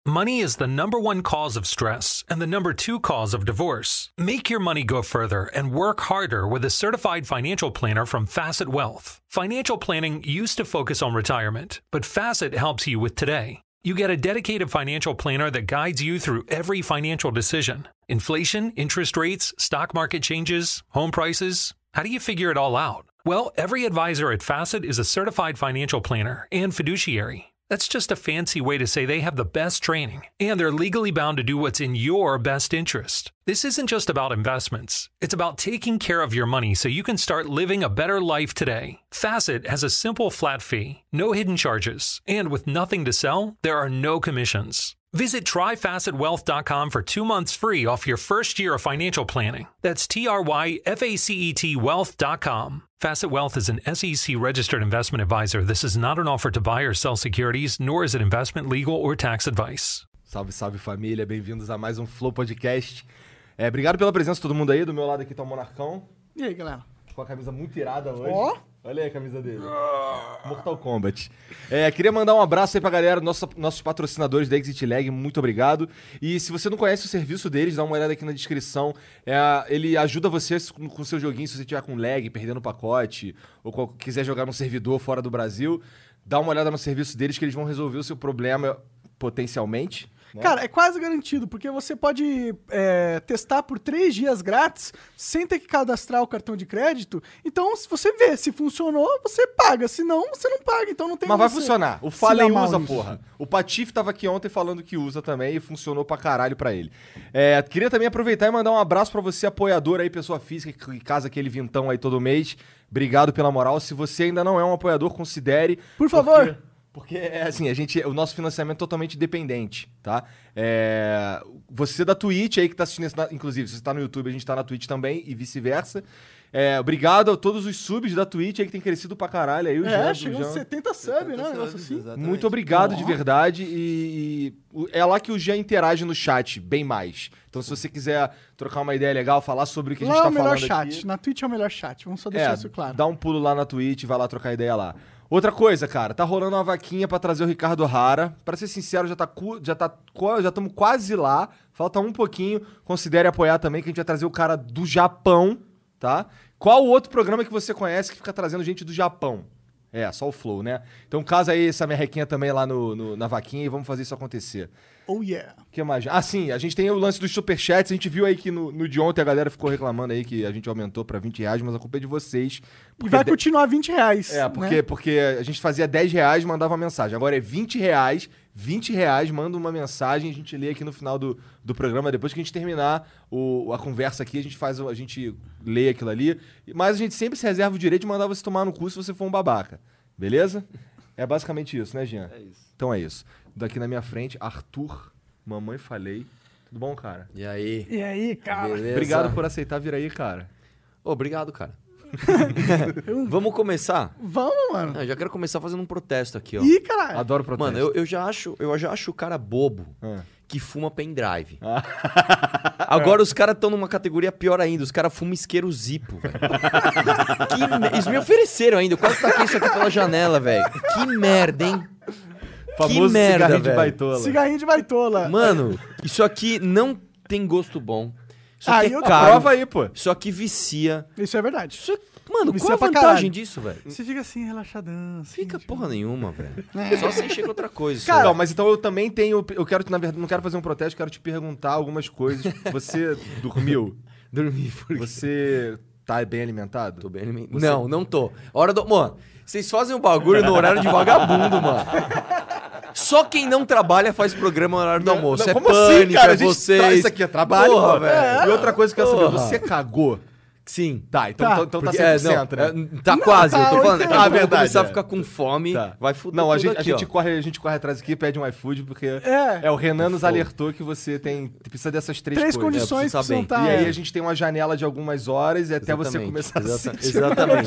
Money is the number one cause of stress and the number two cause of divorce. Make your money go further and work harder with a certified financial planner from Facet Wealth. Financial planning used to focus on retirement, but Facet helps you with today. You get a dedicated financial planner that guides you through every financial decision. Inflation, interest rates, stock market changes, home prices. How do you figure it all out? Well, every advisor at Facet is a certified financial planner and fiduciary. That's just a fancy way to say they have the best training, and they're legally bound to do what's in your best interest. This isn't just about investments. It's about taking care of your money so you can start living a better life today. Facet has a simple flat fee, no hidden charges, and with nothing to sell, there are no commissions. Visit tryfacetwealth.com for 2 months free off your first year of financial planning. That's TRYFACET wealth.com. Facet Wealth is an SEC-registered investment advisor. This is not an offer to buy or sell securities, nor is it investment, legal, or tax advice. Salve, salve família, bem-vindos a mais um Flow Podcast. Obrigado pela presença de todo mundo aí, do meu lado aqui tá o Monarcão. E aí, galera? Com a camisa muito irada hoje. Ó! Olha aí a camisa dele. Mortal Kombat. Queria mandar um abraço aí pra galera, nossos patrocinadores da Exit Lag, muito obrigado. E se você não conhece o serviço deles, dá uma olhada aqui na descrição. Ele ajuda você com o seu joguinho, se você tiver com lag, perdendo pacote, ou quiser jogar num servidor fora do Brasil, dá uma olhada no serviço deles que eles vão resolver o seu problema potencialmente. Né? Cara, é quase garantido, porque você pode testar por 3 dias grátis, sem ter que cadastrar o cartão de crédito. Então, se você vê, se funcionou, você paga. Se não, você não paga. Então não tem. Mas vai funcionar. O Fallen usa, nisso. porra. O Patife tava aqui ontem falando que usa também e funcionou pra caralho pra ele. Queria também aproveitar e mandar um abraço pra você, apoiador aí, pessoa física, que casa aquele vintão aí todo mês. Obrigado pela moral. Se você ainda não é um apoiador, considere. Por favor. Porque, assim, o nosso financiamento é totalmente dependente, tá? Você da Twitch aí que tá assistindo, inclusive, se você tá no YouTube, a gente tá na Twitch também e vice-versa. Obrigado a todos os subs da Twitch aí que tem crescido pra caralho. Aí, chegou 70 subs, né? Um negócio assim. Exatamente. Muito obrigado de verdade. E é lá que o Jean interage no chat, bem mais. Então, se você quiser trocar uma ideia legal, falar sobre o que a gente tá falando aqui... é o melhor chat. Na Twitch é o melhor chat. Vamos só deixar isso claro. Dá um pulo lá na Twitch, vai lá trocar ideia lá. Outra coisa, cara, tá rolando uma vaquinha pra trazer o Ricardo Hara. Pra ser sincero, já estamos quase lá. Falta um pouquinho. Considere apoiar também, que a gente vai trazer o cara do Japão, tá? Qual o outro programa que você conhece que fica trazendo gente do Japão? Só o Flow, né? Então casa aí essa merrequinha também lá na vaquinha e vamos fazer isso acontecer. Oh, yeah. O que mais? Ah, sim, a gente tem o lance dos superchats. A gente viu aí que no de ontem a galera ficou reclamando aí que a gente aumentou pra R$20, mas a culpa é de vocês. E vai continuar R$20. Porque a gente fazia R$10 e mandava uma mensagem. Agora é R$20, R$20, manda uma mensagem, a gente lê aqui no final do programa. Depois que a gente terminar a conversa aqui, a gente lê aquilo ali. Mas a gente sempre se reserva o direito de mandar você tomar no cu se você for um babaca. Beleza? É basicamente isso, né, Jean? É isso. Então é isso. Daqui na minha frente, Arthur, mamãe falei. Tudo bom, cara? E aí? E aí, cara? Beleza? Obrigado por aceitar vir aí, cara. Obrigado, cara. Vamos começar? Vamos, mano. Eu já quero começar fazendo um protesto aqui, ó. Ih, caralho. Adoro protesto. Mano, eu já acho o cara bobo que fuma pendrive. Ah. Agora os caras estão numa categoria pior ainda. Os caras fumam isqueiro Zippo, velho. Eles me ofereceram ainda. Eu quase taquei isso aqui pela janela, velho. Que merda, hein? Famoso que merda, cigarrinho de velho. baitola. Cigarrinho de baitola. Mano, isso aqui não tem gosto bom. Isso aqui é eu caro. Prova aí, pô. Isso aqui vicia. Isso é verdade. Mano, Vicia qual a pra vantagem caralho. disso, velho? Você fica assim, relaxadão. Assim, Fica tipo... porra nenhuma, velho. Só se encher com outra coisa. Cara, Não, mas então eu também tenho... Eu quero, na verdade, não quero fazer um protesto, quero te perguntar algumas coisas. Você dormiu? Dormir por quê? Você tá bem alimentado? Tô bem alimentado. Não tô. Mano, vocês fazem o bagulho no horário de vagabundo, mano. Só quem não trabalha faz programa no horário do almoço. Não, é como pânico, assim, cara? é vocês. Isso aqui é trabalho, Porra, pô. velho. E outra coisa que eu quero saber, Porra. você cagou? Sim. Tá, então Tá. tá Porque, 100%, né? Tá quase, tá, eu tô falando. 80. Quando eu verdade, começar a é. ficar com fome, Tá. vai fuder Não, a tudo gente aqui, ó. corre atrás aqui, pede um iFood, porque É. o Renan nos alertou que você precisa dessas três 3 coisas. condições preciso precisam saber. estar... E aí a gente tem uma janela de algumas horas e até você Exatamente, começar a sentir.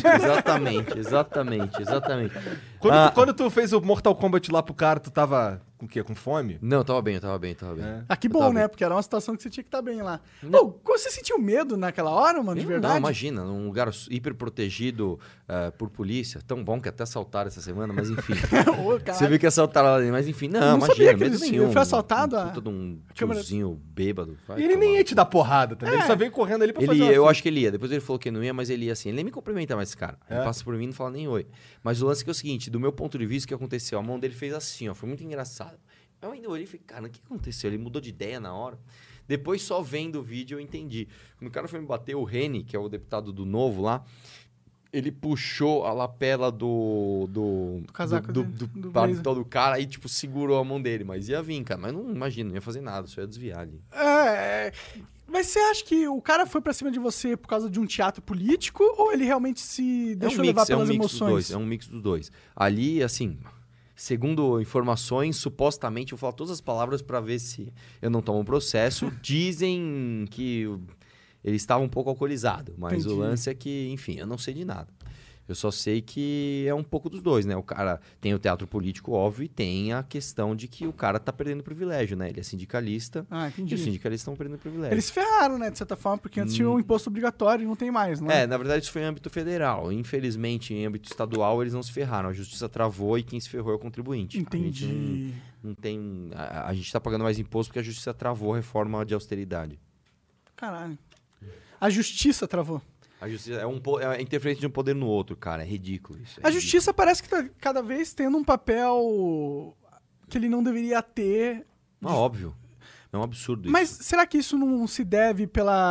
Exatamente. Quando tu fez o Mortal Kombat lá pro cara, tu tava Com o quê? Com fome? Não, eu tava bem. É. Ah, que Eu bom, tava né? bem. Porque era uma situação que você tinha que estar bem lá. Não. Pô, você sentiu medo naquela hora, mano, de verdade? Não, imagina, num lugar hiper protegido por polícia. Tão bom que até assaltaram essa semana, mas enfim. Ô, Você caralho. viu que assaltaram lá, mas enfim. Não, Não imagina, sabia que medo existia. nenhum. Ele foi assaltado, Um puta de um câmera- tiozinho bêbado. Vai E ele nem tomar ia te dar porrada, tá? Ele É. só veio correndo ali pra Ele fazer ia, uma eu fita. acho que ele ia. Depois ele falou que não ia, mas ele ia assim. Ele nem me cumprimenta mais esse cara. Ele passa por mim e não fala nem oi. Mas o lance é o seguinte, do meu ponto de vista, o que aconteceu? A mão dele fez assim, ó. Foi muito engraçado. Eu ainda olhei e falei, cara, o que aconteceu? Ele mudou de ideia na hora. Depois, só vendo o vídeo, eu entendi. Quando o cara foi me bater, o Reni, que é o deputado do Novo lá, ele puxou a lapela do casaco do, dele, do, do paletó do cara e, tipo, segurou a mão dele. Mas ia vir, cara. Mas não imagina, não ia fazer nada, só ia desviar ali. Mas você acha que o cara foi pra cima de você por causa de um teatro político ou ele realmente se deixou levar pelas mix emoções? dos dois, é um mix dos dois. Ali, assim, segundo informações, supostamente, vou falar todas as palavras pra ver se eu não tomo um processo. Dizem que ele estava um pouco alcoolizado, mas Entendi. o lance é que, enfim, eu não sei de nada. Eu só sei que é um pouco dos dois, né? O cara tem o teatro político, óbvio, e tem a questão de que o cara tá perdendo privilégio, né? Ele é sindicalista Ah, e entendi. os sindicalistas estão perdendo privilégio. Eles se ferraram, né, de certa forma, porque antes tinha um imposto obrigatório e não tem mais, não é? Na verdade isso foi em âmbito federal. Infelizmente, em âmbito estadual, eles não se ferraram. A justiça travou e quem se ferrou é o contribuinte. A gente Entendi. não tem... A gente tá pagando mais imposto porque a justiça travou a reforma de austeridade. Caralho. A justiça travou. A justiça é a interferência de um poder no outro, cara. É ridículo isso. A justiça parece que tá cada vez tendo um papel que ele não deveria ter. Não, óbvio. É um absurdo isso. Mas será que isso não se deve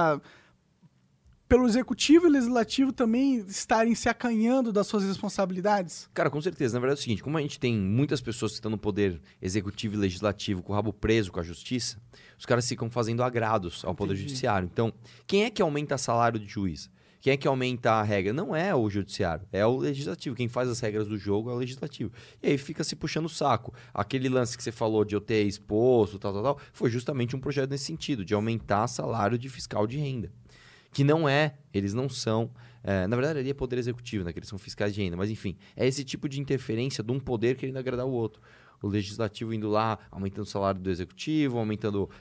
pelo executivo e legislativo também estarem se acanhando das suas responsabilidades? Cara, com certeza. Na verdade é o seguinte, como a gente tem muitas pessoas que estão no poder executivo e legislativo com o rabo preso com a justiça, os caras ficam fazendo agrados ao poder judiciário. Então, quem é que aumenta salário de juiz? Quem é que aumenta a regra? Não é o judiciário, é o legislativo. Quem faz as regras do jogo é o legislativo. E aí fica se puxando o saco. Aquele lance que você falou de eu ter exposto, tal, foi justamente um projeto nesse sentido, de aumentar salário de fiscal de renda. Que não é, eles não são... na verdade, ali é poder executivo, né? Que eles são fiscais de renda. Mas, enfim, é esse tipo de interferência de um poder querendo agradar o outro. O legislativo indo lá, aumentando o salário do executivo, aumentando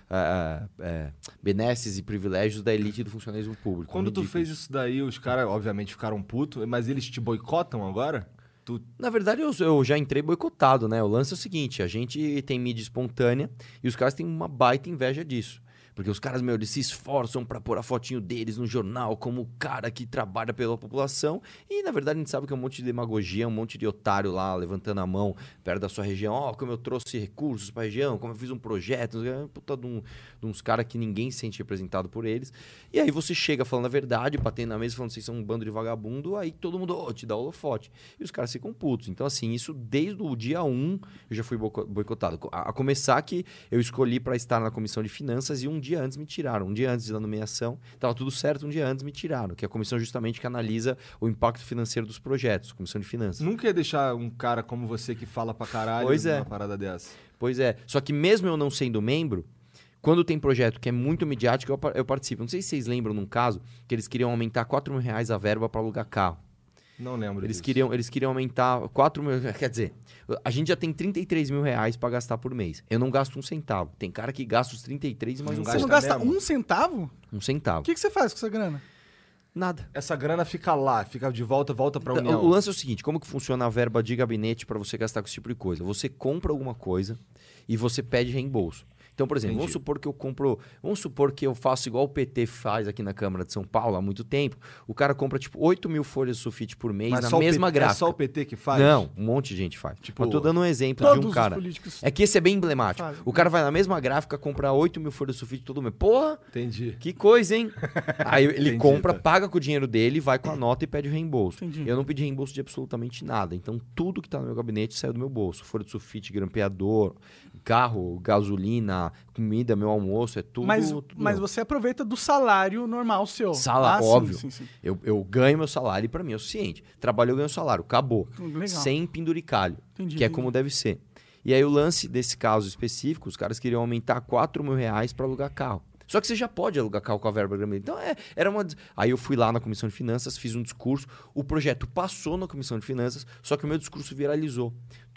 benesses e privilégios da elite do funcionalismo público. Quando tu Ridículo. fez isso daí, os caras, obviamente, ficaram putos, mas eles te boicotam agora? Na verdade, eu já entrei boicotado, né? O lance é o seguinte, a gente tem mídia espontânea e os caras têm uma baita inveja disso. Porque os caras, eles se esforçam pra pôr a fotinho deles no jornal como o cara que trabalha pela população. E, na verdade, a gente sabe que é um monte de demagogia, um monte de otário lá levantando a mão perto da sua região. Ó, como eu trouxe recursos pra região, como eu fiz um projeto. Puta de uns caras que ninguém se sente representado por eles. E aí você chega falando a verdade, batendo na mesa, falando que vocês são um bando de vagabundo. Aí todo mundo te dá holofote. E os caras ficam putos. Então, assim, isso desde o dia 1 eu já fui boicotado. A começar que eu escolhi pra estar na comissão de finanças e um dia antes me tiraram. Um dia antes da nomeação, estava tudo certo, um dia antes me tiraram. Que é a comissão justamente que analisa o impacto financeiro dos projetos, comissão de finanças. Nunca ia deixar um cara como você que fala pra caralho Pois é. numa parada dessa. Pois é. Só que mesmo eu não sendo membro, quando tem projeto que é muito midiático, eu participo. Não sei se vocês lembram num caso que eles queriam aumentar R$4.000 a verba para alugar carro. Não lembro Eles disso. queriam aumentar 4 mil... Quer dizer, a gente já tem R$33.000 para gastar por mês. Eu não gasto um centavo. Tem cara que gasta os 33 e mais Não um Você gasta não gasta mesmo? um centavo? Um centavo. O que você faz com essa grana? Nada. Essa grana fica lá, fica de volta pra Então, União. o lance é o seguinte, como que funciona a verba de gabinete para você gastar com esse tipo de coisa? Você compra alguma coisa e você pede reembolso. Então, por exemplo, Entendi. vamos supor que eu faço igual o PT faz aqui na Câmara de São Paulo há muito tempo. O cara compra tipo 8 mil folhas de sulfite por mês Mas na só o mesma PT, gráfica. É só o PT que faz? Não, um monte de gente faz. Tipo, Mas tô dando um exemplo Todos de um os cara. políticos É que esse é bem emblemático. fazem. O cara vai na mesma gráfica comprar 8 mil folhas de sulfite todo mês. Porra, Entendi. que coisa, hein? Aí ele Entendi, compra, tá. paga com o dinheiro dele, vai com a nota e pede o reembolso. Entendi. Eu não pedi reembolso de absolutamente nada. Então, tudo que tá no meu gabinete saiu do meu bolso. Folha de sulfite, grampeador, carro, gasolina, comida, meu almoço, é tudo. Mas tudo mas meu. você aproveita do salário normal seu. Salário, sim, óbvio. Sim, sim. Eu ganho meu salário e pra mim é o suficiente. Trabalho, eu ganho salário. Acabou. Legal. Sem penduricalho. Entendi, que é entendi. como deve ser. E aí o lance desse caso específico, os caras queriam aumentar R$4.000 para alugar carro. Só que você já pode alugar carro com a verba grande. Então era uma... Aí eu fui lá na Comissão de Finanças, fiz um discurso, o projeto passou na Comissão de Finanças, só que o meu discurso viralizou.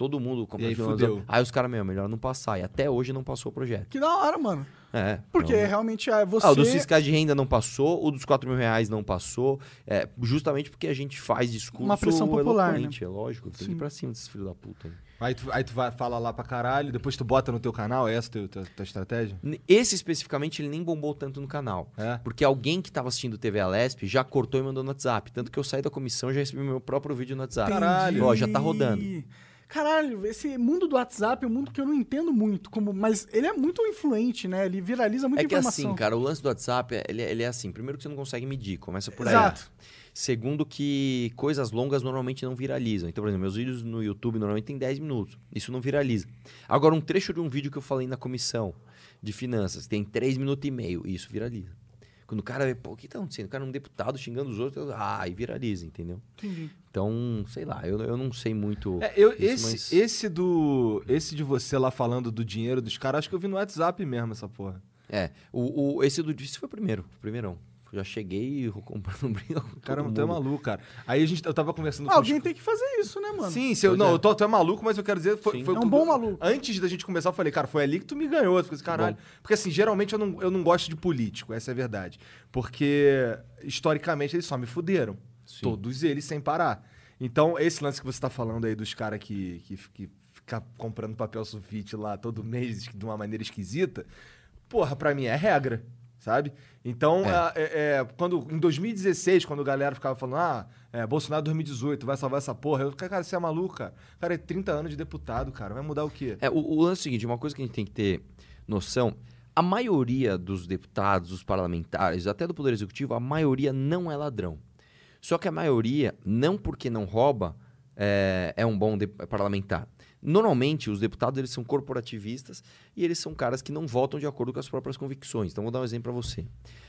todo mundo E aí compartilhando. fudeu. Aí os caras, melhor não passar. E até hoje não passou o projeto. Que da hora, mano. Porque então- realmente você... o dos fiscais de renda não passou, o dos 4 mil reais não passou, justamente porque a gente faz discurso Uma pressão popular, eloquente, é lógico, tem que Sim. ir pra cima desses filhos da puta. Hein? Aí tu vai falar lá pra caralho, depois tu bota no teu canal, é essa tua estratégia? Esse especificamente, ele nem bombou tanto no canal, É? porque alguém que tava assistindo TV Alesp já cortou e mandou no WhatsApp, tanto que eu saí da comissão e já recebi meu próprio vídeo no WhatsApp. Caralho. Ó, já tá rodando. Caralho, esse mundo do WhatsApp é um mundo que eu não entendo muito, mas ele é muito influente, né? Ele viraliza muita É que informação. assim, cara, o lance do WhatsApp, ele é assim. Primeiro que você não consegue medir, começa por aí. Exato. Segundo que coisas longas normalmente não viralizam. Então, por exemplo, meus vídeos no YouTube normalmente tem 10 minutos. Isso não viraliza. Agora, um trecho de um vídeo que eu falei na comissão de finanças tem 3 minutos e meio. Isso viraliza. Quando o cara vê, pô, o que tá acontecendo? O cara é um deputado xingando os outros, e viraliza, entendeu? Entendi. Então, sei lá, eu não sei muito. Esse de você lá falando do dinheiro dos caras, acho que eu vi no WhatsApp mesmo essa porra. Esse do Difícil foi o primeirão. Eu já cheguei comprando um brinco. Caramba, tu é maluco, cara. Aí eu tava conversando Alguém tem que fazer isso, né, mano? Sim, Pois é. tu é maluco, mas eu quero dizer... Foi É um bom maluco. Antes da gente começar, eu falei, cara, foi ali que tu me ganhou. Eu falei assim, caralho. Porque assim, geralmente eu não gosto de político, essa é a verdade. Porque, historicamente, eles só me fuderam. Sim. Todos eles, sem parar. Então, esse lance que você tá falando aí dos caras que fica comprando papel sulfite lá todo mês de uma maneira esquisita, porra, pra mim é regra. Sabe? Então, em 2016, quando a galera ficava falando, Bolsonaro 2018, vai salvar essa porra, eu, cara, você é maluco, cara. Cara, é 30 anos de deputado, cara, vai mudar o quê? O lance é o seguinte, uma coisa que a gente tem que ter noção, a maioria dos deputados, dos parlamentares, até do Poder Executivo, a maioria não é ladrão. Só que a maioria, não porque não rouba, é um bom parlamentar. Normalmente, os deputados eles são corporativistas e eles são caras que não votam de acordo com as próprias convicções. Então, vou dar um exemplo para você.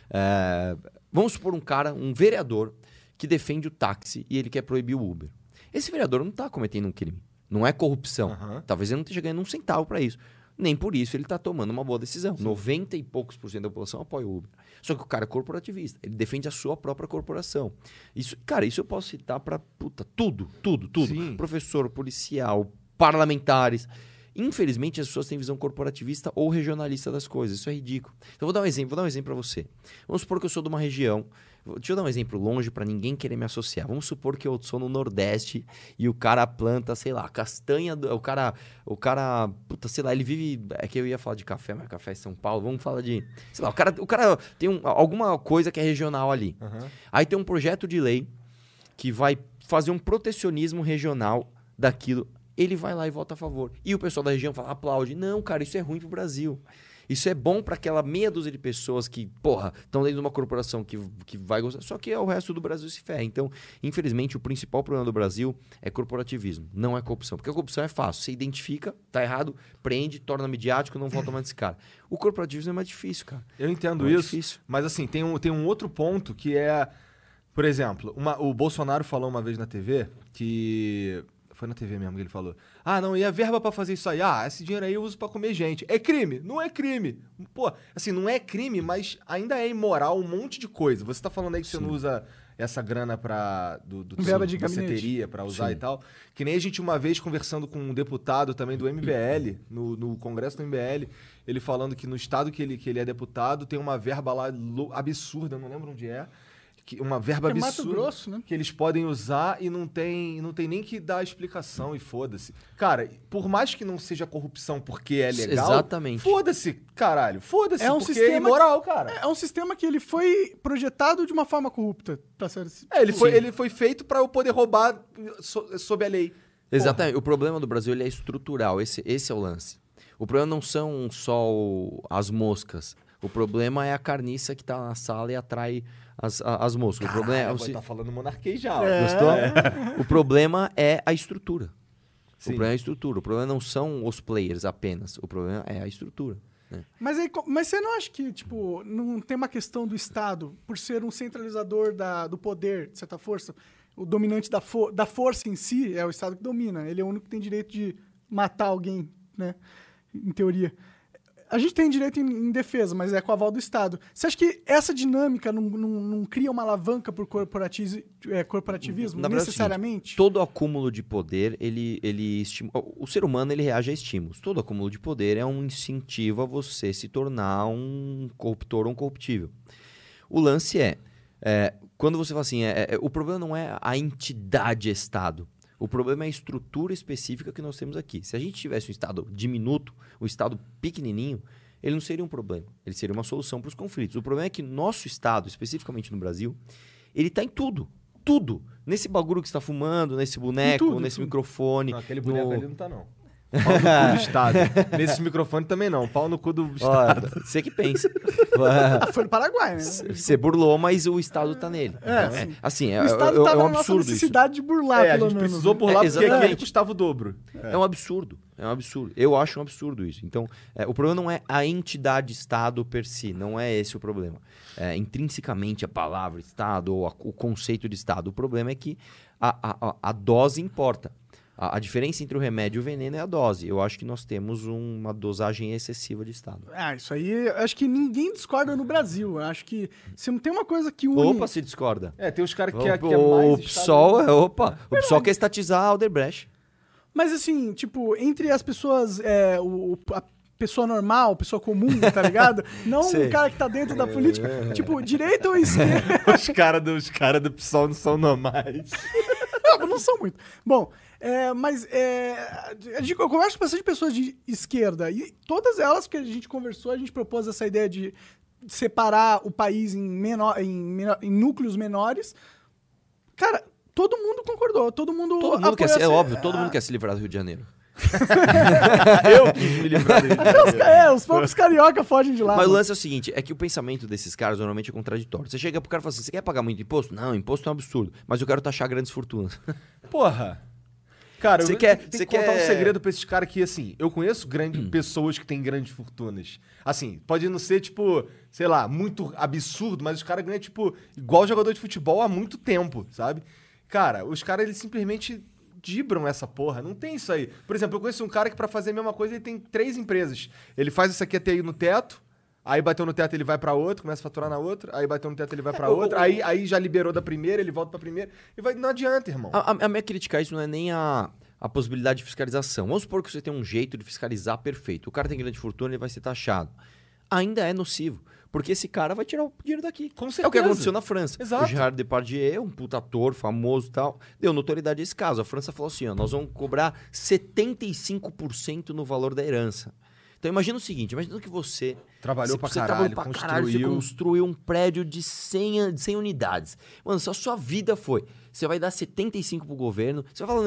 Vamos supor um vereador, que defende o táxi e ele quer proibir o Uber. Esse vereador não está cometendo um crime. Não é corrupção. Talvez ele não esteja ganhando um centavo para isso. Nem por isso ele está tomando uma boa decisão. 90 e poucos % da população apoia o Uber. Só que o cara é corporativista. Ele defende a sua própria corporação. Isso eu posso citar para tudo. Sim. Professor, policial, parlamentares. Infelizmente, as pessoas têm visão corporativista ou regionalista das coisas. Isso é ridículo. Então, vou dar um exemplo para você. Vamos supor que eu sou de uma região. Deixa eu dar um exemplo longe para ninguém querer me associar. Vamos supor que eu sou no Nordeste e o cara planta, sei lá, castanha. O cara, sei lá, ele vive. É que eu ia falar de café, mas café é São Paulo. Vamos falar de. Sei lá, o cara tem alguma coisa que é regional ali. Aí tem um projeto de lei que vai fazer um protecionismo regional daquilo. Ele vai lá e vota a favor. E o pessoal da região fala, aplaude. Não, cara, isso é ruim pro Brasil. Isso é bom para aquela meia dúzia de pessoas que, estão dentro de uma corporação que vai gostar. Só que o resto do Brasil se ferra. Então, infelizmente, o principal problema do Brasil é corporativismo, não é corrupção. Porque a corrupção é fácil. Você identifica, tá errado, prende, torna mediático, não volta mais desse cara. O corporativismo é mais difícil, cara. Eu entendo É isso, difícil. mas assim, tem um outro ponto que é... Por exemplo, o Bolsonaro falou uma vez na TV que... Foi na TV mesmo que ele falou. Não, e a verba pra fazer isso aí? Esse dinheiro aí eu uso pra comer gente. É crime? Não é crime. Pô, assim, não é crime, mas ainda é imoral um monte de coisa. Você tá falando aí que você não usa essa grana Verba de da gabinete. ceteria pra usar e tal. Que nem a gente uma vez conversando com um deputado também do MBL, no Congresso do MBL, ele falando que no estado que ele é deputado tem uma verba lá absurda, não lembro onde é. Uma verba Que é absurda Mato Grosso, né? que eles podem usar e não tem nem que dar explicação e foda-se. Cara, por mais que não seja corrupção porque é legal, Exatamente. Foda-se, caralho. Foda-se, É um porque sistema é imoral, cara. É um sistema que ele foi projetado de uma forma corrupta. Pra ser... Ele foi feito pra eu poder roubar sob a lei. Exatamente. O problema do Brasil ele é estrutural. Esse é o lance. O problema não são só as moscas. O problema é a carniça que tá na sala e atrai as moscas. O problema é Tá falando monarquês já. ó. Gostou? O problema é a estrutura. Sim. O problema é a estrutura. O problema não são os players apenas. O problema é a estrutura. Né? Mas você não acha que, tipo, não tem uma questão do Estado, por ser um centralizador do poder, de certa força, o dominante da força em si é o Estado que domina. Ele é o único que tem direito de matar alguém, né? Em teoria. a gente tem direito em defesa, mas é com o aval do Estado. Você acha que essa dinâmica não cria uma alavanca por corporativismo Na verdade, necessariamente? É o seguinte, todo acúmulo de poder, ele o ser humano ele reage a estímulos. Todo acúmulo de poder é um incentivo a você se tornar um corruptor ou um corruptível. O lance quando você fala assim, o problema não é a entidade Estado. O problema é a estrutura específica que nós temos aqui. Se a gente tivesse um Estado diminuto, um Estado pequenininho, ele não seria um problema. Ele seria uma solução para os conflitos. O problema é que nosso Estado, especificamente no Brasil, ele está em tudo. Tudo. Nesse bagulho que você está fumando, nesse boneco, nesse microfone. Não, aquele boneco ali não tá, não. Pau no cu do Estado. Nesse microfone também não. Pau no cu do Estado. Você que pensa. Foi no Paraguai, né? Você burlou, mas o Estado tá nele. Então, assim, O Estado tá é um na nossa absurdo isso. necessidade de burlar, A pelo gente menos. precisou burlar porque exatamente. aqui custava o dobro. É um absurdo. É um absurdo. Eu acho um absurdo isso. Então, o problema não é a entidade Estado per si. Não é esse o problema. Intrinsecamente, a palavra Estado ou o conceito de Estado. O problema é que a dose importa. A diferença entre o remédio e o veneno é a dose. Eu acho que nós temos uma dosagem excessiva de Estado. Isso aí, eu acho que ninguém discorda no Brasil. Eu acho que se não tem uma coisa que une... Opa, se discorda. Tem os caras que é O mais... PSOL, o PSOL quer estatizar a Aldebrecht. Mas assim, tipo, entre as pessoas, a pessoa normal, pessoa comum, tá ligado? Não Sei. o cara que tá dentro da política. Tipo, direita ou esquerda? Os caras do PSOL não são normais. Não são muito. Bom, eu converso com bastante pessoas de esquerda e todas elas que a gente conversou, a gente propôs essa ideia de separar o país em núcleos menores. Cara, todo mundo concordou, todo mundo É óbvio, todo mundo quer se livrar do Rio de Janeiro. Eu quis me livrar do Rio de Janeiro. Os próprios carioca fogem de lá. Mas o mano. lance é o seguinte, é que o pensamento desses caras normalmente é contraditório. Você chega pro cara e fala assim, você quer pagar muito imposto? Não, imposto é um absurdo, mas eu quero taxar grandes fortunas. Porra. Cara, Você eu quer- tenho que você contar um quer- segredo pra esses caras que, assim, eu conheço pessoas que têm grandes fortunas. Assim, pode não ser, tipo, sei lá, muito absurdo, mas os caras ganham, tipo, igual jogador de futebol há muito tempo, sabe? Cara, os caras, eles simplesmente dibram essa porra. Não tem isso aí. Por exemplo, eu conheço um cara que pra fazer a mesma coisa, ele tem 3 empresas. Ele faz isso aqui até aí no teto, aí bateu no teto, ele vai pra outra, começa a faturar na outra, aí bateu no teto, ele vai pra outra, aí já liberou da primeira, ele volta pra primeira, e vai, não adianta, irmão. A minha crítica a isso não é nem a possibilidade de fiscalização. Vamos supor que você tem um jeito de fiscalizar perfeito. O cara tem grande fortuna, ele vai ser taxado. Ainda é nocivo. Porque esse cara vai tirar o dinheiro daqui. Com É o que certeza. aconteceu na França. Exato. O Gerard Depardieu, um puta ator famoso e tal, deu notoriedade a esse caso. A França falou assim, ó, nós vamos cobrar 75% no valor da herança. Então imagina o seguinte, imagina que você... Trabalhou pra você caralho, trabalhou pra caralho, você construiu. construiu um prédio de 100 unidades. Mano, se a sua vida foi, você vai dar 75 pro governo, você vai falar,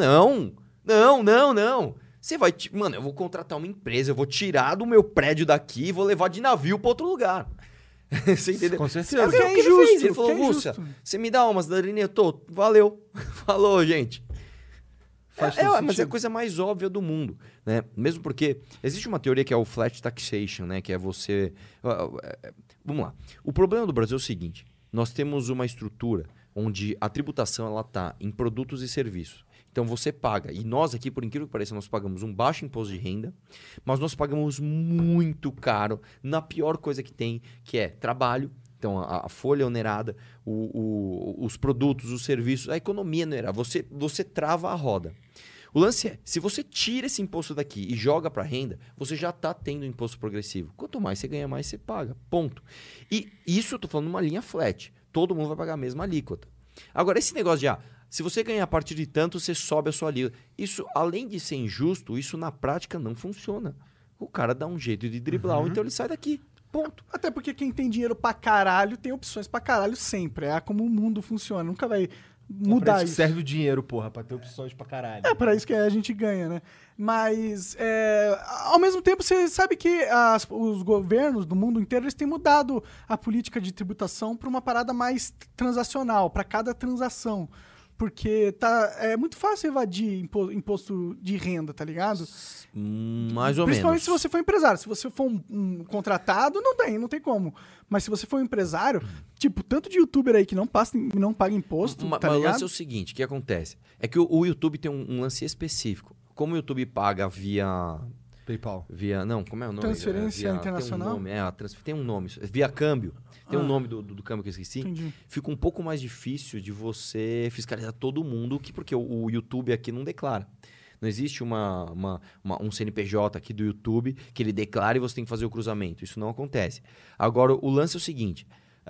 não. Você vai, mano, eu vou contratar uma empresa, eu vou tirar do meu prédio daqui e vou levar de navio pra outro lugar. Você entendeu? Com certeza. Porque é o que ele injusto, fez. Ele falou, porque é Lúcia, injusto. você me dá uma cidadania? Eu tô. Valeu. Falou, gente. Faz todo Mas é a sentido. coisa mais óbvia do mundo, né? Mesmo porque existe uma teoria que é o flat taxation, né? Que é você... Vamos lá. O problema do Brasil é o seguinte. Nós temos uma estrutura onde a tributação ela tá em produtos e serviços. Então você paga. E nós aqui, por incrível que pareça, nós pagamos um baixo imposto de renda, mas nós pagamos muito caro na pior coisa que tem, que é trabalho. Então, a folha onerada, os produtos, os serviços, a economia onerada. Você trava a roda. O lance é, se você tira esse imposto daqui e joga para renda, você já está tendo um imposto progressivo. Quanto mais você ganha, mais você paga. Ponto. E isso eu estou falando numa linha flat. Todo mundo vai pagar a mesma alíquota. Agora, esse negócio de, se você ganhar a partir de tanto, você sobe a sua alíquota. Isso, além de ser injusto, isso na prática não funciona. O cara dá um jeito de driblar, então ele sai daqui. Ponto. Até porque quem tem dinheiro pra caralho tem opções pra caralho sempre. É como o mundo funciona. Nunca vai Pra mudar isso isso. serve o dinheiro, porra, pra ter opções pra caralho. É para isso que a gente ganha, né? Mas, ao mesmo tempo, você sabe que os governos do mundo inteiro eles têm mudado a política de tributação para uma parada mais transacional, para cada transação. Porque é muito fácil evadir imposto de renda, tá ligado? Mais ou Principalmente menos. se você for empresário. Se você for um contratado, não tem como. Mas se você for um empresário, tipo, tanto de youtuber aí que não paga imposto, tá Mas o ligado? lance é o seguinte, o que acontece? É que o YouTube tem um lance específico. Como o YouTube paga via PayPal. Não, como é o nome? Transferência internacional? Tem um nome. Via câmbio. Tem um nome do câmbio que eu esqueci. Entendi. Fica um pouco mais difícil de você fiscalizar todo mundo, porque o YouTube aqui não declara. Não existe um CNPJ aqui do YouTube que ele declara e você tem que fazer o cruzamento. Isso não acontece. Agora, o lance é o seguinte.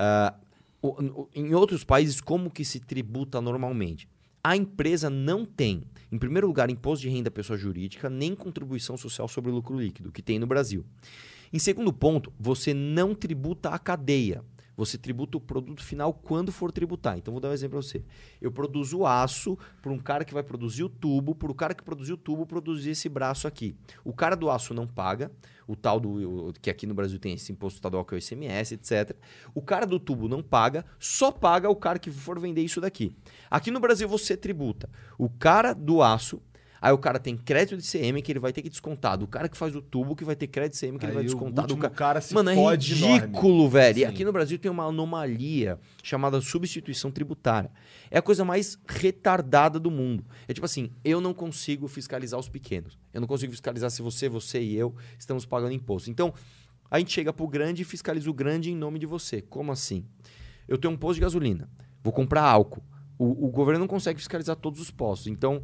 Em outros países, como que se tributa normalmente? A empresa não tem, em primeiro lugar, imposto de renda pessoa jurídica, nem contribuição social sobre o lucro líquido, que tem no Brasil. Em segundo ponto, você não tributa a cadeia. Você tributa o produto final quando for tributar. Então, vou dar um exemplo para você. Eu produzo aço para um cara que vai produzir o tubo, para o cara que produziu o tubo produzir esse braço aqui. O cara do aço não paga, o tal que aqui no Brasil tem esse imposto estadual que é o ICMS, etc. O cara do tubo não paga, só paga o cara que for vender isso daqui. Aqui no Brasil você tributa o cara do aço. Aí o cara tem crédito de CM que ele vai ter que descontar. Do cara que faz o tubo que vai ter crédito de CM que ele vai descontar. O cara se Mano, é fode ridículo, enorme. velho. Sim. E aqui no Brasil tem uma anomalia chamada substituição tributária. É a coisa mais retardada do mundo. É tipo assim, eu não consigo fiscalizar os pequenos. Eu não consigo fiscalizar se você e eu estamos pagando imposto. Então, a gente chega pro grande e fiscaliza o grande em nome de você. Como assim? Eu tenho um posto de gasolina. Vou comprar álcool. O governo não consegue fiscalizar todos os postos. Então...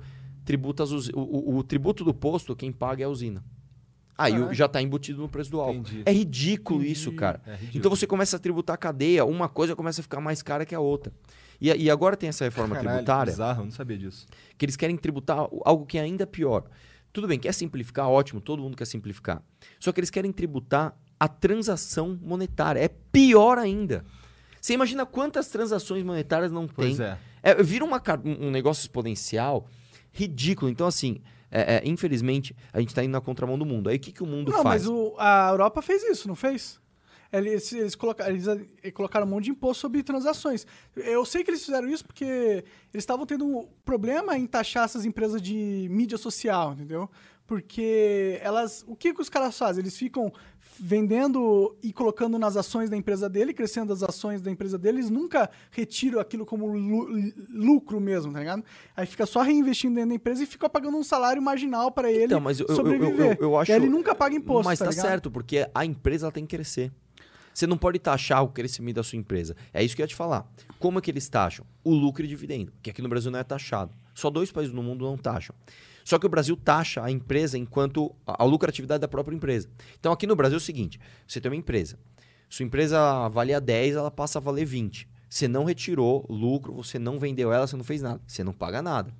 o tributo do posto, quem paga é a usina. Aí já está embutido no preço do álcool. Entendi. É ridículo isso, cara. Então você começa a tributar a cadeia, uma coisa começa a ficar mais cara que a outra. E agora tem essa reforma tributária. Bizarro, eu não sabia disso. Que eles querem tributar algo que é ainda pior. Tudo bem, quer simplificar? Ótimo, todo mundo quer simplificar. Só que eles querem tributar a transação monetária. É pior ainda. Você imagina quantas transações monetárias não tem? Pois é. Vira um negócio exponencial ridículo. Então, assim, infelizmente, a gente está indo na contramão do mundo. Aí o que o mundo faz? Não, mas a Europa fez isso, não fez? Eles colocaram um monte de imposto sobre transações. Eu sei que eles fizeram isso porque eles estavam tendo um problema em taxar essas empresas de mídia social, entendeu? Porque o que os caras fazem? Eles ficam vendendo e colocando nas ações da empresa dele, crescendo as ações da empresa deles, nunca retiram aquilo como lucro mesmo, tá ligado? Aí fica só reinvestindo dentro da empresa e fica pagando um salário marginal para ele sobreviver. Eu acho, e aí ele nunca paga imposto, mas tá ligado? certo, porque a empresa ela tem que crescer. Você não pode taxar o crescimento da sua empresa. É isso que eu ia te falar. Como é que eles taxam? O lucro e dividendo, que aqui no Brasil não é taxado. Só 2 países no mundo não taxam. Só que o Brasil taxa a empresa enquanto a lucratividade da própria empresa. Então aqui no Brasil é o seguinte, você tem uma empresa. Sua empresa valia 10, ela passa a valer 20. Você não retirou lucro, você não vendeu ela, você não fez nada. Você não paga nada.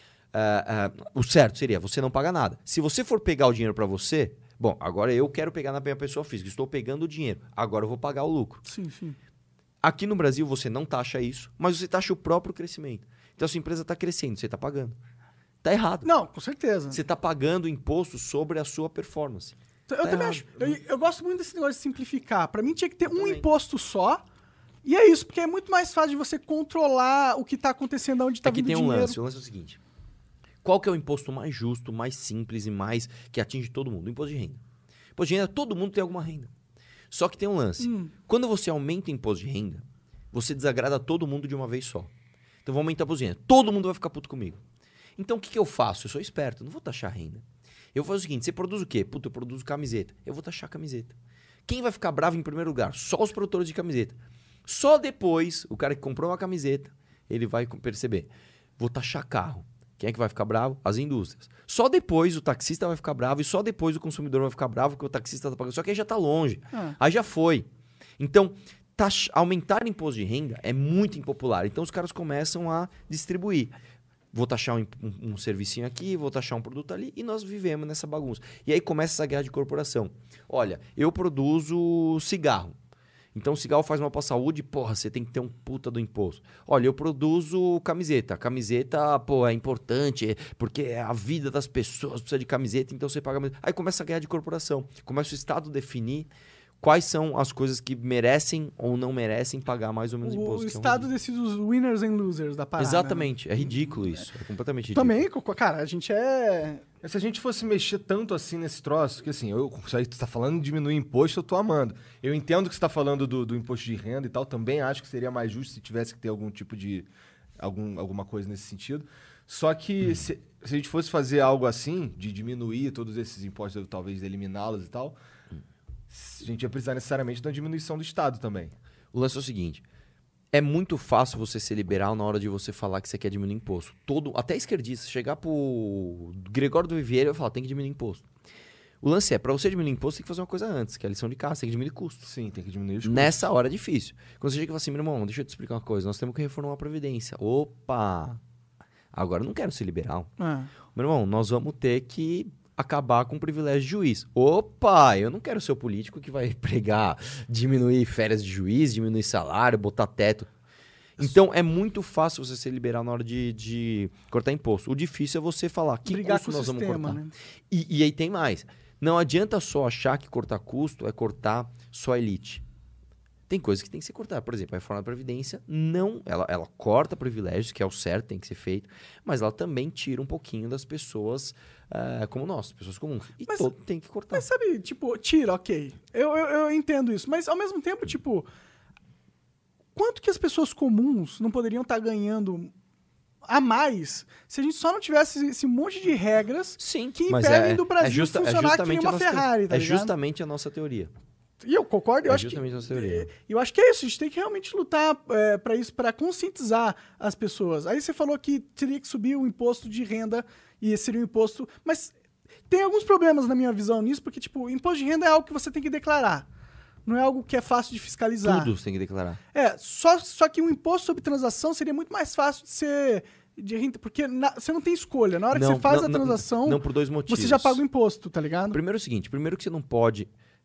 O certo seria, você não paga nada. Se você for pegar o dinheiro para você... Bom, agora eu quero pegar na minha pessoa física. Estou pegando o dinheiro. Agora eu vou pagar o lucro. Sim, sim. Aqui no Brasil você não taxa isso, mas você taxa o próprio crescimento. Então a sua empresa está crescendo, você está pagando. Tá errado. Não, com certeza. Você está pagando imposto sobre a sua performance. Eu também acho. Eu gosto muito desse negócio de simplificar. Pra mim tinha que ter um imposto só. E é isso, porque é muito mais fácil de você controlar o que tá acontecendo, onde tá vindo tem dinheiro. O lance é o seguinte. Qual que é o imposto mais justo, mais simples e mais que atinge todo mundo? O imposto de renda. Imposto de renda, todo mundo tem alguma renda. Só que tem um lance. Quando você aumenta o imposto de renda, você desagrada todo mundo de uma vez só. Então, vou aumentar o imposto de renda. Todo mundo vai ficar puto comigo. Então, o que eu faço? Eu sou esperto, não vou taxar renda. Eu faço o seguinte, você produz o quê? Puta, eu produzo camiseta. Eu vou taxar camiseta. Quem vai ficar bravo em primeiro lugar? Só os produtores de camiseta. Só depois, o cara que comprou uma camiseta, ele vai perceber. Vou taxar carro. Quem é que vai ficar bravo? As indústrias. Só depois o taxista vai ficar bravo e só depois o consumidor vai ficar bravo porque o taxista está pagando. Só que aí já está longe. Aí já foi. Então, aumentar o imposto de renda é muito impopular. Então, os caras começam a distribuir. Vou taxar um servicinho aqui, vou taxar um produto ali e nós vivemos nessa bagunça. E aí começa essa guerra de corporação. Olha, eu produzo cigarro. Então, o cigarro faz mal para a saúde, porra, você tem que ter um puta do imposto. Olha, eu produzo camiseta. Camiseta, pô, é importante, porque é a vida das pessoas, precisa de camiseta, então você paga... Aí começa a guerra de corporação. Começa o Estado a definir quais são as coisas que merecem ou não merecem pagar mais ou menos imposto. O Estado decide os winners and losers da parada. Exatamente. Né? É ridículo isso. É completamente ridículo. Também, cara, a gente é... Se a gente fosse mexer tanto assim nesse troço, que assim, isso aí que tu tá falando de diminuir imposto, eu tô amando. Eu entendo que você tá falando do imposto de renda e tal, também acho que seria mais justo se tivesse que ter algum tipo de... alguma coisa nesse sentido. Só que se a gente fosse fazer algo assim, de diminuir todos esses impostos, talvez eliminá-los e tal, a gente ia precisar necessariamente de uma diminuição do Estado também. O lance é o seguinte, é muito fácil você ser liberal na hora de você falar que você quer diminuir imposto. Até esquerdista, chegar pro Gregório do Vivier e falar, tem que diminuir imposto. O lance é, para você diminuir imposto, tem que fazer uma coisa antes, que é a lição de casa, tem que diminuir custo. Sim, tem que diminuir os custos. Nessa hora é difícil. Quando você chega e fala assim, meu irmão, deixa eu te explicar uma coisa, nós temos que reformar a Previdência. Opa! Agora eu não quero ser liberal. Meu irmão, nós vamos ter que acabar com o privilégio de juiz. Opa, eu não quero ser o político que vai pregar, diminuir férias de juiz, diminuir salário, botar teto. Então, é muito fácil você ser liberal na hora de cortar imposto. O difícil é você falar que brigar custo com nós o vamos sistema, cortar. né? E aí tem mais. Não adianta só achar que cortar custo é cortar só a elite. Tem coisas que tem que ser cortadas. Por exemplo, a reforma da Previdência, ela corta privilégios, que é o certo, tem que ser feito, mas ela também tira um pouquinho das pessoas como nós, pessoas comuns. E todo tem que cortar. Mas sabe, tipo, tira, ok. Eu entendo isso. Mas, ao mesmo tempo, tipo, quanto que as pessoas comuns não poderiam estar ganhando a mais se a gente só não tivesse esse monte de regras que impedem do Brasil funcionar que nem uma Ferrari, tá É ligado? justamente a nossa teoria. E eu concordo, eu acho que... justamente a nossa teoria. Eu acho que é isso, a gente tem que realmente lutar para isso, para conscientizar as pessoas. Aí você falou que teria que subir o imposto de renda e esse seria um imposto... Mas tem alguns problemas na minha visão nisso, porque, tipo, o imposto de renda é algo que você tem que declarar. Não é algo que é fácil de fiscalizar. Tudo você tem que declarar. Só que um imposto sobre transação seria muito mais fácil de ser... porque você não tem escolha. Na hora que você faz a transação... Não, por dois motivos. Você já paga o imposto, tá ligado? Primeiro é o seguinte, primeiro que você não pode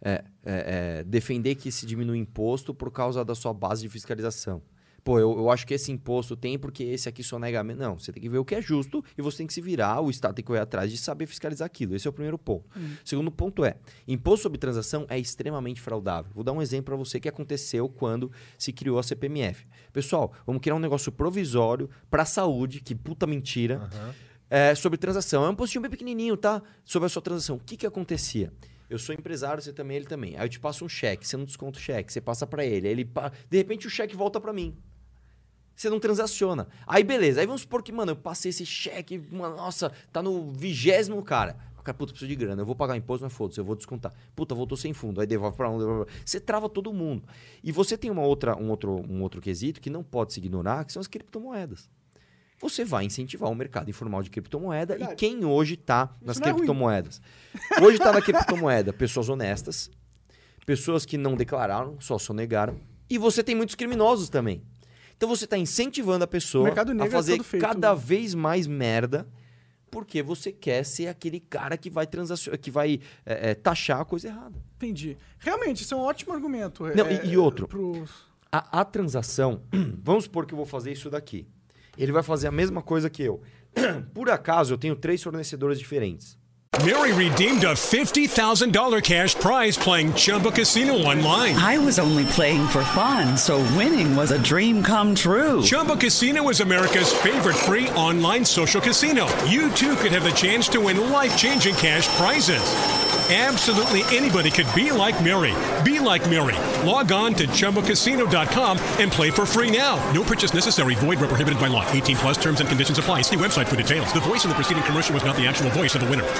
defender que se diminui o imposto por causa da sua base de fiscalização. Pô, eu acho que esse imposto tem porque esse aqui só nega... Não, você tem que ver o que é justo e você tem que se virar, o Estado tem que correr atrás de saber fiscalizar aquilo. Esse é o primeiro ponto. Segundo ponto imposto sobre transação é extremamente fraudável. Vou dar um exemplo para você que aconteceu quando se criou a CPMF. Pessoal, vamos criar um negócio provisório para a saúde, que puta mentira, sobre transação. É um postinho bem pequenininho, tá? Sobre a sua transação. O que acontecia? Eu sou empresário, você também, ele também. Aí eu te passo um cheque, você não desconta o cheque, você passa para ele. Aí de repente o cheque volta para mim. Você não transaciona. Aí beleza, aí vamos supor que, mano, eu passei esse cheque, nossa, tá no 20º cara. O cara, puta, preciso de grana, eu vou pagar imposto, mas foda-se, eu vou descontar. Puta, voltou sem fundo, aí devolve pra um, devolve pra... Você trava todo mundo. E você tem um outro quesito que não pode se ignorar, que são as criptomoedas. Você vai incentivar o mercado informal de criptomoeda. Verdade. E quem hoje tá nas criptomoedas? Hoje tá na criptomoeda pessoas honestas, pessoas que não declararam, só sonegaram. E você tem muitos criminosos também. Então você está incentivando a pessoa a fazer cada vez mais merda porque você quer ser aquele cara que vai taxar a coisa errada. Entendi. Realmente, isso é um ótimo argumento. Não, e outro, a transação... Vamos supor que eu vou fazer isso daqui. Ele vai fazer a mesma coisa que eu. Por acaso, eu tenho 3 fornecedores diferentes. Mary redeemed a $50,000 cash prize playing Chumba Casino online. I was only playing for fun, so winning was a dream come true. Chumba Casino is America's favorite free online social casino. You too could have the chance to win life-changing cash prizes. Absolutely anybody could be like Mary. Be like Mary. Log on to ChumbaCasino.com and play for free now. No purchase necessary. Void where prohibited by law. 18 plus terms and conditions apply. See website for details. The voice in the preceding commercial was not the actual voice of the winner.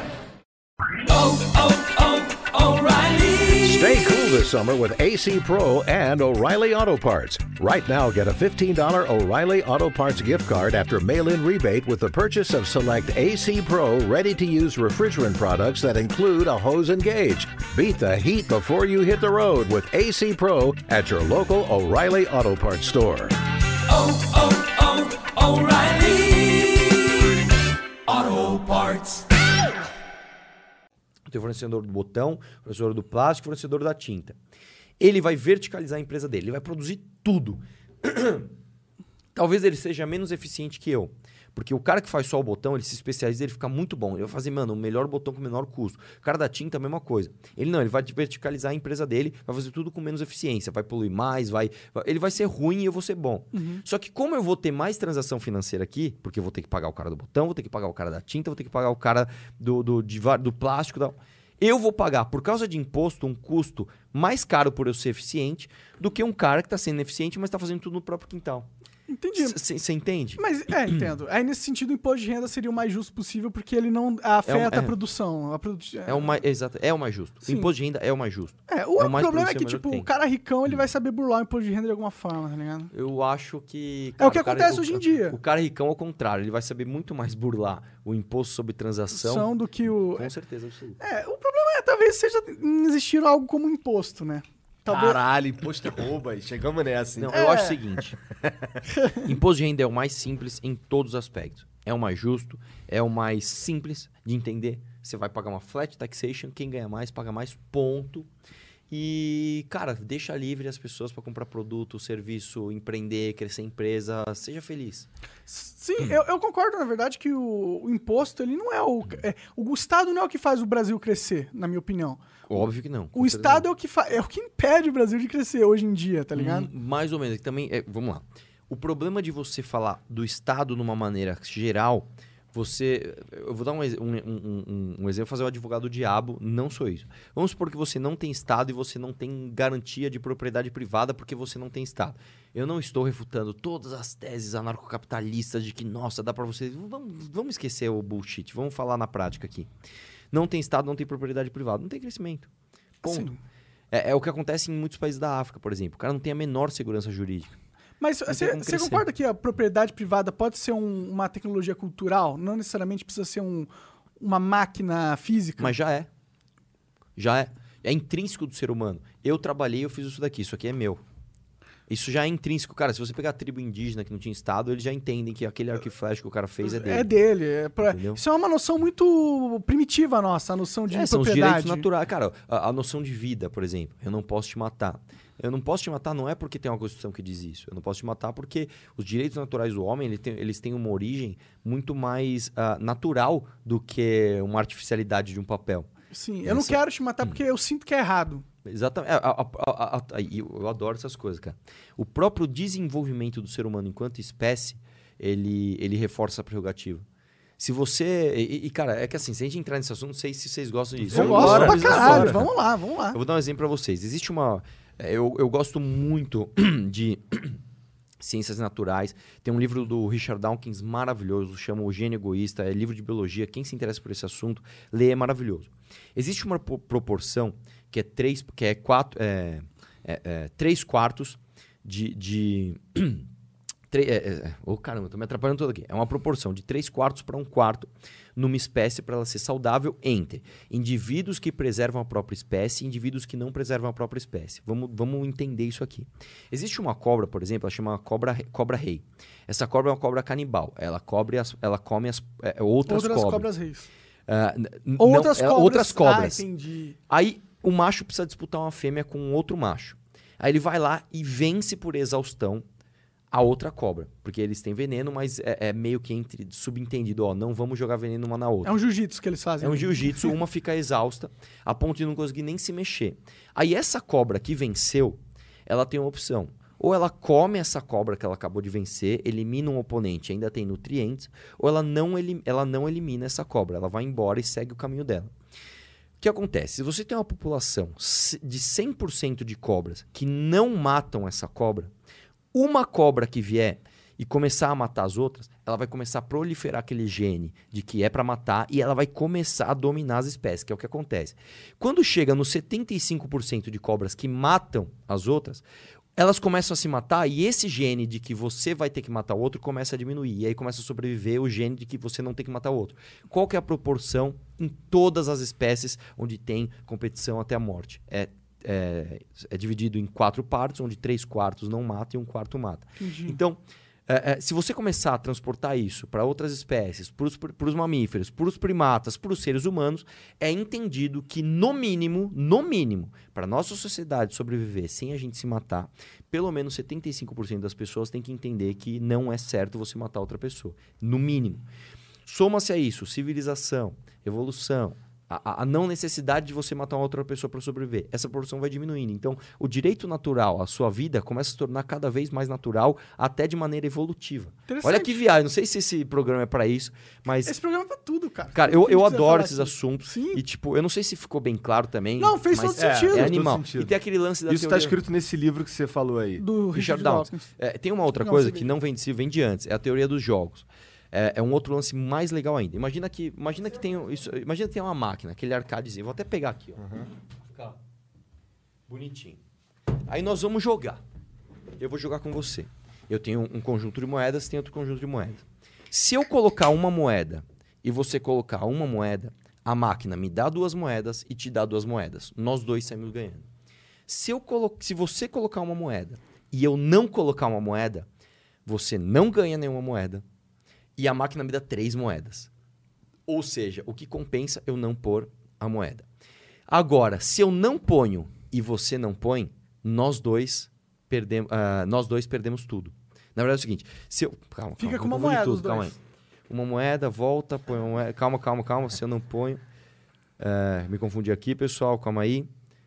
O'Reilly. Stay cool this summer with AC Pro and O'Reilly Auto Parts. Right now, get a $15 O'Reilly Auto Parts gift card after mail-in rebate with the purchase of select AC Pro ready-to-use refrigerant products that include a hose and gauge. Beat the heat before you hit the road with AC Pro at your local O'Reilly Auto Parts store. O'Reilly Auto Parts. Tem o fornecedor do botão, fornecedor do plástico, fornecedor da tinta. Ele vai verticalizar a empresa dele, ele vai produzir tudo. Talvez ele seja menos eficiente que eu. Porque o cara que faz só o botão, ele se especializa, ele fica muito bom. Ele vai fazer, mano, o melhor botão com o menor custo. O cara da tinta, a mesma coisa. Ele vai verticalizar a empresa dele, vai fazer tudo com menos eficiência, vai poluir mais, ele vai ser ruim e eu vou ser bom. Só que como eu vou ter mais transação financeira aqui, porque eu vou ter que pagar o cara do botão, vou ter que pagar o cara da tinta, vou ter que pagar o cara do plástico, eu vou pagar, por causa de imposto, um custo mais caro por eu ser eficiente do que um cara que está sendo eficiente, mas está fazendo tudo no próprio quintal. Entendi. Você entende? Mas, entendo. Aí, nesse sentido, o imposto de renda seria o mais justo possível, porque ele não afeta a produção. Exato, é o mais justo. Sim. O imposto de renda é o mais justo. O mais problema é que, progressivo, tipo, melhor o cara ricão, ele vai saber burlar o imposto de renda de alguma forma, tá ligado? Eu acho que... É o que acontece hoje em dia. O cara ricão, ao contrário, ele vai saber muito mais burlar o imposto sobre transação do que o... Com certeza absoluta. O problema é, talvez seja existir algo como imposto, né? Talvez... Caralho, imposto é rouba. Chegamos nessa, hein? Não, eu acho o seguinte. Imposto de renda é o mais simples em todos os aspectos. É o mais justo, é o mais simples de entender. Você vai pagar uma flat taxation, quem ganha mais, paga mais, ponto. E, cara, deixa livre as pessoas para comprar produto, serviço, empreender, crescer empresa, seja feliz. Sim, eu concordo, na verdade, que o imposto, ele não é o... o Estado não é o que faz o Brasil crescer, na minha opinião. Óbvio que não. O Estado é o que impede o Brasil de crescer hoje em dia, tá ligado? Mais ou menos. Também, vamos lá. O problema de você falar do Estado numa maneira geral, eu vou dar um exemplo, fazer o advogado do diabo, não sou isso. Vamos supor que você não tem Estado e você não tem garantia de propriedade privada porque você não tem Estado. Eu não estou refutando todas as teses anarcocapitalistas de que, nossa, dá pra você... Vamos esquecer o bullshit, vamos falar na prática aqui. Não tem Estado, não tem propriedade privada, não tem crescimento. Ponto. É o que acontece em muitos países da África, por exemplo. O cara não tem a menor segurança jurídica. Mas você concorda que a propriedade privada pode ser uma tecnologia cultural? Não necessariamente precisa ser uma máquina física? Mas já é. Já é. É intrínseco do ser humano. Eu trabalhei, eu fiz isso daqui. Isso aqui é meu. Isso já é intrínseco. Cara, se você pegar a tribo indígena que não tinha Estado, eles já entendem que aquele arco e flecha que o cara fez é dele. É dele. Isso é uma noção muito primitiva nossa, a noção de propriedade. São os direitos naturais. Cara, a noção de vida, por exemplo. Eu não posso te matar. Eu não posso te matar não é porque tem uma Constituição que diz isso. Eu não posso te matar porque os direitos naturais do homem eles têm uma origem muito mais natural do que uma artificialidade de um papel. Sim, eu não quero te matar porque eu sinto que é errado. Exatamente. Eu adoro essas coisas, cara. O próprio desenvolvimento do ser humano enquanto espécie, ele reforça a prerrogativa. Se você... cara, é que assim, se a gente entrar nesse assunto, não sei se vocês gostam disso. Eu gosto pra caralho. Vamos lá. Eu vou dar um exemplo pra vocês. Existe uma... Eu gosto muito de ciências naturais. Tem um livro do Richard Dawkins maravilhoso, chama O Gênio Egoísta. É livro de biologia. Quem se interessa por esse assunto, lê, é maravilhoso. Existe uma proporção que é 3 quartos de caramba, tô me atrapalhando todo aqui. É uma proporção de 3 quartos para 1 quarto numa espécie para ela ser saudável entre indivíduos que preservam a própria espécie e indivíduos que não preservam a própria espécie. Vamos entender isso aqui. Existe uma cobra, por exemplo, ela chama cobra-rei. Essa cobra é uma cobra canibal. Ela come outras cobras reis. Outras cobras. Entendi. Aí o macho precisa disputar uma fêmea com outro macho. Aí ele vai lá e vence por exaustão a outra cobra. Porque eles têm veneno, mas é meio que subentendido. Não vamos jogar veneno uma na outra. É um jiu-jitsu que eles fazem. É um jiu-jitsu, uma fica exausta, a ponto de não conseguir nem se mexer. Aí essa cobra que venceu, ela tem uma opção. Ou ela come essa cobra que ela acabou de vencer, elimina um oponente, ainda tem nutrientes, ou ela não elimina essa cobra. Ela vai embora e segue o caminho dela. O que acontece? Se você tem uma população de 100% de cobras que não matam essa cobra, uma cobra que vier e começar a matar as outras, ela vai começar a proliferar aquele gene de que é para matar e ela vai começar a dominar as espécies, que é o que acontece. Quando chega nos 75% de cobras que matam as outras, elas começam a se matar e esse gene de que você vai ter que matar o outro começa a diminuir. E aí começa a sobreviver o gene de que você não tem que matar o outro. Qual que é a proporção em todas as espécies onde tem competição até a morte? É dividido em 4 partes, onde 3 quartos não matam e 1 quarto mata. Entendi. Então, se você começar a transportar isso para outras espécies, para os mamíferos, para os primatas, para os seres humanos, é entendido que, no mínimo, para a nossa sociedade sobreviver sem a gente se matar, pelo menos 75% das pessoas têm que entender que não é certo você matar outra pessoa. No mínimo. Soma-se a isso civilização, evolução, A não necessidade de você matar uma outra pessoa para sobreviver. Essa proporção vai diminuindo. Então, o direito natural, a sua vida, começa a se tornar cada vez mais natural, até de maneira evolutiva. Olha que viagem. Não sei se esse programa é para isso, mas... Esse programa é pra tudo, cara. Cara, eu adoro esses assuntos. Sim. E, tipo, eu não sei se ficou bem claro também. Não, fez todo sentido. É Fez animal. todo sentido. E tem aquele lance da Isso tá teoria... escrito nesse livro que você falou aí. Do Richard Richard Dawkins. Dawkins. Tem uma outra Não, coisa você que vê. não vem de si, vem de antes. É a teoria dos jogos. É um outro lance mais legal ainda. Imagina que tem uma máquina, aquele arcadezinho. Vou até pegar aqui, ó. Fica bonitinho. Aí nós vamos jogar. Eu vou jogar com você. Eu tenho um conjunto de moedas, tem outro conjunto de moedas. Se eu colocar uma moeda e você colocar uma moeda, a máquina me dá 2 moedas e te dá 2 moedas. Nós dois saímos ganhando. Se você colocar uma moeda e eu não colocar uma moeda, você não ganha nenhuma moeda. E a máquina me dá 3 moedas. Ou seja, o que compensa eu não pôr a moeda. Agora, se eu não ponho e você não põe, nós dois perdemos tudo. Na verdade é o seguinte, se eu... Calma, Fica com uma eu vou de moeda, tudo, os calma dois. aí. Uma moeda, volta, põe uma moeda. Calma, se eu não ponho... me confundi aqui, pessoal, calma aí.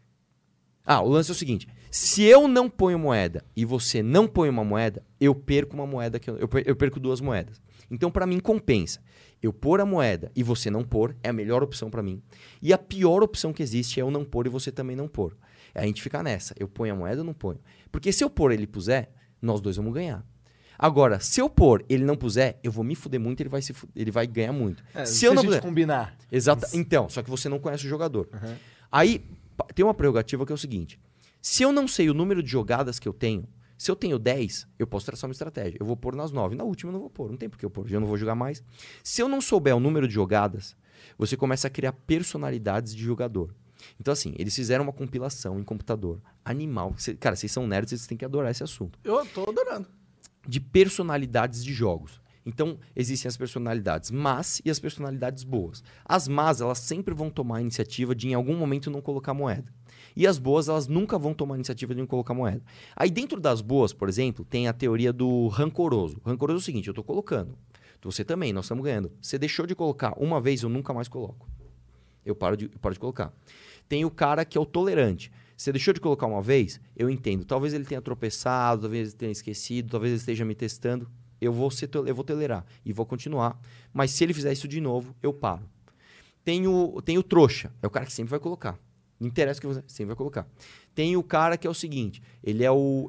O lance é o seguinte, se eu não ponho moeda e você não põe uma moeda, eu perco uma moeda, eu perco 2 moedas. Então, para mim, compensa. Eu pôr a moeda e você não pôr é a melhor opção para mim. E a pior opção que existe é eu não pôr e você também não pôr. A gente fica nessa. Eu ponho a moeda ou não ponho? Porque se eu pôr e ele puser, nós dois vamos ganhar. Agora, se eu pôr e ele não puser, eu vou me fuder muito e ele vai ganhar muito. Se eu não puser... combinar. Exato. Então, só que você não conhece o jogador. Uhum. Aí, tem uma prerrogativa que é o seguinte. Se eu não sei o número de jogadas que eu tenho, se eu tenho 10, eu posso traçar uma estratégia. Eu vou pôr nas 9. Na última eu não vou pôr. Não tem por que eu pôr. Eu não vou jogar mais. Se eu não souber o número de jogadas, você começa a criar personalidades de jogador. Então, assim, eles fizeram uma compilação em computador. Animal. Cara, vocês são nerds, vocês têm que adorar esse assunto. Eu tô adorando. De personalidades de jogos. Então, existem as personalidades más e as personalidades boas. As más, elas sempre vão tomar a iniciativa de, em algum momento, não colocar moeda. E as boas, elas nunca vão tomar a iniciativa de não colocar moeda. Aí, dentro das boas, por exemplo, tem a teoria do rancoroso. O rancoroso é o seguinte, eu tô colocando. Você também, nós estamos ganhando. Você deixou de colocar uma vez, eu nunca mais coloco. Eu paro de colocar. Tem o cara que é o tolerante. Você deixou de colocar uma vez, eu entendo. Talvez ele tenha tropeçado, talvez ele tenha esquecido, talvez ele esteja me testando. Eu vou tolerar e vou continuar. Mas se ele fizer isso de novo, eu paro. Tem o trouxa. É o cara que sempre vai colocar. Não interessa o que você sempre vai colocar. Tem o cara que é o seguinte. Ele é o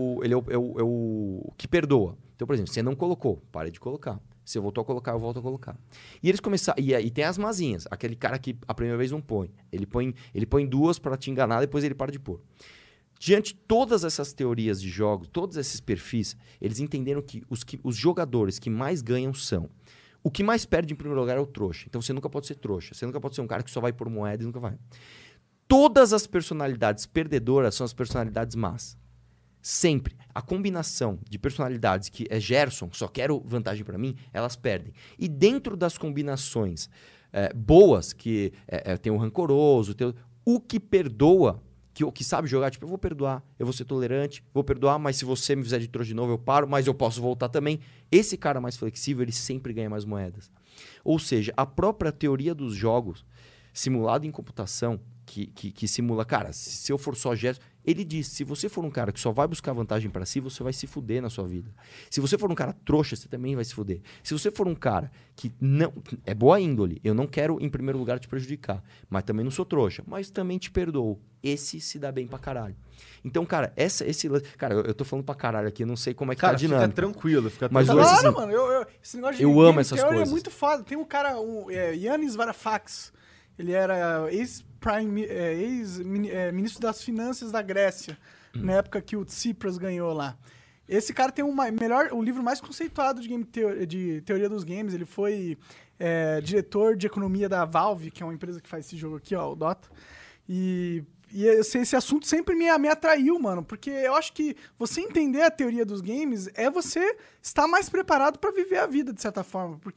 que perdoa. Então, por exemplo, você não colocou. Pare de colocar. Se eu voltou a colocar, eu volto a colocar. E eles começaram... E tem as mazinhas. Aquele cara que a primeira vez não põe. Ele põe 2 para te enganar, depois ele para de pôr. Diante de todas essas teorias de jogos, todos esses perfis, eles entenderam que os jogadores que mais ganham são... O que mais perde em primeiro lugar é o trouxa. Então você nunca pode ser trouxa. Você nunca pode ser um cara que só vai pôr moeda e nunca vai. Todas as personalidades perdedoras são as personalidades más. Sempre. A combinação de personalidades que é Gerson, só quero vantagem pra mim, elas perdem. E dentro das combinações boas, que tem o rancoroso, o que perdoa, o que sabe jogar, tipo, eu vou perdoar, eu vou ser tolerante, vou perdoar, mas se você me fizer de trouxa de novo, eu paro, mas eu posso voltar também. Esse cara mais flexível, ele sempre ganha mais moedas. Ou seja, a própria teoria dos jogos, simulada em computação, que simula, cara, se eu for só Gerson, ele diz, se você for um cara que só vai buscar vantagem pra si, você vai se fuder na sua vida. Se você for um cara trouxa, você também vai se fuder. Se você for um cara que não é boa índole, eu não quero em primeiro lugar te prejudicar, mas também não sou trouxa, mas também te perdoo. Esse se dá bem pra caralho. Então, cara, cara, eu tô falando pra caralho aqui, eu não sei como é que tá a dinâmica. Fica tranquilo, Mas tranquilo. Claro, mano. Esse negócio de eu game amo essas theory coisas. é muito foda. Tem um cara, Yanis Varoufakis. Ele era ex-ministro das Finanças da Grécia, na época que o Tsipras ganhou lá. Esse cara tem o livro mais conceituado de teoria dos games. Ele foi diretor de economia da Valve, que é uma empresa que faz esse jogo aqui, ó, o Dota. E esse assunto sempre me atraiu, mano, porque eu acho que você entender a teoria dos games é você estar mais preparado para viver a vida, de certa forma, porque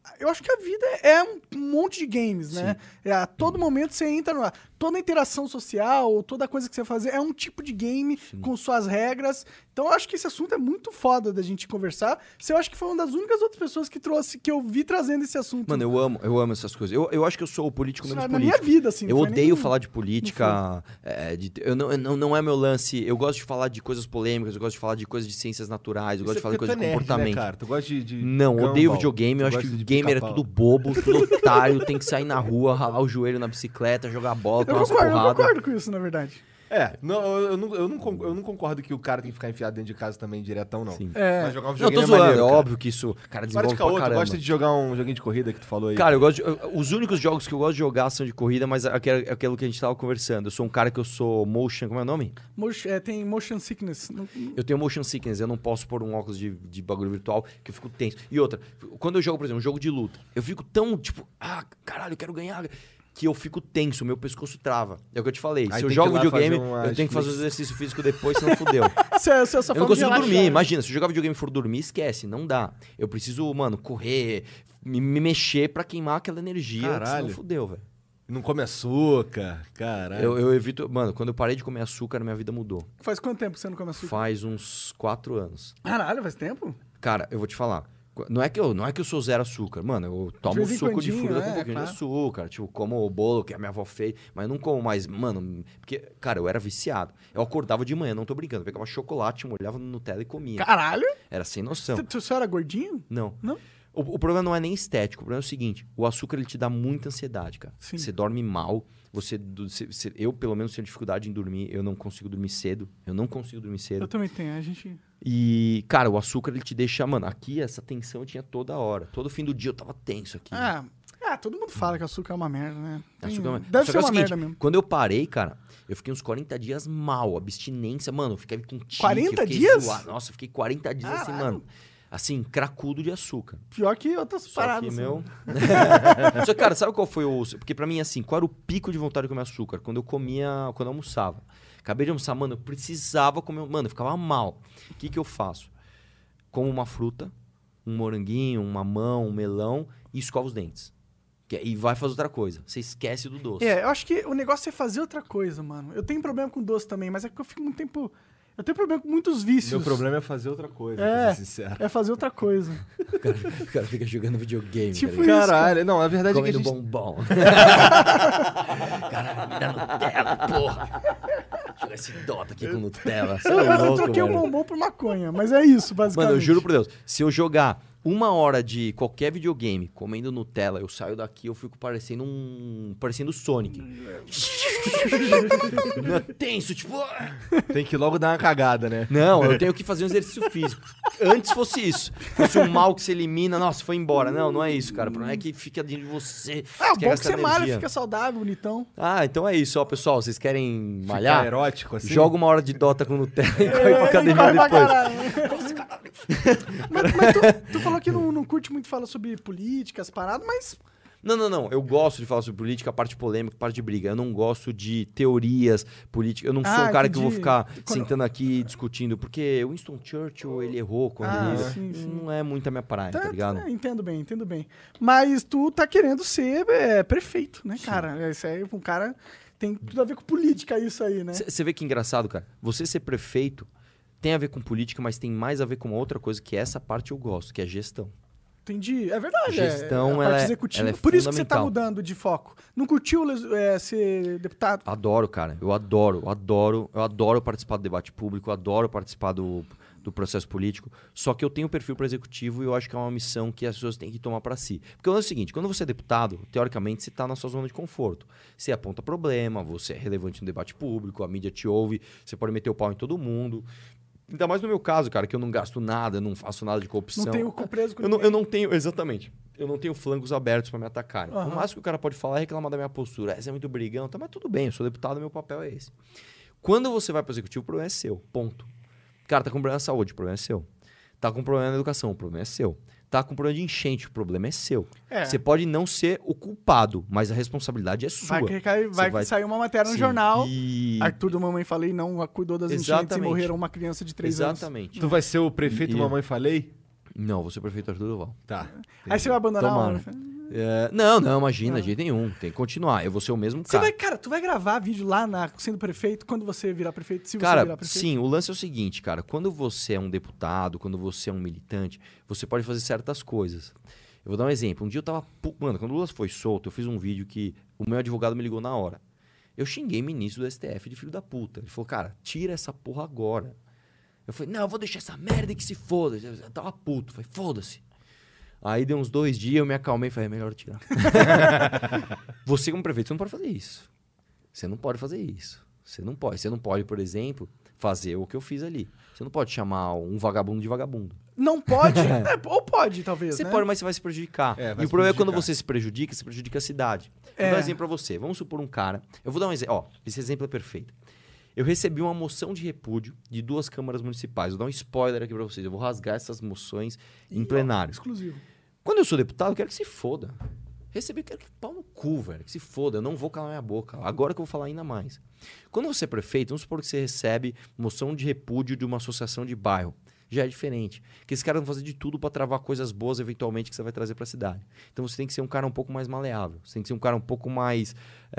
eu acho que a vida é um monte de games, né? A todo momento você entra no... Toda interação social, toda coisa que você fazer é um tipo de game com suas regras. Então eu acho que esse assunto é muito foda da gente conversar. Eu acho que foi uma das únicas outras pessoas que eu vi trazendo esse assunto. Mano, eu amo essas coisas. Eu acho que eu sou o político menos político. Na minha vida, assim. Eu odeio falar de política. Não é meu lance. Eu gosto de falar de coisas polêmicas, eu gosto de falar de coisas de ciências naturais, eu gosto de falar de coisas de comportamento. Né, cara? Tu gosta de Não, odeio videogame. Eu acho que gamer é tudo bobo, tudo otário, tem que sair na rua, ralar o joelho na bicicleta, jogar bola, tomar umas porradas. Eu concordo com isso, na verdade. Eu não concordo que o cara tem que ficar enfiado dentro de casa também diretão, não. Sim. Mas jogar um Não, videogame eu tô zoando, maneiro, é cara. óbvio que isso, cara, desenvolve pra caramba. Tu gosta de jogar um joguinho de corrida que tu falou aí? Cara, os únicos jogos que eu gosto de jogar são de corrida, mas aquilo que a gente tava conversando. Eu sou um cara que eu sou motion, como é o nome? Tem motion sickness. Eu tenho motion sickness, eu não posso pôr um óculos de bagulho virtual que eu fico tenso. E outra, quando eu jogo, por exemplo, um jogo de luta, eu fico tão, tipo, caralho, eu quero ganhar, que eu fico tenso, meu pescoço trava. É o que eu te falei. Aí se eu tem jogo que ir lá videogame, fazer eu tenho que fazer o exercício físico depois, senão fudeu. Eu não consigo dormir, imagina, se eu jogar videogame e for dormir, esquece, não dá. Eu preciso, mano, correr, me mexer pra queimar aquela energia, Caralho. senão fudeu, velho. Não come açúcar, caralho. Eu evito... Mano, quando eu parei de comer açúcar, minha vida mudou. Faz quanto tempo que você não come açúcar? Faz uns 4 anos. Caralho, faz tempo? Cara, eu vou te falar. Não é que eu sou zero açúcar. Mano, eu tomo suco de fruta com um pouquinho de açúcar. Tipo, como o bolo que a minha avó fez. Mas não como mais, mano... Porque, cara, eu era viciado. Eu acordava de manhã, não tô brincando. Eu pegava chocolate, molhava no Nutella e comia. Caralho! Era sem noção. Você era gordinho? Não. Não? O problema não é nem estético. O problema é o seguinte. O açúcar, ele te dá muita ansiedade, cara. Sim. Você dorme mal. Eu, pelo menos, tenho dificuldade em dormir. Eu não consigo dormir cedo. Eu também tenho. A gente... E, cara, o açúcar, ele te deixa... Mano, aqui, essa tensão eu tinha toda hora. Todo fim do dia eu tava tenso aqui. Todo mundo fala que açúcar é uma merda, né? Deve ser uma merda mesmo. Quando eu parei, cara, eu fiquei uns 40 dias mal. Abstinência, mano. Eu fiquei com tique. 40 dias? Nossa, eu fiquei 40 dias assim, mano. Assim, cracudo de açúcar. Pior que outras paradas. Só que, meu... Só que, cara, sabe qual foi o... Porque pra mim, assim, qual era o pico de vontade de comer açúcar? Quando eu almoçava. Acabei de almoçar, mano, eu precisava comer... Mano, eu ficava mal. O que eu faço? Como uma fruta, um moranguinho, um mamão, um melão e escova os dentes. E vai fazer outra coisa. Você esquece do doce. Eu acho que o negócio é fazer outra coisa, mano. Eu tenho problema com doce também, mas é que eu fico muito tempo... Eu tenho problema com muitos vícios. Meu problema é fazer outra coisa, pra ser sincero. É fazer outra coisa. O cara fica jogando videogame. Tipo tá isso, Caralho, não, a verdade comendo é que a gente... bombom. Caralho, me dá Nutella, porra. Joga esse Dota aqui com Nutella. Você é Eu louco, troquei o velho. bombom por maconha, mas é isso, basicamente. Mano, eu juro por Deus, se eu jogar 1 hora de qualquer videogame comendo Nutella, eu saio daqui, eu fico parecendo o Sonic. Não é tenso, tipo... Tem que logo dar uma cagada, né? Não, eu tenho que fazer um exercício físico. Antes fosse isso. Fosse um mal que você elimina, nossa, foi embora. Não é isso, cara. O problema é que fica dentro de você. Bom que você malha, fica saudável, bonitão. Então é isso, ó, pessoal. Vocês querem malhar? Ficar erótico, assim? Joga 1 hora de Dota com Nutella e corre pra academia depois. Mas tu falou que não curte muito falar sobre políticas, paradas, mas... Não. Eu gosto de falar sobre política, a parte polêmica, a parte de briga. Eu não gosto de teorias políticas. Eu não sou um cara que eu vou ficar sentando aqui discutindo. Porque Winston Churchill, ele errou quando ele... Sim. Não é muito a minha praia, tá ligado? Entendo bem. Mas tu tá querendo ser prefeito, né, cara? Isso aí, um cara... Tem tudo a ver com política isso aí, né? Você vê que engraçado, cara. Você ser prefeito tem a ver com política, mas tem mais a ver com uma outra coisa, que essa parte eu gosto, que é gestão. Entendi. É verdade. Gestão, a parte executiva. ela é Por isso que você tá fundamental. mudando de foco. Não curtiu ser deputado? Adoro, cara. Eu adoro participar do debate público, eu adoro participar do processo político. Só que eu tenho perfil para executivo e eu acho que é uma missão que as pessoas têm que tomar para si. Porque é o seguinte, quando você é deputado, teoricamente você está na sua zona de conforto. Você aponta problema, você é relevante no debate público, a mídia te ouve, você pode meter o pau em todo mundo. Ainda mais no meu caso, cara, que eu não gasto nada, não faço nada de corrupção. Não tenho preso com eu não tenho, exatamente. Eu não tenho flangos abertos para me atacarem. O máximo que o cara pode falar é reclamar da minha postura. Você é muito brigão, tá, mas tudo bem, eu sou deputado, meu papel é esse. Quando você vai para o executivo, o problema é seu, ponto. Cara, tá com problema na saúde, o problema é seu. Tá com problema na educação, o problema é seu. Tá com problema de enchente, o problema é seu. Você pode não ser o culpado, mas a responsabilidade é sua. Vai sair uma matéria no jornal. E... Arthur do Mamãe Falei não cuidou das enchentes e morreram uma criança de 3 anos. Exatamente. Tu vai ser o prefeito Mamãe Falei? Não, vou ser prefeito Arthur Duval. Tá. Aí você vai abandonar Tomara. Não, imagina, de jeito nenhum. Tem que continuar. Eu vou ser o mesmo cara. Cara, tu vai gravar vídeo lá sendo prefeito quando você virar prefeito? Se você Cara, virar prefeito? sim, o lance é o seguinte, cara. Quando você é um deputado, quando você é um militante, você pode fazer certas coisas. Eu vou dar um exemplo. Um dia eu tava... Mano, quando o Lula foi solto, eu fiz um vídeo que o meu advogado me ligou na hora. Eu xinguei ministro do STF de filho da puta. Ele falou, cara, tira essa porra agora. Eu falei, não, eu vou deixar essa merda e que se foda. Eu tava puto. Eu falei, foda-se. Aí deu uns 2 dias, eu me acalmei e falei, é melhor tirar. Você como prefeito, você não pode fazer isso. Você não pode fazer isso. Você não pode, por exemplo, fazer o que eu fiz ali. Você não pode chamar um vagabundo de vagabundo. Não pode? Ou pode, talvez, Você né? pode, mas você vai se prejudicar. E o problema é quando você se prejudica a cidade. Vou dar um exemplo pra você. Vamos supor um cara... Eu vou dar um exemplo. Ó, esse exemplo é perfeito. Eu recebi uma moção de repúdio de 2 câmaras municipais. Vou dar um spoiler aqui pra vocês. Eu vou rasgar essas moções em plenário. Exclusivo. Quando eu sou deputado, eu quero que se foda. Recebi, eu quero que pau no cu, velho. Que se foda. Eu não vou calar minha boca. Agora que eu vou falar ainda mais. Quando você é prefeito, vamos supor que você recebe moção de repúdio de uma associação de bairro. Já é diferente. Porque esses caras vão fazer de tudo pra travar coisas boas, eventualmente, que você vai trazer pra cidade. Então você tem que ser um cara um pouco mais maleável. Você tem que ser um cara um pouco mais...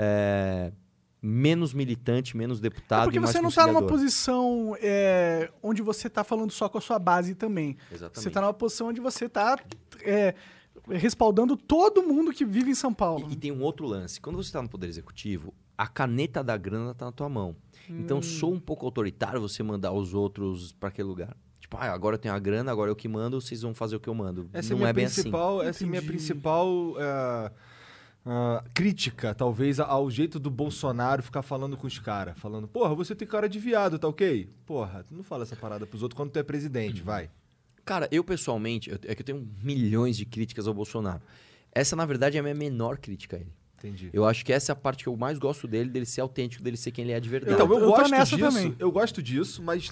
menos militante, menos deputado e mais porque você não tá numa conciliador. posição onde você tá falando só com a sua base também. Exatamente. Você tá numa posição onde você tá respaldando todo mundo que vive em São Paulo. E tem um outro lance. Quando você tá no Poder Executivo, a caneta da grana tá na tua mão. Então, sou um pouco autoritário você mandar os outros pra aquele lugar. Tipo, agora eu tenho a grana, agora eu que mando, vocês vão fazer o que eu mando. Não é bem assim. Essa é a minha principal crítica, talvez, ao jeito do Bolsonaro ficar falando com os caras. Falando, porra, você tem cara de viado, tá ok? Porra, tu não fala essa parada pros outros quando tu é presidente, vai. Cara, eu pessoalmente, é que eu tenho milhões de críticas ao Bolsonaro. Essa, na verdade, é a minha menor crítica a ele. Entendi. Eu acho que essa é a parte que eu mais gosto dele ser autêntico, dele ser quem ele é de verdade. Então, Eu tô nessa também. Eu gosto disso, mas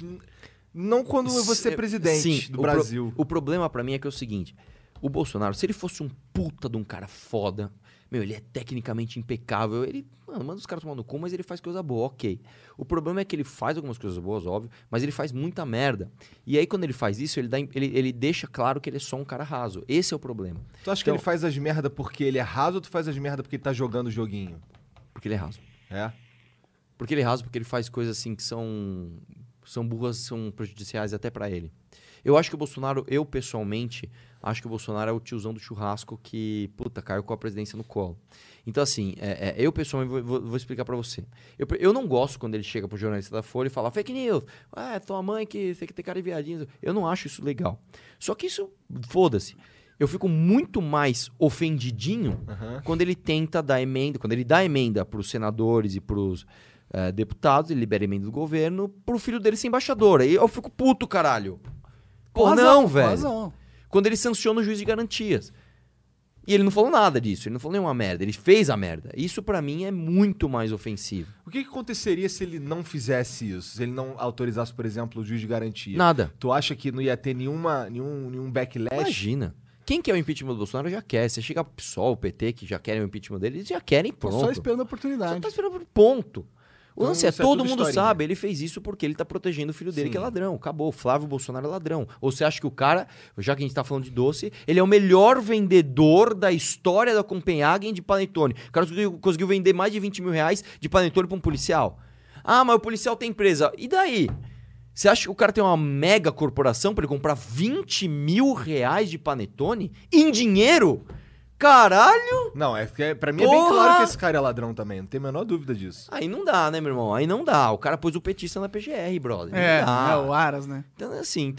não quando eu vou ser presidente do Brasil. O problema pra mim é que é o seguinte, o Bolsonaro, se ele fosse um puta de um cara foda, ele é tecnicamente impecável, ele, manda os caras tomar no cu, mas ele faz coisa boa, ok. O problema é que ele faz algumas coisas boas, óbvio, mas ele faz muita merda. E aí, quando ele faz isso, ele deixa claro que ele é só um cara raso. Esse é o problema. Tu acha que ele faz as merda porque ele é raso ou tu faz as merda porque ele tá jogando o joguinho? Porque ele é raso. É? Porque ele é raso, porque ele faz coisas assim que são burras, são prejudiciais até pra ele. Eu acho que o Bolsonaro, eu pessoalmente, acho que o Bolsonaro é o tiozão do churrasco que, caiu com a presidência no colo. Então, assim, eu pessoalmente vou explicar pra você. Eu não gosto quando ele chega pro jornalista da Folha e fala fake news, tua mãe que tem que ter cara de viadinho. Eu não acho isso legal. Só que isso, foda-se. Eu fico muito mais ofendidinho quando ele tenta dar emenda, quando ele dá emenda pros senadores e pros deputados, ele libera emenda do governo, pro filho dele ser embaixador. Aí eu fico puto, caralho. Pô, não, velho. Razão. Quando ele sanciona o juiz de garantias. E ele não falou nada disso, ele não falou nenhuma merda, ele fez a merda. Isso pra mim é muito mais ofensivo. O que aconteceria se ele não fizesse isso? Se ele não autorizasse, por exemplo, o juiz de garantia? Nada. Tu acha que não ia ter nenhum backlash? Imagina. Quem quer o impeachment do Bolsonaro já quer. Você chega pro PSOL, o PT, que já querem o impeachment dele, eles já querem, Tô pronto. só esperando a oportunidade. Só tá esperando ponto. O lance isso é todo tudo mundo historinha. sabe, ele fez isso porque ele tá protegendo o filho dele, Sim. que é ladrão. Acabou, Flávio Bolsonaro é ladrão. Ou você acha que o cara, já que a gente tá falando de doce, ele é o melhor vendedor da história da Copenhagen de panetone. O cara conseguiu vender mais de 20 mil reais de panetone pra um policial. Ah, mas o policial tem empresa. E daí? Você acha que o cara tem uma mega corporação pra ele comprar 20 mil reais de panetone em dinheiro? Caralho! Não, pra mim é bem Porra! claro que esse cara é ladrão também, não tem a menor dúvida disso. Aí não dá, né, meu irmão? Aí não dá. O cara pôs o petista na PGR, brother. Não dá. O Aras, né? Então, assim,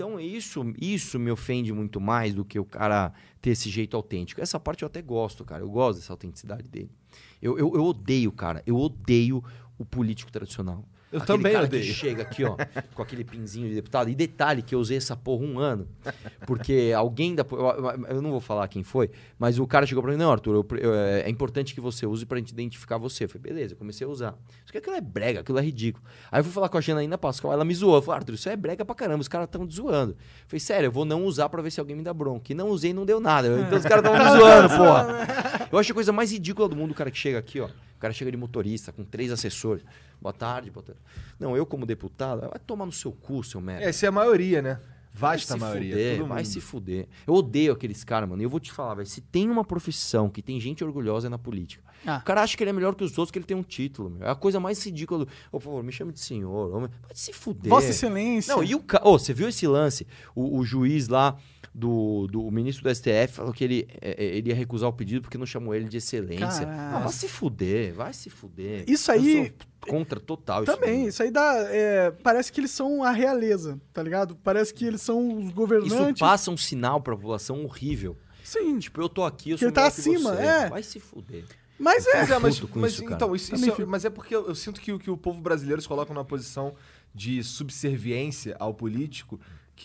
isso me ofende muito mais do que o cara ter esse jeito autêntico. Essa parte eu até gosto, cara. Eu gosto dessa autenticidade dele. Eu odeio, cara. Eu odeio o político tradicional. Eu Aquele também cara odeio. que chega aqui, ó, com aquele pinzinho de deputado. E detalhe que eu usei essa porra 1 ano. Porque alguém da... Eu não vou falar quem foi, mas o cara chegou pra mim, não, Arthur, é importante que você use pra gente identificar você. Eu falei, beleza, eu comecei a usar. Só que aquilo é brega, aquilo é ridículo. Aí eu fui falar com a Janaína Pascoal, ela me zoou. Eu falei, Arthur, isso é brega pra caramba, os caras estão zoando. Eu falei, sério, eu vou não usar pra ver se alguém me dá bronca. E não usei e não deu nada. Então os caras estavam me zoando, porra. Eu acho a coisa mais ridícula do mundo o cara que chega aqui, ó. O cara chega de motorista, com 3 assessores. Boa tarde, boa tarde. Não, eu como deputado, vai tomar no seu cu, seu merda. Essa é a maioria, né? Vasta maioria. Fuder, todo vai mundo. se fuder. Eu odeio aqueles caras, mano. E eu vou te falar, velho. Se tem uma profissão que tem gente orgulhosa é na política. Ah. O cara acha que ele é melhor que os outros, que ele tem um título, meu. É a coisa mais ridícula. Por favor, me chame de senhor. Vai se fuder. Vossa Excelência. Não, e o cara... Você viu esse lance? O juiz lá, do ministro do STF, falou que ele ia recusar o pedido porque não chamou ele de excelência. Caraca. Vai se fuder, vai se fuder. Isso aí- Eu sou contra total isso. Também, daí. isso aí dá. Parece que eles são a realeza, tá ligado? Parece que eles são os Isso governantes. passa um sinal pra população horrível. Sim. Tipo, eu tô aqui, eu Que sou ele tá melhor que acima, você. é. Vai se fuder. Mas Mas puto com isso, cara. então, isso Também é, fico. mas é porque eu sinto que o povo brasileiro se coloca numa posição de subserviência ao político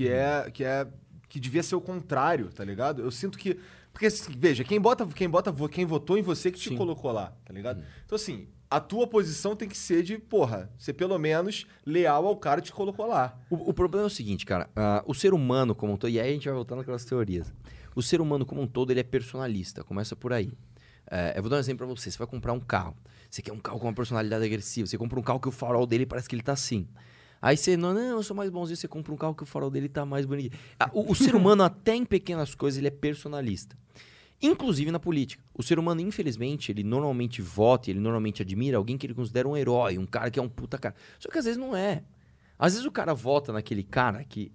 que devia ser o contrário, tá ligado? Eu sinto que porque assim, veja, quem votou em você que te Sim. colocou lá, tá ligado? Então assim, a tua posição tem que ser de, porra, ser pelo menos leal ao cara que te colocou lá. O problema é o seguinte, cara. O ser humano como um todo... E aí a gente vai voltar naquelas teorias. O ser humano como um todo, ele é personalista. Começa por aí. Eu vou dar um exemplo pra você. Você vai comprar um carro. Você quer um carro com uma personalidade agressiva. Você compra um carro que o farol dele parece que ele tá assim. Aí você, não, eu sou mais bonzinho. Você compra um carro que o farol dele tá mais bonito. O ser humano, até em pequenas coisas, ele é personalista. Inclusive na política. O ser humano, infelizmente, ele normalmente vota, ele normalmente admira alguém que ele considera um herói, um cara que é um puta cara. Só que às vezes não é. Às vezes o cara vota naquele cara que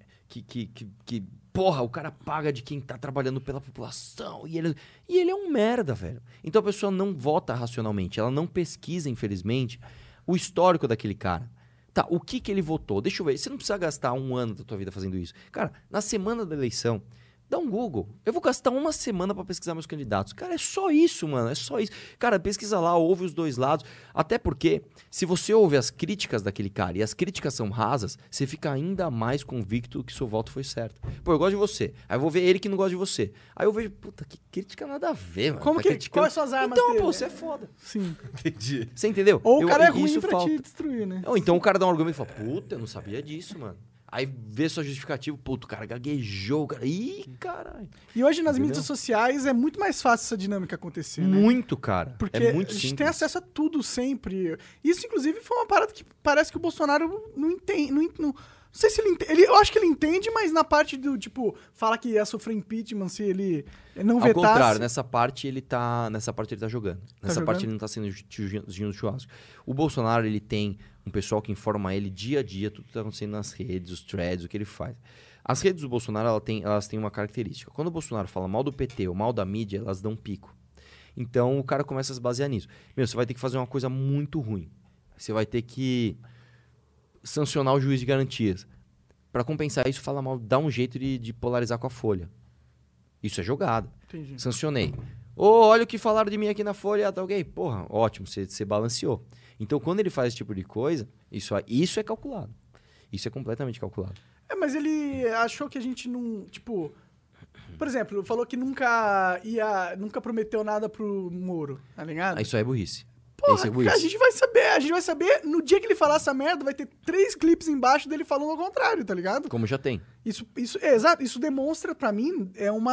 porra, o cara paga de quem tá trabalhando pela população e ele é um merda, velho. Então a pessoa não vota racionalmente, ela não pesquisa, infelizmente, o histórico daquele cara. Tá, o que ele votou? Deixa eu ver, você não precisa gastar um ano da tua vida fazendo isso. Cara, na semana da eleição, dá um Google. Eu vou gastar uma semana pra pesquisar meus candidatos. Cara, é só isso, mano. É só isso. Cara, pesquisa lá, ouve os dois lados. Até porque, se você ouve as críticas daquele cara e as críticas são rasas, você fica ainda mais convicto que seu voto foi certo. Pô, eu gosto de você. Aí eu vou ver ele que não gosta de você. Aí eu vejo, puta, que crítica nada a ver, mano. Como Tá que. criticando. Quais são as armas Então, dele? pô, você é foda. Sim. Entendi. Você entendeu? Ou o cara é ruim isso pra falta. te destruir, né? Ou então o cara dá um argumento e fala, puta, eu não sabia disso, mano. Aí vê sua justificativa, puto, o cara gaguejou, cara. Ih, caralho. E hoje nas Entendeu? mídias sociais é muito mais fácil essa dinâmica acontecer, né? Muito, cara. Porque é muito a gente simples. tem acesso a tudo sempre. Isso, inclusive, foi uma parada que parece que o Bolsonaro não entende. Não sei se ele entende. Eu acho que ele entende, mas na parte do, tipo, fala que ia sofrer impeachment se ele não Ao vetasse. contrário, nessa parte ele tá jogando. Nessa jogando? parte ele não tá sendo no churrasco. O Bolsonaro, ele tem um pessoal que informa ele dia a dia tudo que tá acontecendo nas redes, os threads, o que ele faz. As redes do Bolsonaro, elas têm uma característica. Quando o Bolsonaro fala mal do PT ou mal da mídia, elas dão pico. Então o cara começa a se basear nisso. Meu, você vai ter que fazer uma coisa muito ruim. Você vai ter que sancionar o juiz de garantias. Pra compensar isso, fala mal, dá um jeito de polarizar com a Folha. Isso é jogada. Entendi. Sancionei. Olha o que falaram de mim aqui na Folha, tá ok? Porra, ótimo, você balanceou. Então, quando ele faz esse tipo de coisa, isso é calculado. Isso é completamente calculado. Mas ele achou que a gente não, tipo... Por exemplo, falou que nunca prometeu nada pro Moro, tá ligado? Isso aí é burrice. Porra, Isso é burrice. a gente vai saber, no dia que ele falar essa merda, vai ter 3 clipes embaixo dele falando ao contrário, tá ligado? Como já tem. Exato, isso demonstra pra mim,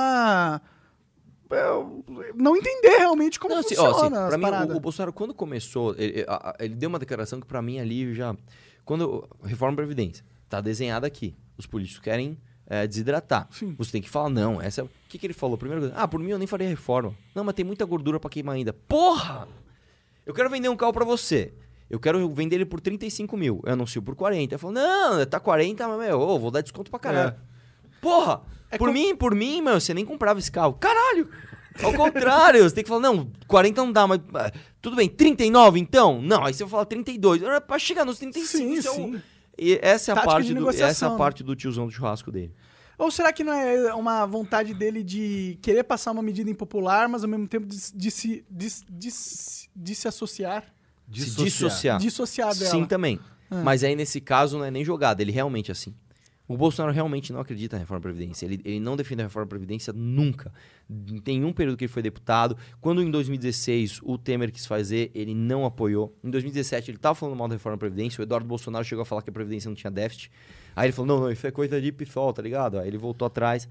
não entender realmente como funciona as pra mim, paradas. o Bolsonaro, quando começou, ele deu uma declaração que pra mim ali já... Reforma da Previdência, tá desenhada aqui. Os políticos querem desidratar. Sim. Você tem que falar, não, o que ele falou? Primeira coisa, por mim eu nem faria reforma. Não, mas tem muita gordura pra queimar ainda. Porra! Eu quero vender um carro pra você. Eu quero vender ele por 35 mil. Eu anuncio por 40. Eu falo, não, tá 40, mas eu vou dar desconto pra caralho. Porra! Por mim, meu, você nem comprava esse carro. Caralho! Ao contrário, você tem que falar, não, 40 não dá, mas tudo bem, 39 então? Não, aí você vai falar 32. Pra chegar nos 35, Sim. E essa é a Tática de negociação, parte do tiozão do churrasco dele. Ou será que não é uma vontade dele de querer passar uma medida impopular, mas ao mesmo tempo de se associar? Se dissociar. Dissociar dela. Sim, também. Mas aí, nesse caso, não é nem jogada. Ele realmente é assim. O Bolsonaro realmente não acredita na reforma da Previdência. Ele não defende a reforma da Previdência nunca. Em nenhum período que ele foi deputado. Quando em 2016 o Temer quis fazer, ele não apoiou. Em 2017 ele estava falando mal da reforma da Previdência. O Eduardo Bolsonaro chegou a falar que a Previdência não tinha déficit. Aí ele falou, não, isso é coisa de PSOL, tá ligado? Aí ele voltou atrás.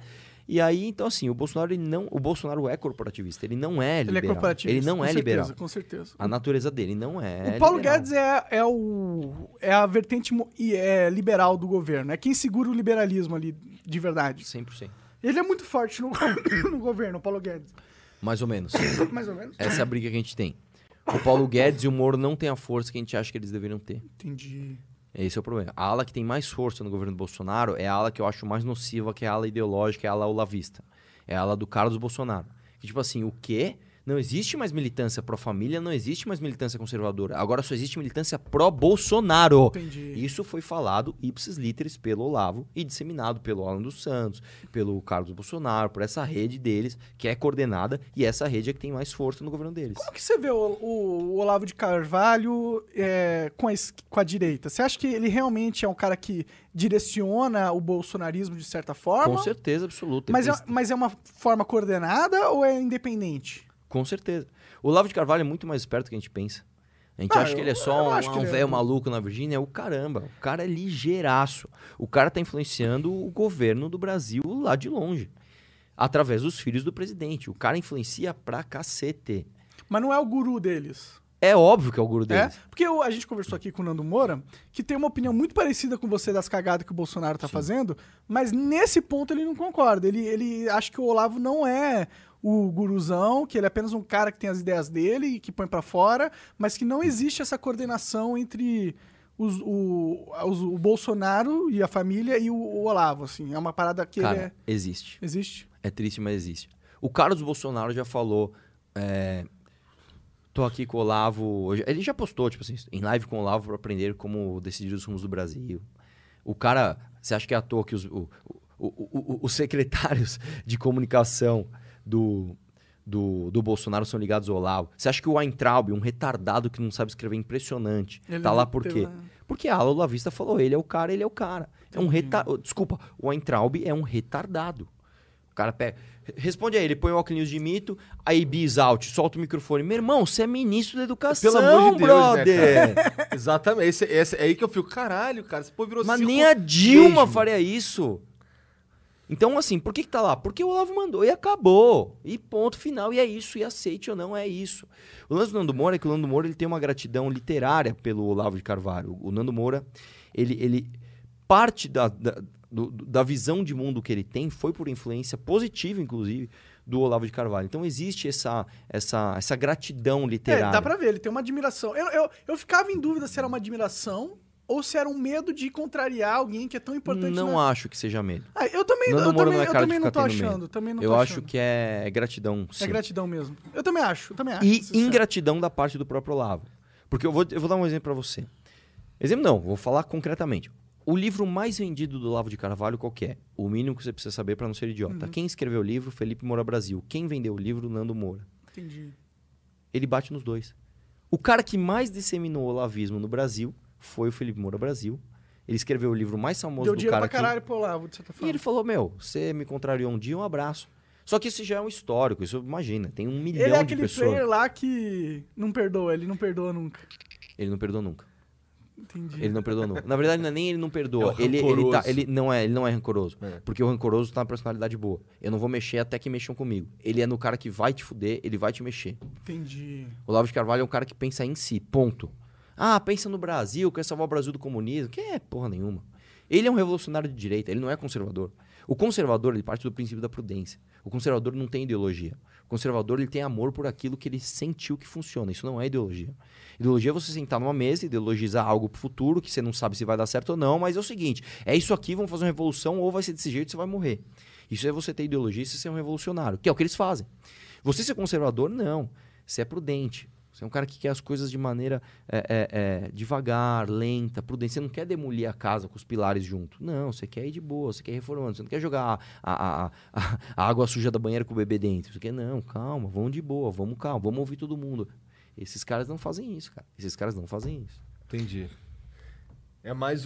E aí, então assim, o Bolsonaro é corporativista, ele não é liberal. Ele é corporativista. Ele não é com liberal. certeza, com certeza. A natureza dele não é O Paulo liberal. Guedes é a vertente liberal do governo. É quem segura o liberalismo ali, de verdade. 100%. Ele é muito forte no governo, o Paulo Guedes. Mais ou menos. Mais ou menos. Essa é a briga que a gente tem. O Paulo Guedes e o Moro não têm a força que a gente acha que eles deveriam ter. Entendi. Esse é o problema. A ala que tem mais força no governo Bolsonaro é a ala que eu acho mais nociva, que é a ala ideológica, é a ala olavista. É a ala do Carlos Bolsonaro. Que tipo assim, o quê? Não existe mais militância pró-família, não existe mais militância conservadora. Agora só existe militância pró-Bolsonaro. Entendi. Isso foi falado ipsis literis pelo Olavo e disseminado pelo Alan dos Santos, pelo Carlos Bolsonaro, por essa rede deles, que é coordenada, e essa rede é que tem mais força no governo deles. Como que você vê o Olavo de Carvalho com a direita? Você acha que ele realmente é um cara que direciona o bolsonarismo de certa forma? Com certeza absoluta. Mas é uma forma coordenada ou é independente? Com certeza. O Olavo de Carvalho é muito mais esperto do que a gente pensa. A gente acha que ele é só um velho maluco na Virgínia. É o caramba. O cara é ligeiraço. O cara tá influenciando o governo do Brasil lá de longe. Através dos filhos do presidente. O cara influencia pra cacete. Mas não é o guru deles. É óbvio que é o guru deles. Porque a gente conversou aqui com o Nando Moura, que tem uma opinião muito parecida com você das cagadas que o Bolsonaro tá fazendo, mas nesse ponto ele não concorda. Ele acha que o Olavo não é o guruzão, que ele é apenas um cara que tem as ideias dele e que põe pra fora, mas que não existe essa coordenação entre o Bolsonaro e a família e o Olavo, assim. É uma parada que Cara, ele é... existe. Existe? É triste, mas existe. O Carlos Bolsonaro já falou... Tô aqui com o Olavo... Ele já postou, tipo assim, em live com o Olavo para aprender como decidir os rumos do Brasil. O cara... Você acha que é à toa que os secretários de comunicação do Bolsonaro são ligados ao Olavo? Você acha que o Weintraub, um retardado que não sabe escrever impressionante, tá lá por quê? Porque a ala olavista falou, ele é o cara, ele é o cara. Desculpa, o Weintraub é um retardado. O cara pega... Responde aí, ele põe o óculos de mito, aí bis out, solta o microfone. Meu irmão, você é ministro da educação, Pelo amor de Deus, brother! né, cara? Exatamente. É aí que eu fico, caralho, cara, esse povo virou Mas circo nem a Dilma mesmo. faria isso. Então, assim, por que tá lá? Porque o Olavo mandou e acabou. E ponto final. E é isso. E aceite ou não, é isso. O lance do Nando Moura é que o Nando Moura ele tem uma gratidão literária pelo Olavo de Carvalho. O Nando Moura, ele parte da visão de mundo que ele tem foi por influência positiva, inclusive, do Olavo de Carvalho. Então existe essa gratidão literária. Dá pra ver, ele tem uma admiração. Eu ficava em dúvida se era uma admiração ou se era um medo de contrariar alguém que é tão importante. Não acho que seja medo. Eu também Nando Moura não é cara de não ficar tô tendo achando. medo. Também não Eu tô acho achando. que é gratidão, sim. É gratidão mesmo. Eu também acho. E ingratidão da parte do próprio Olavo. Porque eu vou dar um exemplo pra você. Exemplo não, vou falar concretamente. O livro mais vendido do Olavo de Carvalho, qual que é? O mínimo que você precisa saber para não ser idiota. Quem escreveu o livro? Felipe Moura Brasil. Quem vendeu o livro? Nando Moura. Entendi. Ele bate nos dois. O cara que mais disseminou o olavismo no Brasil foi o Felipe Moura Brasil. Ele escreveu o livro mais famoso Deu do dinheiro cara pra caralho pro Olavo, de certa E forma. ele falou, você me contrariou um dia, um abraço. Só que isso já é um histórico, isso imagina, tem 1 milhão Ele é de aquele pessoas. player lá que não perdoa, ele não perdoa nunca. Ele não perdoa nunca. Entendi. Ele não perdoa nunca. Na verdade, não é nem ele não perdoa. É o ele rancoroso. ele não é rancoroso. É. Porque o rancoroso tá na personalidade boa. Eu não vou mexer até que mexam comigo. Ele é no cara que vai te fuder, ele vai te mexer. Entendi. O Olavo de Carvalho é um cara que pensa em si, ponto. Pensa no Brasil, quer salvar o Brasil do comunismo. Que é porra nenhuma. Ele é um revolucionário de direita, ele não é conservador. O conservador, ele parte do princípio da prudência. O conservador não tem ideologia. O conservador, ele tem amor por aquilo que ele sentiu que funciona. Isso não é ideologia. Ideologia é você sentar numa mesa e ideologizar algo pro futuro, que você não sabe se vai dar certo ou não, mas é o seguinte, é isso aqui, vamos fazer uma revolução, ou vai ser desse jeito, você vai morrer. Isso é você ter ideologia e você ser um revolucionário, que é o que eles fazem. Você ser conservador, não. Você é prudente. Você é um cara que quer as coisas de maneira devagar, lenta, prudente. Você não quer demolir a casa com os pilares junto. Não, você quer ir de boa, você quer ir reformando. Você não quer jogar a água suja da banheira com o bebê dentro. Você quer, não, calma, vamos de boa, vamos ouvir todo mundo. Esses caras não fazem isso, cara. Esses caras não fazem isso. Entendi. É mais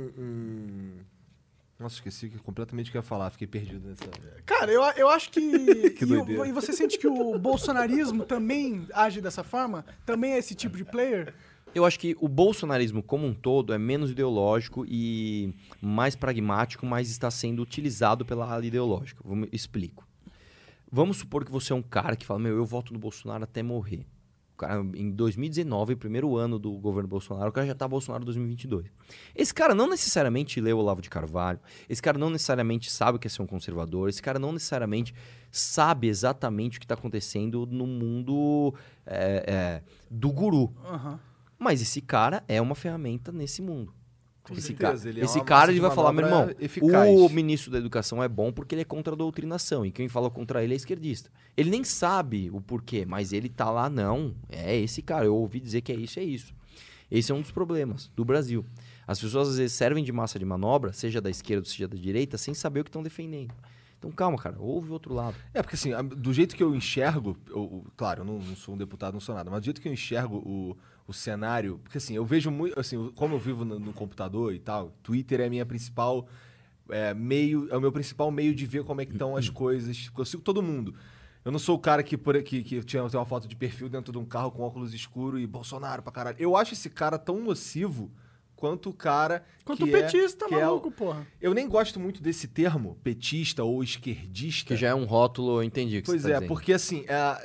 Nossa, esqueci completamente o que eu ia falar. Fiquei perdido nessa... Cara, eu acho que... Que doideira. E você sente que o bolsonarismo também age dessa forma? Também é esse tipo de player? Eu acho que o bolsonarismo como um todo é menos ideológico e mais pragmático, mas está sendo utilizado pela ala ideológica. Explico. Vamos supor que você é um cara que fala, eu voto no Bolsonaro até morrer. O cara, em 2019, primeiro ano do governo Bolsonaro, o cara já tá Bolsonaro em 2022. Esse cara não necessariamente leu o Olavo de Carvalho, esse cara não necessariamente sabe o que é ser um conservador, esse cara não necessariamente sabe exatamente o que está acontecendo no mundo do guru. Mas esse cara é uma ferramenta nesse mundo. Esse cara ele vai falar, meu irmão, o ministro da Educação é bom porque ele é contra a doutrinação. E quem fala contra ele é esquerdista. Ele nem sabe o porquê, mas ele tá lá, não. É esse cara, eu ouvi dizer que é isso, é isso. Esse é um dos problemas do Brasil. As pessoas às vezes servem de massa de manobra, seja da esquerda ou seja da direita, sem saber o que estão defendendo. Então calma, cara, ouve o outro lado. Porque assim, do jeito que eu enxergo, claro, eu não sou um deputado, não sou nada, mas do jeito que eu enxergo o cenário, porque assim, eu vejo muito, assim, como eu vivo no computador e tal, Twitter é a minha principal meio, é o meu principal meio de ver como é que estão as coisas, porque eu sigo todo mundo. Eu não sou o cara que tem uma foto de perfil dentro de um carro com óculos escuros e Bolsonaro pra caralho. Eu acho esse cara tão nocivo quanto o cara Quanto o petista, maluco, porra. Eu nem gosto muito desse termo, petista ou esquerdista. Que já é um rótulo, eu entendi o que pois você tá dizendo. Porque assim,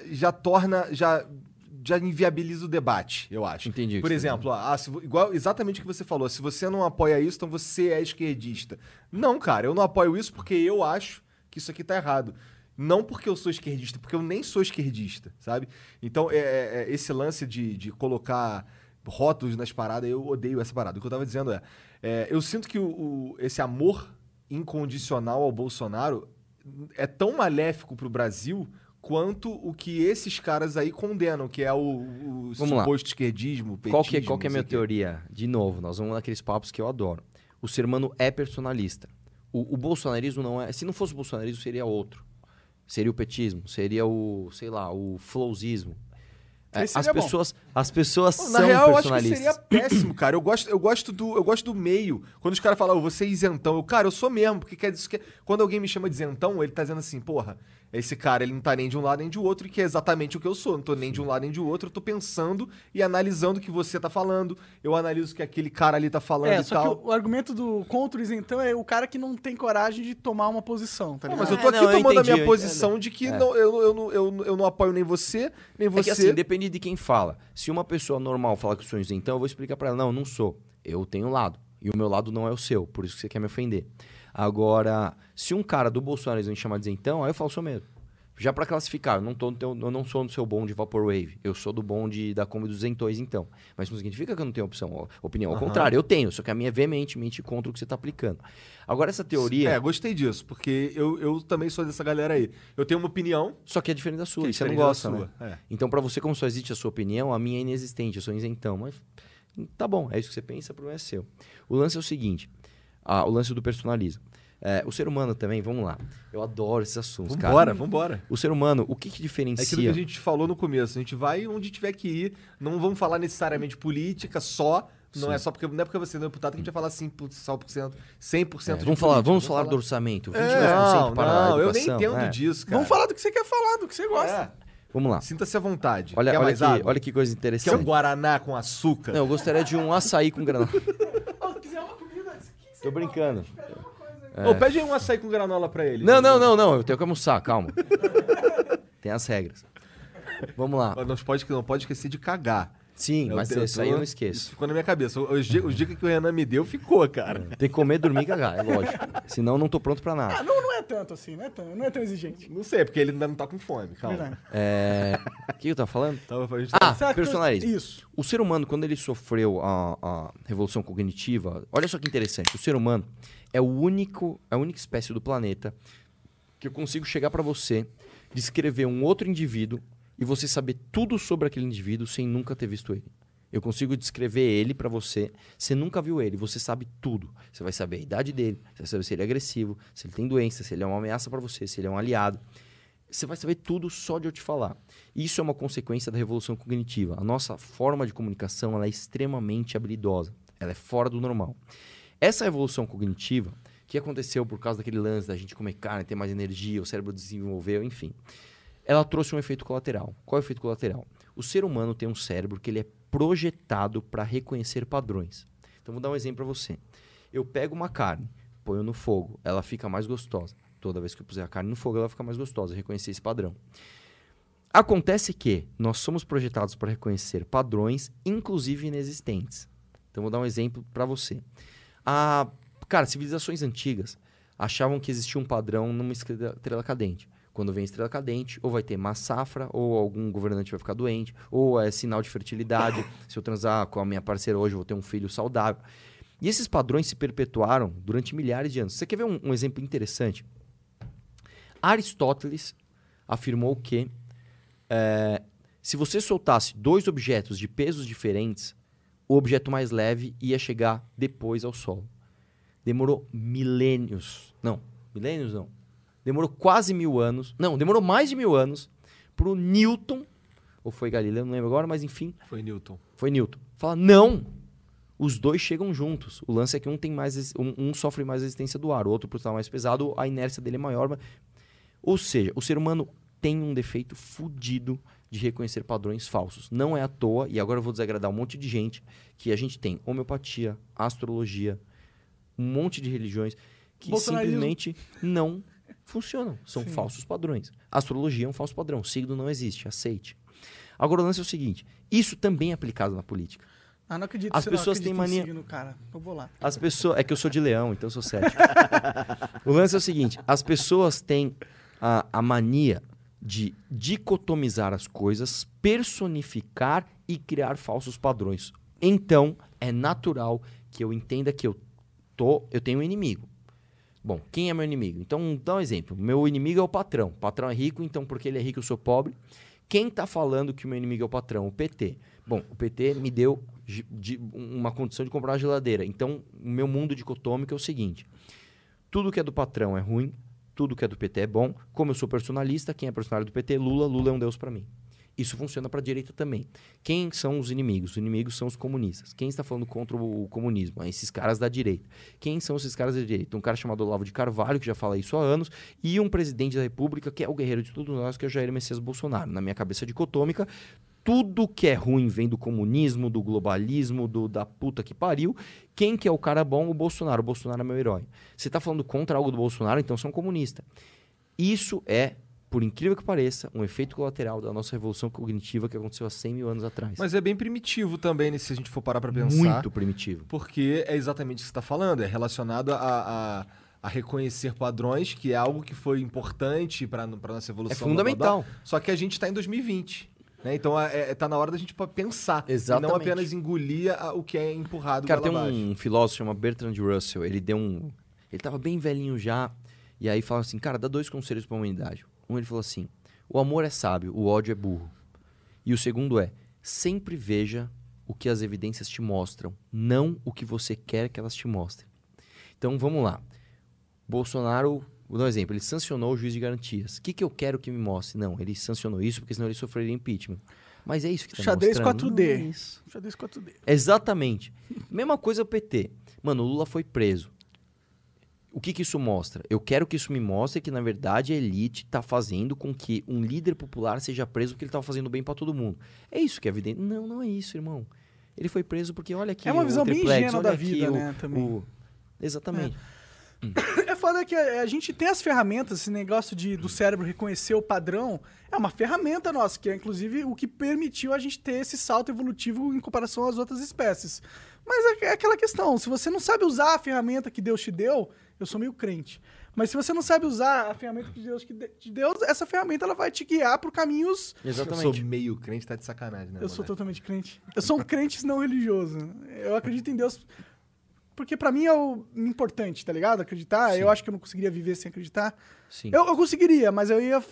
já inviabiliza o debate, eu acho. Entendi. Por exemplo, exatamente o que você falou, se você não apoia isso, então você é esquerdista. Não, cara, eu não apoio isso porque eu acho que isso aqui tá errado. Não porque eu sou esquerdista, porque eu nem sou esquerdista, sabe? Então, esse lance de colocar rótulos nas paradas, eu odeio essa parada. O que eu tava dizendo eu sinto que esse amor incondicional ao Bolsonaro é tão maléfico pro Brasil quanto o que esses caras aí condenam, que é o suposto esquerdismo, petismo. Qual que é a minha teoria? De novo, nós vamos naqueles papos que eu adoro. O ser humano é personalista. O bolsonarismo não é... Se não fosse o bolsonarismo, seria outro. Seria o petismo, seria o flowzismo. As pessoas são na real, personalistas. Eu acho que seria péssimo, cara. Eu gosto do meio. Quando os caras falam, você é isentão. Eu sou mesmo, porque quer dizer que quando alguém me chama de isentão, ele tá dizendo assim, porra, esse cara, ele não tá nem de um lado nem de outro, e que é exatamente o que eu sou. Não tô nem de um lado nem de outro, eu tô pensando e analisando o que você tá falando. Eu analiso o que aquele cara ali tá falando e só tal. que o argumento do contra o isentão é o cara que não tem coragem de tomar uma posição, tá ligado? Mas eu tô aqui tomando a minha posição de que eu não apoio nem você, nem você. É que assim, depende de quem fala. Se uma pessoa normal falar que eu sou isentão, eu vou explicar pra ela, não sou. Eu tenho um lado. E o meu lado não é o seu, por isso que você quer me ofender. Agora, se um cara do bolsonarismo me chamar de isentão, aí eu falo, sou mesmo. Já pra classificar, eu não sou no seu bonde Vaporwave. Eu sou do bonde da Kombi dos isentões, então. Mas não significa que eu não tenho opinião. Ao contrário, eu tenho. Só que a minha é veementemente contra o que você tá aplicando. Agora, essa teoria... Gostei disso, porque eu também sou dessa galera aí. Eu tenho uma opinião... Só que é diferente da sua, e você não gosta, né? Então, pra você, como só existe a sua opinião, a minha é inexistente, eu sou isentão. Mas tá bom, é isso que você pensa, o problema é seu. O lance é o seguinte, o lance do personalismo. O ser humano também, vamos lá. Eu adoro esses assuntos, cara. Vambora. O ser humano, o que diferencia... É aquilo que a gente falou no começo. A gente vai onde tiver que ir. Não vamos falar necessariamente política só. Não é porque você é deputado que a gente vai falar 100% de vamos falar do orçamento. 22% para a educação. Eu nem entendo disso, cara. Vamos falar do que você quer falar, do que você gosta. Vamos lá. Sinta-se à vontade. Olha que coisa interessante. Quer um guaraná com açúcar? Não, eu gostaria de um açaí com granola. Se quiser uma comida... Tô brincando. Pede aí um açaí com granola pra ele. Não. Eu tenho que almoçar, calma. Tem as regras. Vamos lá. Não pode esquecer de cagar. Sim, mas isso aí eu não esqueço. Isso ficou na minha cabeça. Os dicas que o Renan me deu, ficou, cara. Tem que comer, dormir e cagar, é lógico. Senão não tô pronto pra nada. Não é tanto assim, não é tão exigente. Não sei, porque ele ainda não tá com fome, calma. O que eu tava falando? Personalismo. Isso. O ser humano, quando ele sofreu a revolução cognitiva, olha só que interessante. O ser humano é a única espécie do planeta que eu consigo chegar pra você, descrever um outro indivíduo e você saber tudo sobre aquele indivíduo sem nunca ter visto ele. Eu consigo descrever ele pra você, você nunca viu ele, você sabe tudo. Você vai saber a idade dele, você vai saber se ele é agressivo, se ele tem doença, se ele é uma ameaça pra você, se ele é um aliado. Você vai saber tudo só de eu te falar. Isso é uma consequência da revolução cognitiva. A nossa forma de comunicação ela é extremamente habilidosa. Ela é fora do normal. Essa revolução cognitiva, que aconteceu por causa daquele lance da gente comer carne, ter mais energia, o cérebro desenvolveu, enfim... ela trouxe um efeito colateral. Qual é o efeito colateral? O ser humano tem um cérebro que ele é projetado para reconhecer padrões. Então, vou dar um exemplo para você. Eu pego uma carne, ponho no fogo, ela fica mais gostosa. Toda vez que eu puser a carne no fogo, ela fica mais gostosa. Reconhecer esse padrão. Acontece que nós somos projetados para reconhecer padrões, inclusive inexistentes. Então, vou dar um exemplo para você. Cara, civilizações antigas achavam que existia um padrão numa estrela cadente. Quando vem estrela cadente, ou vai ter má safra, ou algum governante vai ficar doente, ou é sinal de fertilidade. Se eu transar com a minha parceira hoje, eu vou ter um filho saudável. E esses padrões se perpetuaram durante milhares de anos. Você quer ver um exemplo interessante? Aristóteles afirmou que se você soltasse 2 objetos de pesos diferentes, o objeto mais leve ia chegar depois ao solo. Demorou milênios. Não, milênios não. Demorou quase 1000 anos. Não, demorou mais de 1000 anos pro Newton, ou foi Galileu, não lembro agora, mas enfim. Foi Newton. Foi Newton. Fala, não! Os dois chegam juntos. O lance é que um sofre mais resistência do ar, o outro por estar mais pesado, a inércia dele é maior. Ou seja, o ser humano tem um defeito fudido de reconhecer padrões falsos. Não é à toa, e agora eu vou desagradar um monte de gente, que a gente tem homeopatia, astrologia, um monte de religiões que simplesmente não funcionam. São falsos padrões. Astrologia é um falso padrão. Signo não existe. Aceite. Agora o lance é o seguinte. Isso também é aplicado na política. Não acredito. As pessoas têm mania... Signo, cara. Eu vou lá. As pessoas... É que eu sou de leão, então eu sou cético. O lance é o seguinte. As pessoas têm a mania de dicotomizar as coisas, personificar e criar falsos padrões. Então, é natural que eu entenda que eu tenho um inimigo. Bom, quem é meu inimigo? Então, dá um exemplo. Meu inimigo é o patrão. O patrão é rico, então porque ele é rico eu sou pobre. Quem está falando que o meu inimigo é o patrão? O PT. Bom, o PT me deu uma condição de comprar uma geladeira. Então, o meu mundo dicotômico é o seguinte. Tudo que é do patrão é ruim, tudo que é do PT é bom. Como eu sou personalista, quem é personalista do PT? Lula. Lula é um deus para mim. Isso funciona para a direita também. Quem são os inimigos? Os inimigos são os comunistas. Quem está falando contra o comunismo? Esses caras da direita. Quem são esses caras da direita? Um cara chamado Olavo de Carvalho, que já fala isso há anos, e um presidente da República, que é o guerreiro de todos nós, que é o Jair Messias Bolsonaro. Na minha cabeça dicotômica, tudo que é ruim vem do comunismo, do globalismo, da puta que pariu. Quem que é o cara bom? O Bolsonaro. O Bolsonaro é meu herói. Você está falando contra algo do Bolsonaro, então você é um comunista. Isso é, por incrível que pareça, um efeito colateral da nossa revolução cognitiva que aconteceu há 100 mil anos atrás. Mas é bem primitivo também, se a gente for parar pra pensar. Muito primitivo. Porque é exatamente o que você está falando, é relacionado a reconhecer padrões, que é algo que foi importante para nossa evolução. É fundamental. Blá, blá, blá. Só que a gente está em 2020. Né? Então tá na hora da gente pensar. Exatamente. E não apenas engolir o que é empurrado Cara, tem abaixo. um filósofo chamado Bertrand Russell, ele tava bem velhinho já, e aí fala assim, cara, dá 2 conselhos para a humanidade. Um, ele falou assim, o amor é sábio, o ódio é burro. E o segundo é, sempre veja o que as evidências te mostram, não o que você quer que elas te mostrem. Então, vamos lá. Bolsonaro, vou dar um exemplo, ele sancionou o juiz de garantias. O que eu quero que me mostre? Não, ele sancionou isso porque senão ele sofreria impeachment. Mas é isso que está mostrando. Xadrez 4D. Não é isso. Xadrez 4D. Exatamente. Mesma coisa o PT. Mano, o Lula foi preso. O que isso mostra? Eu quero que isso me mostre que, na verdade, a elite está fazendo com que um líder popular seja preso porque ele estava fazendo bem para todo mundo. É isso que é evidente. Não, não é isso, irmão. Ele foi preso porque, olha aqui, é uma visão bem ingênua da vida, né? Também. Exatamente. É foda que a gente tem as ferramentas, esse negócio do cérebro reconhecer o padrão, é uma ferramenta nossa, que é inclusive o que permitiu a gente ter esse salto evolutivo em comparação às outras espécies. Mas é aquela questão, se você não sabe usar a ferramenta que Deus te deu, eu sou meio crente, mas se você não sabe usar a ferramenta que Deus te deu, essa ferramenta ela vai te guiar por caminhos... Exatamente. Eu sou meio crente, tá de sacanagem, né? Eu sou totalmente crente. Eu sou um crente não religioso. Eu acredito em Deus... Porque pra mim é o importante, tá ligado? Acreditar. Sim. Eu acho que eu não conseguiria viver sem acreditar. Sim. Eu conseguiria, mas eu ia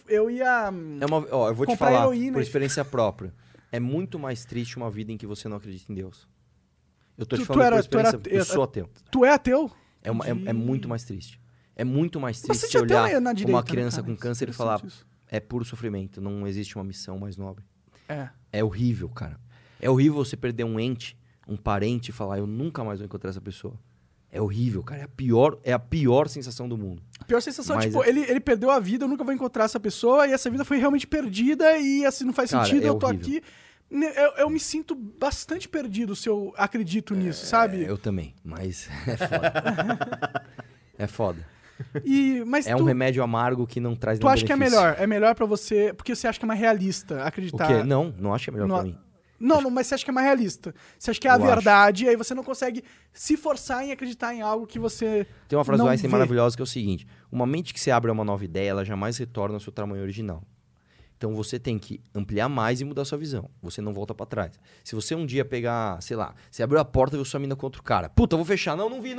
eu vou te falar, por experiência própria. É muito mais triste uma vida em que você não acredita em Deus. Eu tô te falando por experiência. Eu sou ateu. Tu é ateu? É muito mais triste. É muito mais triste você olhar uma criança com câncer e falar é puro sofrimento, não existe uma missão mais nobre. É horrível, cara. É horrível você perder um ente, um parente e falar, eu nunca mais vou encontrar essa pessoa. É horrível, cara. É a pior sensação do mundo. A pior sensação, ele perdeu a vida, eu nunca vou encontrar essa pessoa, e essa vida foi realmente perdida, e assim, não faz sentido, eu tô aqui. eu me sinto bastante perdido se eu acredito nisso, sabe? Eu também, mas é foda. É foda. Mas É um remédio amargo que não traz Tu nenhum acha que é benefício. melhor? É melhor pra você... Porque você acha que é mais realista O acreditar... quê? Não acho que é melhor pra mim. Não, mas você acha que é mais realista. Você acha que é a Eu verdade, e aí você não consegue se forçar em acreditar em algo que você Tem uma frase não do Einstein vê. maravilhosa que é o seguinte: uma mente que se abre a uma nova ideia, ela jamais retorna ao seu tamanho original. Então você tem que ampliar mais e mudar sua visão. Você não volta pra trás. Se você um dia pegar, sei lá, você abriu a porta e viu sua mina com outro cara. Puta, eu vou fechar. Não vi.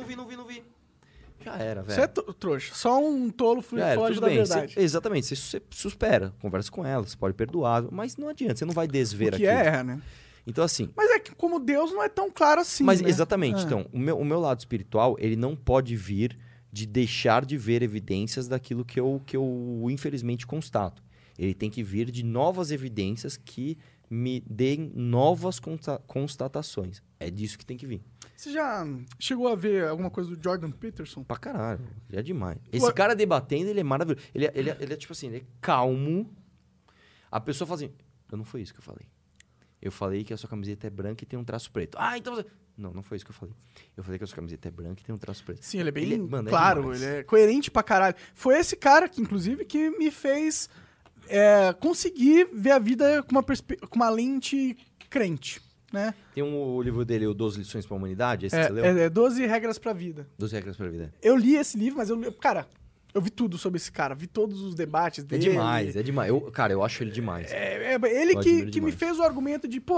Já era, velho. Você é trouxa. Só um tolo Já era, foge tudo da bem. verdade. Exatamente. Você supera, conversa com ela, você pode perdoar, mas não adianta, você não vai desver O que aquilo. né? Então assim... Mas é que como Deus não é tão claro assim, Mas né? exatamente. Então, o meu lado espiritual, ele não pode vir de deixar de ver evidências daquilo que eu infelizmente constato. Ele tem que vir de novas evidências que me deem novas constatações. É disso que tem que vir. Você já chegou a ver alguma coisa do Jordan Peterson? Pra caralho. É demais. Esse cara debatendo, ele é maravilhoso. Ele é tipo assim, ele é calmo. A pessoa fala assim, não foi isso que eu falei. Eu falei que a sua camiseta é branca e tem um traço preto. Ah, então você... Não foi isso que eu falei. Eu falei que a sua camiseta é branca e tem um traço preto. Sim, ele é bem mano, claro, ele é coerente pra caralho. Foi esse cara, que inclusive, que me fez conseguir ver a vida com uma lente crente, né? Tem o livro dele, o 12 Lições para a Humanidade, esse que você leu? É 12 Regras pra Vida. 12 Regras para a Vida. Eu li esse livro, mas eu vi tudo sobre esse cara, vi todos os debates dele. É demais. Eu acho ele demais. Ele que me fez o argumento de,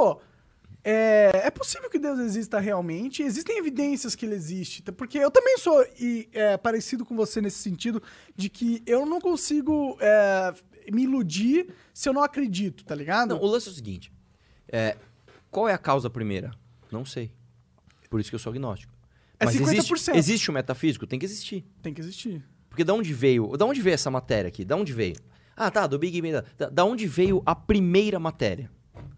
é possível que Deus exista realmente, existem evidências que ele existe, porque eu também sou parecido com você nesse sentido, de que eu não consigo me iludir se eu não acredito, tá ligado? Não, o lance é o seguinte, qual é a causa primeira? Não sei. Por isso que eu sou agnóstico. Mas 50%. Existe o metafísico? Tem que existir. Tem que existir. Porque da onde veio essa matéria aqui? Da onde veio? Ah, tá, do Big Bang. Da onde veio a primeira matéria?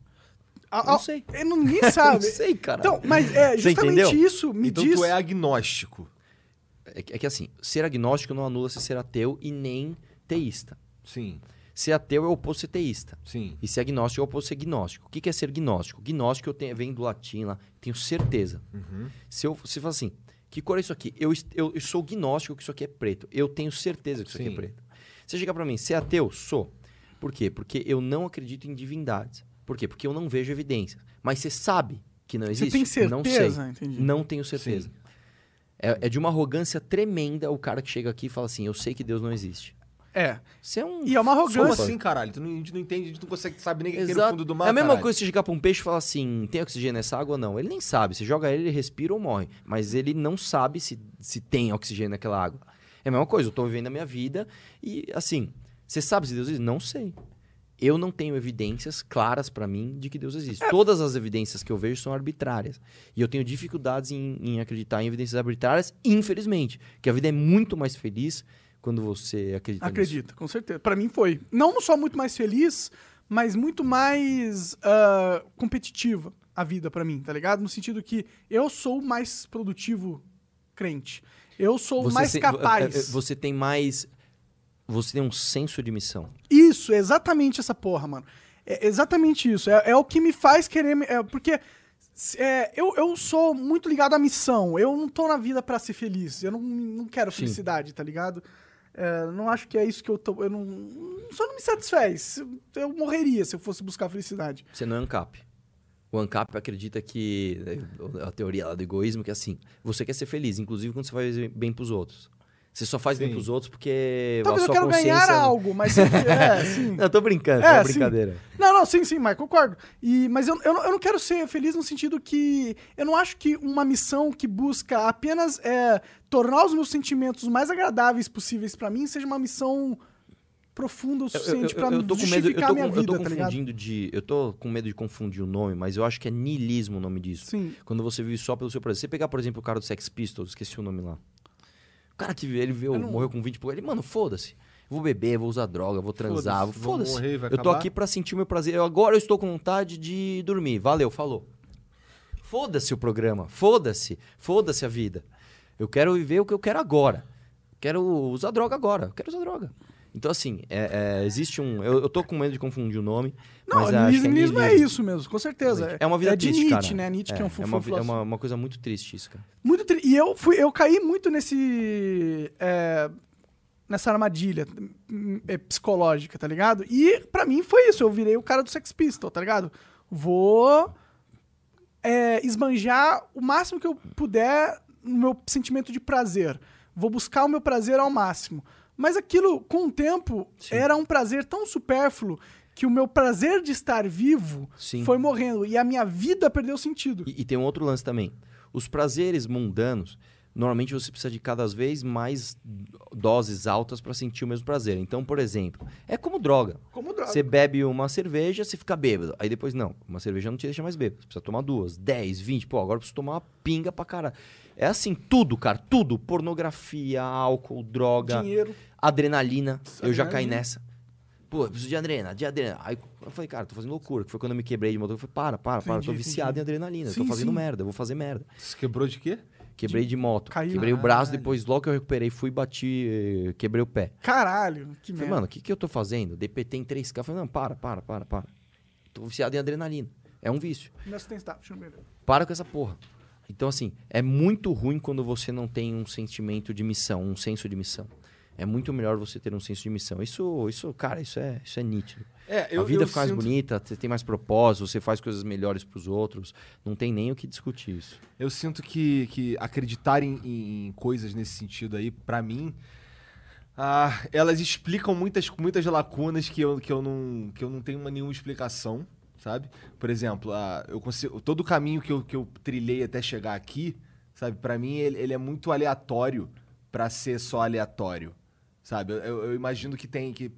Não sei. Ninguém sabe. Não sei, cara. Então, mas justamente isso me então diz... tu é agnóstico. É que assim, ser agnóstico não anula ser ateu e nem teísta. Sim. Ser ateu é o oposto de ser teísta. Sim. E ser agnóstico é o oposto de ser gnóstico. O que é ser gnóstico? Gnóstico vem do latim lá, tenho certeza. Uhum. Se fala assim, que cor é isso aqui? Eu sou gnóstico que isso aqui é preto. Eu tenho certeza que isso aqui é preto. Você chega pra mim, ser ateu? Sou. Por quê? Porque eu não acredito em divindades. Por quê? Porque eu não vejo evidências. Mas você sabe que não existe? Você tem certeza? Não sei. Entendi. Não tenho certeza. Sim. É de uma arrogância tremenda o cara que chega aqui e fala assim, eu sei que Deus não existe. Você é um... E é uma arrogância. Como assim, caralho? A gente não entende, a gente não consegue saber nem o que é no fundo do mar, É a mesma caralho. coisa se você chegar pra um peixe e falar assim, tem oxigênio nessa água ou não? Ele nem sabe. Você joga ele respira ou morre. Mas ele não sabe se tem oxigênio naquela água. É a mesma coisa, eu tô vivendo a minha vida e, assim, você sabe se Deus existe? Não sei. Eu não tenho evidências claras pra mim de que Deus existe. Todas as evidências que eu vejo são arbitrárias. E eu tenho dificuldades em acreditar em evidências arbitrárias, infelizmente. Que a vida é muito mais feliz quando você acredita nisso. Acredita, com certeza. Pra mim foi. Não só muito mais feliz, mas muito mais competitiva a vida pra mim, tá ligado? No sentido que eu sou mais produtivo crente. Eu sou mais capaz. Você tem mais... Você tem um senso de missão. Isso, é exatamente essa porra, mano. É exatamente isso. É o que me faz querer... porque eu sou muito ligado à missão. Eu não tô na vida pra ser feliz. Eu não quero felicidade, tá ligado? Não acho que é isso que eu tô... Só não me satisfaz. Eu morreria se eu fosse buscar felicidade. Você não é ANCAP. O ANCAP acredita que... A teoria lá do egoísmo que é assim. Você quer ser feliz, inclusive quando você faz bem pros outros. Você só faz bem pros outros porque Talvez a sua eu quero consciência... ganhar algo, mas... sim. Não, eu tô brincando, é uma brincadeira. Sim. Não, sim, mas concordo. Mas eu não quero ser feliz no sentido que... Eu não acho que uma missão que busca apenas tornar os meus sentimentos mais agradáveis possíveis pra mim seja uma missão profunda o suficiente pra justificar a minha vida, tá ligado? Eu tô com medo de confundir o nome, mas eu acho que é niilismo o nome disso. Sim. Quando você vive só pelo seu prazer. Você pegar, por exemplo, o cara do Sex Pistols, esqueci o nome lá. O cara que ele morreu com 20 por ele, mano, foda-se. Vou beber, vou usar droga, vou transar, foda-se. Eu tô aqui pra sentir o meu prazer. Agora eu estou com vontade de dormir. Valeu, falou. Foda-se o programa, foda-se a vida. Eu quero viver o que eu quero agora. Quero usar droga agora, eu quero usar droga. Então, assim, existe um... Eu tô com medo de confundir o nome, Não, mas o acho que niilismo é isso mesmo, com certeza. É uma vida de triste, Nietzsche, cara. né? Nietzsche que é um uma coisa muito triste isso, cara. Muito E eu caí muito nessa armadilha psicológica, tá ligado? E pra mim foi isso, eu virei o cara do Sex Pistol, tá ligado? Vou esbanjar o máximo que eu puder no meu sentimento de prazer. Vou buscar o meu prazer ao máximo. Mas aquilo, com o tempo, era um prazer tão supérfluo que o meu prazer de estar vivo foi morrendo. E a minha vida perdeu sentido. E tem um outro lance também. Os prazeres mundanos, normalmente você precisa de cada vez mais doses altas para sentir o mesmo prazer. Então, por exemplo, é como droga. Você bebe uma cerveja, você fica bêbado. Aí depois, não, uma cerveja não te deixa mais bêbado. Você precisa tomar 2, 10, 20. Pô, agora eu preciso tomar uma pinga pra caralho. É assim, tudo, cara, tudo. Pornografia, álcool, droga, dinheiro, adrenalina. Eu já caí nessa. Pô, eu preciso de adrenalina. Aí eu falei, cara, tô fazendo loucura. Que foi quando eu me quebrei de motor. Eu falei, para, eu tô viciado em adrenalina. Eu tô fazendo merda, eu vou fazer merda. Você quebrou de quê? Quebrei de moto. Caiu. Quebrei o braço, depois logo que eu recuperei, fui, bati, quebrei o pé. Caralho, que Falei, merda. mano, o que eu tô fazendo? DPT em 3K. Eu falei, não, para. Tô viciado em adrenalina. É um vício. Para com essa porra. Então, assim, é muito ruim quando você não tem um sentimento de missão, um senso de missão. É muito melhor você ter um senso de missão. Isso cara, isso é nítido. A vida fica mais bonita, você tem mais propósito, você faz coisas melhores pros outros. Não tem nem o que discutir isso. Eu sinto que acreditar em coisas nesse sentido aí, pra mim, elas explicam muitas lacunas que eu não tenho nenhuma explicação, sabe? Por exemplo, todo o caminho que eu trilhei até chegar aqui, sabe? Pra mim, ele é muito aleatório pra ser só aleatório, sabe? Eu imagino que tem que...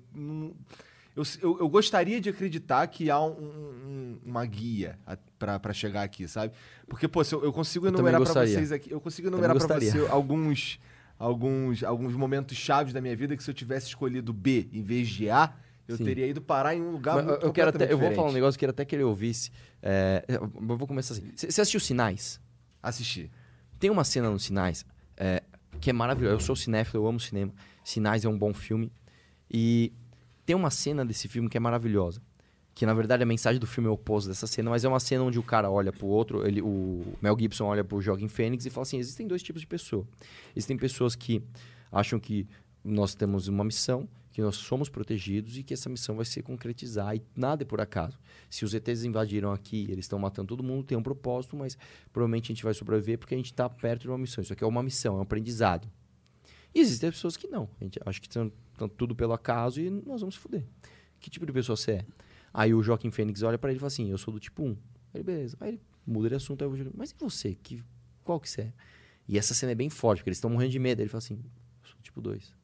Eu gostaria de acreditar que há uma guia pra chegar aqui, sabe? Porque, pô, eu consigo enumerar pra vocês aqui... Eu consigo enumerar pra você alguns momentos chaves da minha vida que se eu tivesse escolhido B em vez de A, eu teria ido parar em um lugar muito completamente diferente. Eu vou falar um negócio que eu quero até que ele ouvisse. Eu vou começar assim. Você assistiu Sinais? Assisti. Tem uma cena nos Sinais que é maravilhosa. Eu sou cinéfilo, eu amo cinema. Sinais é um bom filme. E tem uma cena desse filme que é maravilhosa. Que, na verdade, a mensagem do filme é o oposto dessa cena, mas é uma cena onde o cara olha pro outro, o Mel Gibson olha pro Joaquin Phoenix e fala assim, existem dois tipos de pessoa. Existem pessoas que acham que nós temos uma missão, que nós somos protegidos e que essa missão vai se concretizar e nada é por acaso. Se os ETs invadiram aqui, eles estão matando todo mundo, tem um propósito, mas provavelmente a gente vai sobreviver porque a gente está perto de uma missão. Isso aqui é uma missão, é um aprendizado. E existem pessoas que não. A gente acha que estão tudo pelo acaso e nós vamos se fuder. Que tipo de pessoa você é? Aí o Joaquin Phoenix olha pra ele e fala assim, eu sou do tipo 1. Aí ele, beleza. Aí ele muda de assunto. Aí eu digo, mas e você? Qual que você é? E essa cena é bem forte, porque eles estão morrendo de medo. Aí ele fala assim, eu sou do tipo 2.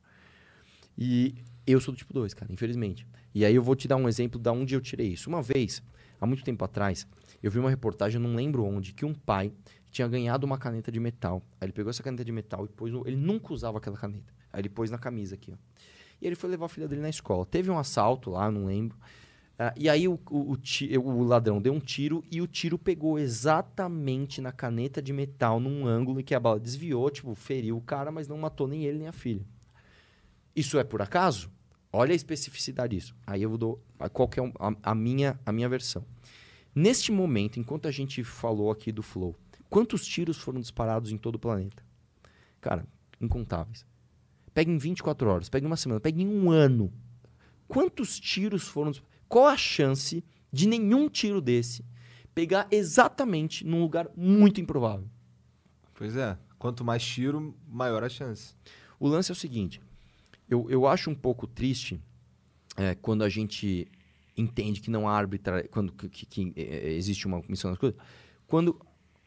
E eu sou do tipo 2, cara, infelizmente. E aí eu vou te dar um exemplo de onde eu tirei isso. Uma vez, há muito tempo atrás, eu vi uma reportagem, eu não lembro onde, que um pai tinha ganhado uma caneta de metal. Aí ele pegou essa caneta de metal e pôs ele nunca usava aquela caneta. Aí ele pôs na camisa aqui, ó. E ele foi levar a filha dele na escola. Teve um assalto lá, não lembro. E aí o ladrão deu um tiro e o tiro pegou exatamente na caneta de metal, num ângulo em que a bala desviou, tipo, feriu o cara, mas não matou nem ele nem a filha. Isso é por acaso? Olha a especificidade disso. Aí eu dou qual que é a minha versão. Neste momento, enquanto a gente falou aqui do Flow, quantos tiros foram disparados em todo o planeta? Cara, incontáveis. Pega em 24 horas, pega em uma semana, pega em um ano. Quantos tiros foram disparados? Qual a chance de nenhum tiro desse pegar exatamente num lugar muito improvável? Pois é. Quanto mais tiro, maior a chance. O lance é o seguinte. Eu acho um pouco triste quando a gente entende que não há arbitrariedade, quando que existe uma missão nas coisas, quando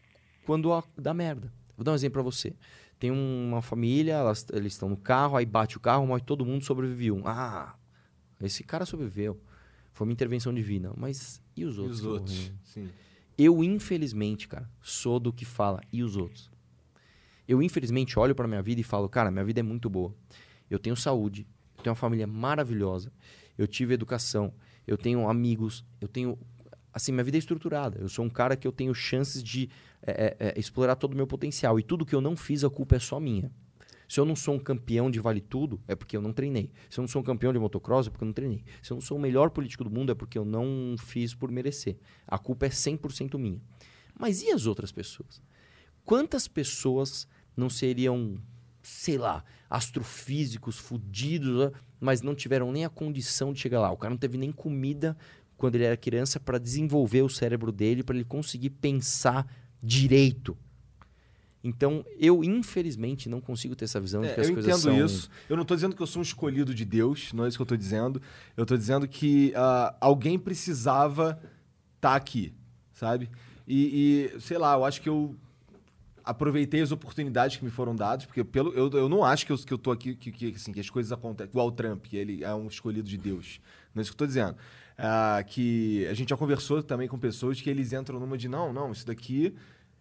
dá merda. Vou dar um exemplo pra você. Tem uma família, eles estão no carro, aí bate o carro, morre todo mundo, sobreviveu. Esse cara sobreviveu. Foi uma intervenção divina. Mas e os outros? E os outros? Sim. Eu, infelizmente, cara, sou do que fala, e os outros? Eu, infelizmente, olho pra minha vida e falo, cara, minha vida é muito boa. Eu tenho saúde, eu tenho uma família maravilhosa, eu tive educação, eu tenho amigos, eu tenho... Assim, minha vida é estruturada. Eu sou um cara que eu tenho chances de explorar todo o meu potencial. E tudo que eu não fiz, a culpa é só minha. Se eu não sou um campeão de vale tudo, é porque eu não treinei. Se eu não sou um campeão de motocross, é porque eu não treinei. Se eu não sou o melhor político do mundo, é porque eu não fiz por merecer. A culpa é 100% minha. Mas e as outras pessoas? Quantas pessoas não seriam, sei lá, astrofísicos, fudidos, mas não tiveram nem a condição de chegar lá? O cara não teve nem comida quando ele era criança para desenvolver o cérebro dele, para ele conseguir pensar direito. Então, eu, infelizmente, não consigo ter essa visão de que as coisas são... Eu entendo isso. Eu não estou dizendo que eu sou um escolhido de Deus, não é isso que eu estou dizendo. Eu estou dizendo que alguém precisava estar aqui, sabe? E, sei lá, eu acho que eu aproveitei as oportunidades que me foram dadas, porque eu não acho que eu tô aqui, assim, que as coisas acontecem, igual o Trump, que ele é um escolhido de Deus. Não é isso que eu estou dizendo. Que a gente já conversou também com pessoas que eles entram numa de, não, isso daqui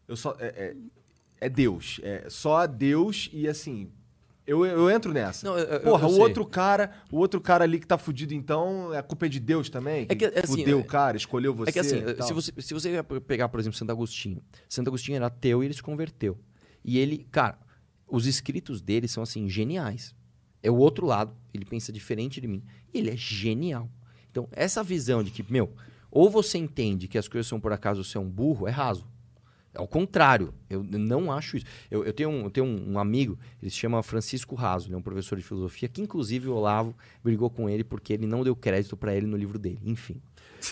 é Deus. É só Deus e, assim... Eu entro nessa. Não, porra, o outro cara ali que tá fudido, então, a culpa é de Deus também? Fudeu o cara, escolheu você. É que assim, se você pegar, por exemplo, Santo Agostinho era ateu e ele se converteu. E ele, cara, os escritos dele são, assim, geniais. É o outro lado, ele pensa diferente de mim. E ele é genial. Então, essa visão de que, ou você entende que as coisas são por acaso, você é um burro, é raso. Ao contrário, eu não acho isso. Eu tenho um amigo, ele se chama Francisco Raso, ele é um professor de filosofia, que inclusive o Olavo brigou com ele porque ele não deu crédito pra ele no livro dele. Enfim.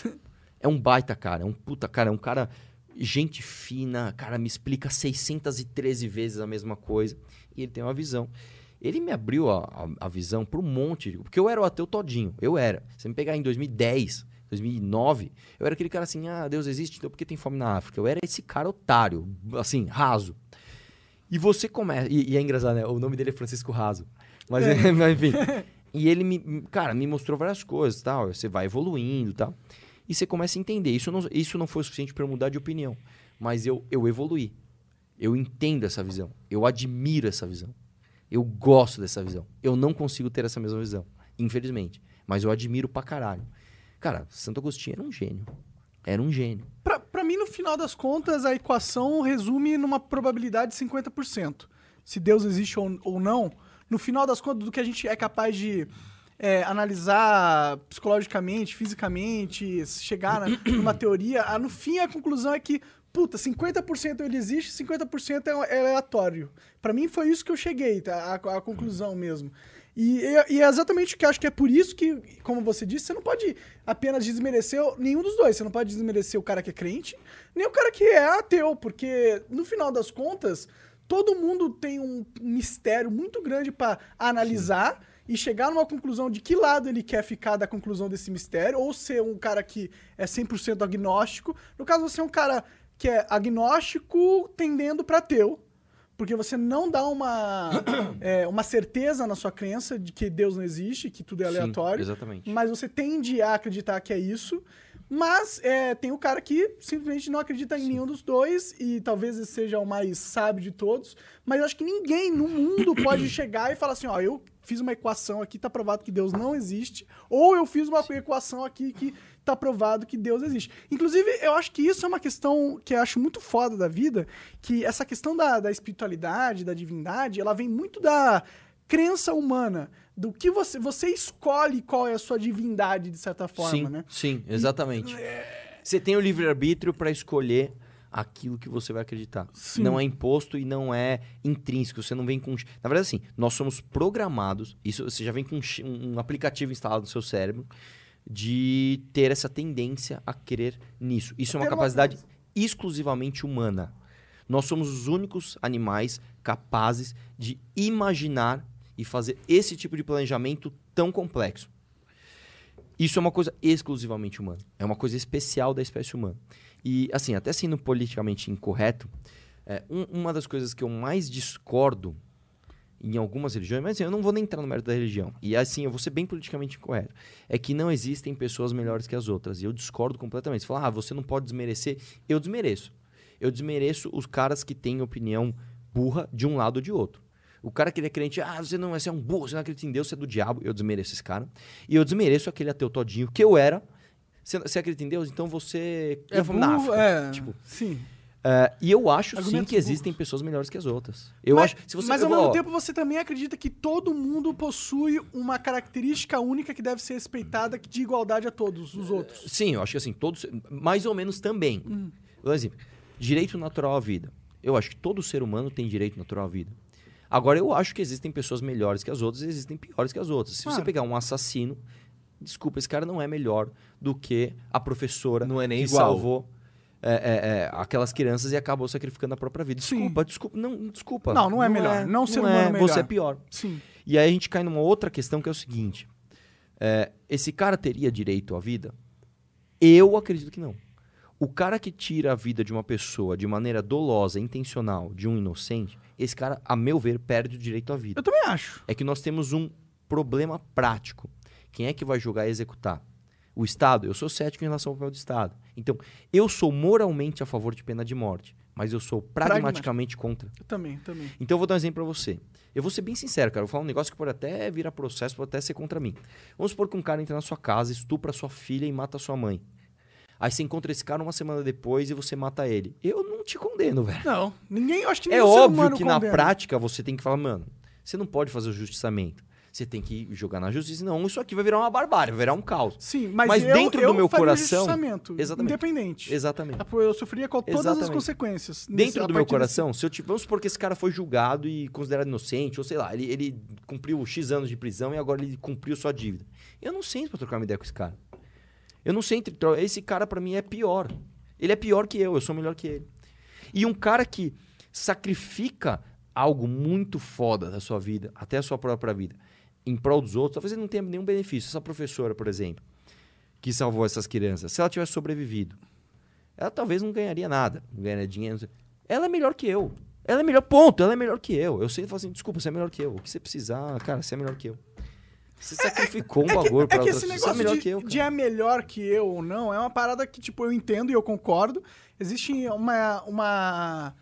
É um baita cara, é um puta cara, é um cara gente fina, cara, me explica 613 vezes a mesma coisa. E ele tem uma visão. Ele me abriu a visão por um monte, porque eu era o ateu todinho, eu era. Se me pegar em 2010... 2009, eu era aquele cara assim, Deus existe, então por que tem fome na África? Eu era esse cara otário, assim, raso. E você começa... E é engraçado, né? O nome dele é Francisco Raso. Mas, enfim. E ele, me mostrou várias coisas, tal. Você vai evoluindo, tal. E você começa a entender. Isso não foi o suficiente para eu mudar de opinião. Mas eu evoluí. Eu entendo essa visão. Eu admiro essa visão. Eu gosto dessa visão. Eu não consigo ter essa mesma visão, infelizmente. Mas eu admiro pra caralho. Cara, Santo Agostinho era um gênio. Era um gênio. Pra mim, no final das contas, a equação resume numa probabilidade de 50%. Se Deus existe ou não, no final das contas, do que a gente é capaz de analisar psicologicamente, fisicamente, chegar numa teoria, no fim a conclusão é que, 50% ele existe, 50% é aleatório. Pra mim foi isso que eu cheguei, tá? A conclusão mesmo. E é exatamente o que eu acho que é por isso que, como você disse, você não pode apenas desmerecer nenhum dos dois. Você não pode desmerecer o cara que é crente, nem o cara que é ateu, porque, no final das contas, todo mundo tem um mistério muito grande para analisar. Sim. E chegar numa conclusão de que lado ele quer ficar da conclusão desse mistério, ou ser um cara que é 100% agnóstico. No caso, você é um cara que é agnóstico tendendo para ateu, porque você não dá uma certeza na sua crença de que Deus não existe, que tudo é aleatório. Sim, exatamente. Mas você tende a acreditar que é isso. Mas tem o cara que simplesmente não acredita em nenhum dos dois, e talvez esse seja o mais sábio de todos. Mas eu acho que ninguém no mundo pode chegar e falar assim, eu fiz uma equação aqui, tá provado que Deus não existe, ou eu fiz uma equação aqui que tá provado que Deus existe. Inclusive, eu acho que isso é uma questão que eu acho muito foda da vida, que essa questão da espiritualidade, da divindade, ela vem muito da crença humana, do que você escolhe qual é a sua divindade, de certa forma, né? Sim, exatamente. Você tem o livre-arbítrio para escolher aquilo que você vai acreditar. Sim. Não é imposto e não é intrínseco. Você não vem com... Na verdade, assim, nós somos programados, isso você já vem com um aplicativo instalado no seu cérebro, de ter essa tendência a crer nisso. Isso é uma capacidade exclusivamente humana. Nós somos os únicos animais capazes de imaginar e fazer esse tipo de planejamento tão complexo. Isso é uma coisa exclusivamente humana. É uma coisa especial da espécie humana. E, assim, até sendo politicamente incorreto, uma das coisas que eu mais discordo em algumas religiões, mas assim, eu não vou nem entrar no mérito da religião, e assim, eu vou ser bem politicamente incorreto, é que não existem pessoas melhores que as outras. E eu discordo completamente. Você fala, você não pode desmerecer. Eu desmereço. Eu desmereço os caras que têm opinião burra de um lado ou de outro. O cara que ele é crente, você é um burro, você não acredita em Deus, você é do diabo. Eu desmereço esse cara. E eu desmereço aquele ateu todinho que eu era. Você acredita em Deus? Então você... É burro, na África. Tipo, sim. E eu acho sim Argumentos que existem pessoas melhores que as outras. Eu acho, se você, mas eu ao vou- mesmo ó, tempo você também acredita que todo mundo possui uma característica única que deve ser respeitada de igualdade a todos os outros. Sim, eu acho que assim, todos. Mais ou menos também. Por exemplo, direito natural à vida. Eu acho que todo ser humano tem direito natural à vida. Agora, eu acho que existem pessoas melhores que as outras e existem piores que as outras. Se você Claro. pegar um assassino, desculpa, esse cara não é melhor do que a professora Não é nem que igual. salvou aquelas crianças e acabou sacrificando a própria vida. Sim. Desculpa. Não é melhor. Não ser humano melhor. Você é pior. Sim. E aí a gente cai numa outra questão que é o seguinte. Esse cara teria direito à vida? Eu acredito que não. O cara que tira a vida de uma pessoa de maneira dolosa, intencional, de um inocente, esse cara, a meu ver, perde o direito à vida. Eu também acho. É que nós temos um problema prático. Quem é que vai julgar e executar? O Estado? Eu sou cético em relação ao papel do Estado. Então, eu sou moralmente a favor de pena de morte, mas eu sou pragmaticamente contra. Eu também. Então eu vou dar um exemplo pra você. Eu vou ser bem sincero, cara. Eu vou falar um negócio que pode até virar processo, pode até ser contra mim. Vamos supor que um cara entra na sua casa, estupra sua filha e mata sua mãe. Aí você encontra esse cara uma semana depois e você mata ele. Eu não te condeno, velho. Não, eu acho que É nenhum ser óbvio humano que na condena. prática você tem que falar, mano, você não pode fazer o justiçamento. Você tem que jogar na justiça. Não, isso aqui vai virar uma barbárie, vai virar um caos. Sim, mas dentro do meu faria coração... justiçamento, Exatamente. independente. Exatamente. Eu sofria com todas as Exatamente. consequências. Dentro a do meu partir coração, se eu vamos supor que esse cara foi julgado e considerado inocente, ou sei lá, ele cumpriu X anos de prisão e agora ele cumpriu sua dívida. Eu não sento pra trocar uma ideia com esse cara. Eu não sento. Esse cara pra mim é pior. Ele é pior que eu sou melhor que ele. E um cara que sacrifica algo muito foda da sua vida, até a sua própria vida, em prol dos outros, talvez ele não tenha nenhum benefício. Essa professora, por exemplo, que salvou essas crianças, se ela tivesse sobrevivido, ela talvez não ganharia nada, não ganharia dinheiro. Não sei. Ela é melhor que eu. Ela é melhor, ponto. Ela é melhor que eu. Eu sempre falo assim, desculpa, você é melhor que eu. O que você precisar, cara, você é melhor que eu. Você sacrificou um bagulho pra que outra esse pessoa. Você é negócio melhor de, que eu, cara. de é melhor que eu ou não é uma parada que, tipo, eu entendo e eu concordo. Existe uma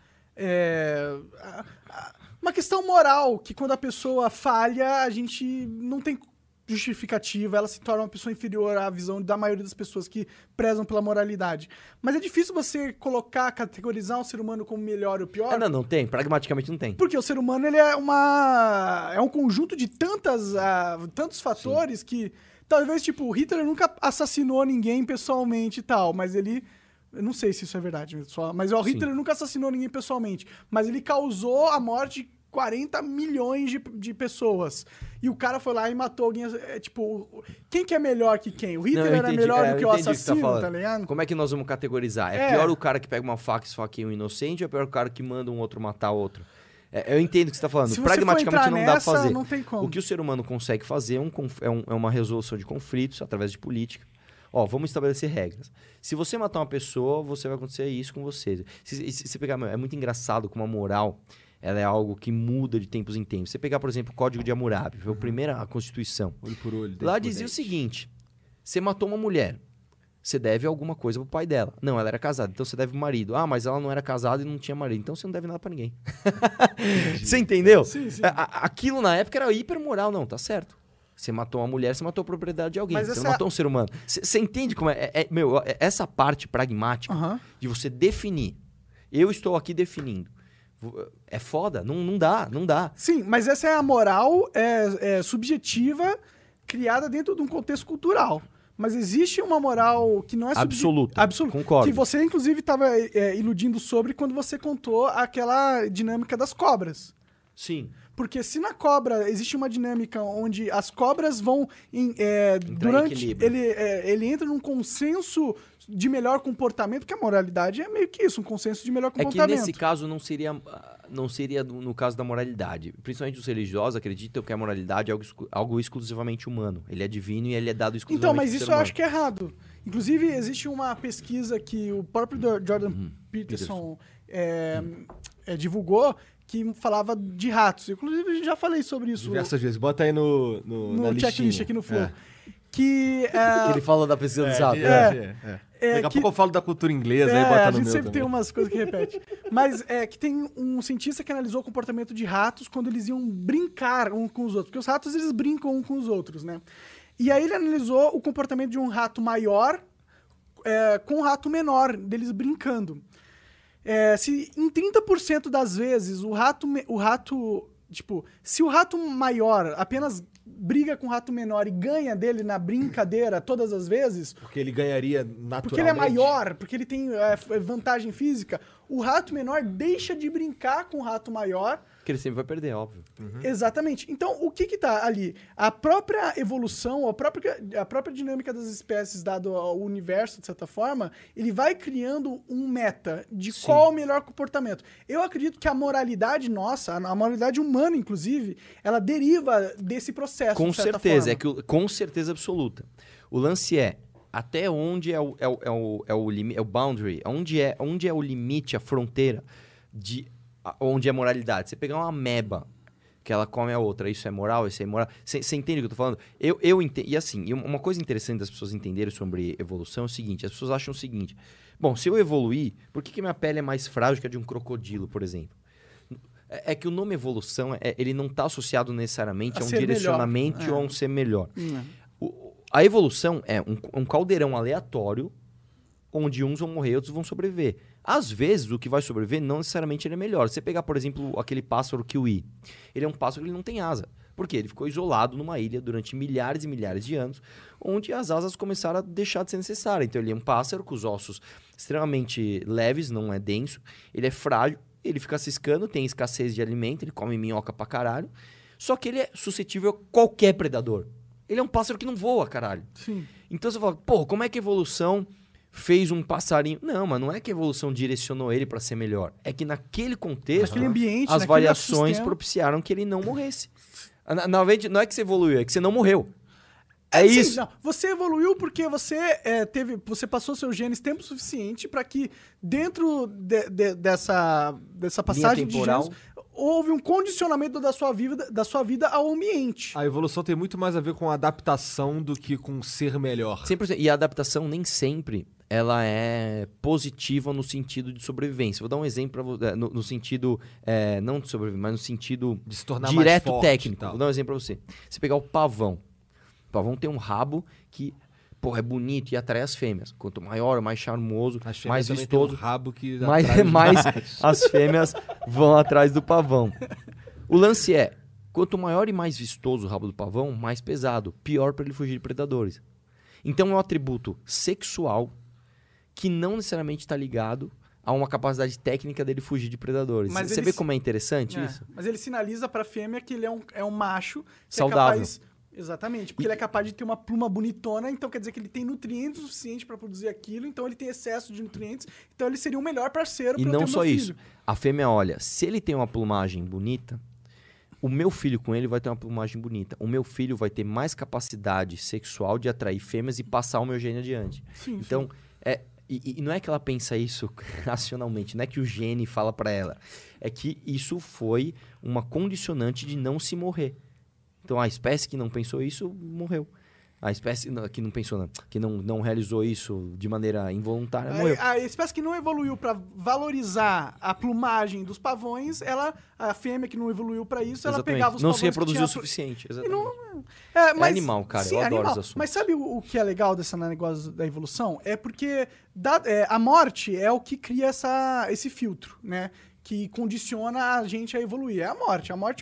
questão moral que quando a pessoa falha, a gente não tem justificativa, ela se torna uma pessoa inferior à visão da maioria das pessoas que prezam pela moralidade. Mas é difícil você categorizar um ser humano como melhor ou pior. Não tem. Pragmaticamente não tem. Porque o ser humano ele é um conjunto de tantos fatores que talvez, tipo, o Hitler nunca assassinou ninguém pessoalmente e tal, mas ele... Eu não sei se isso é verdade, mas o Hitler nunca assassinou ninguém pessoalmente, mas ele causou a morte de 40 milhões de pessoas. E o cara foi lá e matou alguém. Quem que é melhor que quem? O Hitler era melhor do que o assassino, tá ligado? Como é que nós vamos categorizar? É pior o cara que pega uma faca e esfaqueia um inocente ou é pior o cara que manda um outro matar outro? Eu entendo o que você está falando. Se você Pragmaticamente for não entrar dá pra nessa, fazer. não tem como. O que o ser humano consegue fazer é uma resolução de conflitos através de política. Vamos estabelecer regras. Se você matar uma pessoa, vai acontecer isso com você. Se pegar, é muito engraçado como a moral ela é algo que muda de tempos em tempos. Você pegar, por exemplo, o Código de Hammurabi, foi a primeira Constituição. Olho por olho. Lá dizia o seguinte: você matou uma mulher, você deve alguma coisa pro pai dela. Não, ela era casada, então você deve pro marido. Ah, mas ela não era casada e não tinha marido, então você não deve nada pra ninguém. Você entendeu? Sim. Aquilo na época era hipermoral. Não, tá certo. Você matou uma mulher, você matou a propriedade de alguém. Mas você não matou um ser humano. Você entende como essa parte pragmática de você definir. Eu estou aqui definindo. É foda. Não dá. Sim, mas essa é a moral subjetiva criada dentro de um contexto cultural. Mas existe uma moral que não é absoluta. Absoluta. Concordo. Que você, inclusive, estava iludindo sobre quando você contou aquela dinâmica das cobras. Sim. Porque se na cobra existe uma dinâmica onde as cobras vão durante ele entra num consenso de melhor comportamento, que a moralidade é meio que isso, um consenso de melhor comportamento. É que nesse caso não seria no caso da moralidade. Principalmente os religiosos acreditam que a moralidade é algo exclusivamente humano. Ele é divino e ele é dado exclusivamente Então, mas pro isso ser eu humano. acho que é errado. Inclusive, existe uma pesquisa que o próprio Jordan Peterson divulgou que falava de ratos. Inclusive, eu já falei sobre isso. Diversas vezes. Bota aí no checklist aqui no Flow. Que ele fala da pesquisa do ratos. Daqui a pouco eu falo da cultura inglesa, aí bota no meu. A gente sempre também. tem umas coisas que repete. Mas que tem um cientista que analisou o comportamento de ratos quando eles iam brincar um com os outros. Porque os ratos, eles brincam um com os outros, né? E aí ele analisou o comportamento de um rato maior com um rato menor, deles brincando. Se em 30% das vezes o rato, tipo, se o rato maior apenas briga com o rato menor e ganha dele na brincadeira todas as vezes, Porque ele ganharia naturalmente. porque ele é maior, porque ele tem vantagem física, o rato menor deixa de brincar com o rato maior. Que ele sempre vai perder, óbvio. Exatamente. Então, o que tá ali? A própria evolução, a própria dinâmica das espécies, dado ao universo, de certa forma, ele vai criando um meta de qual o melhor comportamento. Eu acredito que a moralidade nossa, a moralidade humana, inclusive, ela deriva desse processo, Com de certa certeza, forma. com certeza absoluta. O lance é até onde é o boundary, onde é o limite, a fronteira de onde é moralidade. Você pegar uma ameba que ela come a outra, isso é moral, isso é imoral. Você entende o que eu tô falando? Eu entendo. E assim, uma coisa interessante das pessoas entenderem sobre evolução é o seguinte: as pessoas acham o seguinte, bom, se eu evoluir, por que minha pele é mais frágil que a de um crocodilo, por exemplo? É que o nome evolução, ele não está associado necessariamente a um direcionamento ou a um ser melhor. A evolução é um caldeirão aleatório onde uns vão morrer e outros vão sobreviver. Às vezes, o que vai sobreviver não necessariamente ele é melhor. Você pegar, por exemplo, aquele pássaro kiwi. Ele é um pássaro que ele não tem asa. Por quê? Ele ficou isolado numa ilha durante milhares e milhares de anos, onde as asas começaram a deixar de ser necessárias. Então, ele é um pássaro com os ossos extremamente leves, não é denso. Ele é frágil, ele fica ciscando, tem escassez de alimento, ele come minhoca pra caralho. Só que ele é suscetível a qualquer predador. Ele é um pássaro que não voa, caralho. Sim. Então, você fala, pô, como é que a evolução fez um passarinho? Não, mas não é que a evolução direcionou ele para ser melhor. É que naquele contexto, naquele ambiente, as naquele variações ecossistema, propiciaram que ele não morresse. Na verdade, não é que você evoluiu, é que você não morreu. É sim, isso. Não. Você evoluiu porque você você passou seus genes tempo suficiente para que dentro dessa passagem de temporal, genes houve um condicionamento da sua vida ao ambiente. A evolução tem muito mais a ver com adaptação do que com ser melhor. 100%. E a adaptação nem sempre ela é positiva no sentido de sobrevivência. Vou dar um exemplo no sentido, não de sobreviver, mas no sentido De se tornar direto mais forte técnico. e tal. Vou dar um exemplo pra você. Você pegar o pavão. O pavão tem um rabo que, porra, é bonito e atrai as fêmeas. Quanto maior, mais charmoso, As fêmeas mais também têm vistoso, um rabo que mais atrai os machos. as fêmeas vão atrás do pavão. O lance é, quanto maior e mais vistoso o rabo do pavão, mais pesado, pior para ele fugir de predadores. Então é um atributo sexual que não necessariamente está ligado a uma capacidade técnica dele fugir de predadores. Mas Você ele vê como é interessante isso? Mas ele sinaliza pra fêmea que ele é um macho que Saudável. é capaz... Exatamente, porque ele é capaz de ter uma pluma bonitona, então quer dizer que ele tem nutrientes suficientes para produzir aquilo, então ele tem excesso de nutrientes, então ele seria o melhor parceiro E pra eu não ter só meu isso. filho. A fêmea olha, se ele tem uma plumagem bonita, o meu filho com ele vai ter uma plumagem bonita. O meu filho vai ter mais capacidade sexual de atrair fêmeas e passar o meu gene adiante. Sim, Então, e não é que ela pensa isso racionalmente, não é que o gene fala pra ela. É que isso foi uma condicionante de não se morrer. Então, a espécie que não pensou isso, morreu. A espécie que não pensou, que não realizou isso de maneira involuntária, morreu. A espécie que não evoluiu para valorizar a plumagem dos pavões, a fêmea que não evoluiu para isso, ela Exatamente. pegava os Não pavões se reproduziu que o tinha... suficiente. E Exatamente. não, É animal, cara. Eu adoro animal. os assuntos. Mas sabe o que é legal desse negócio da evolução? É porque a morte é o que cria esse filtro, né? Que condiciona a gente a evoluir. É a morte. A morte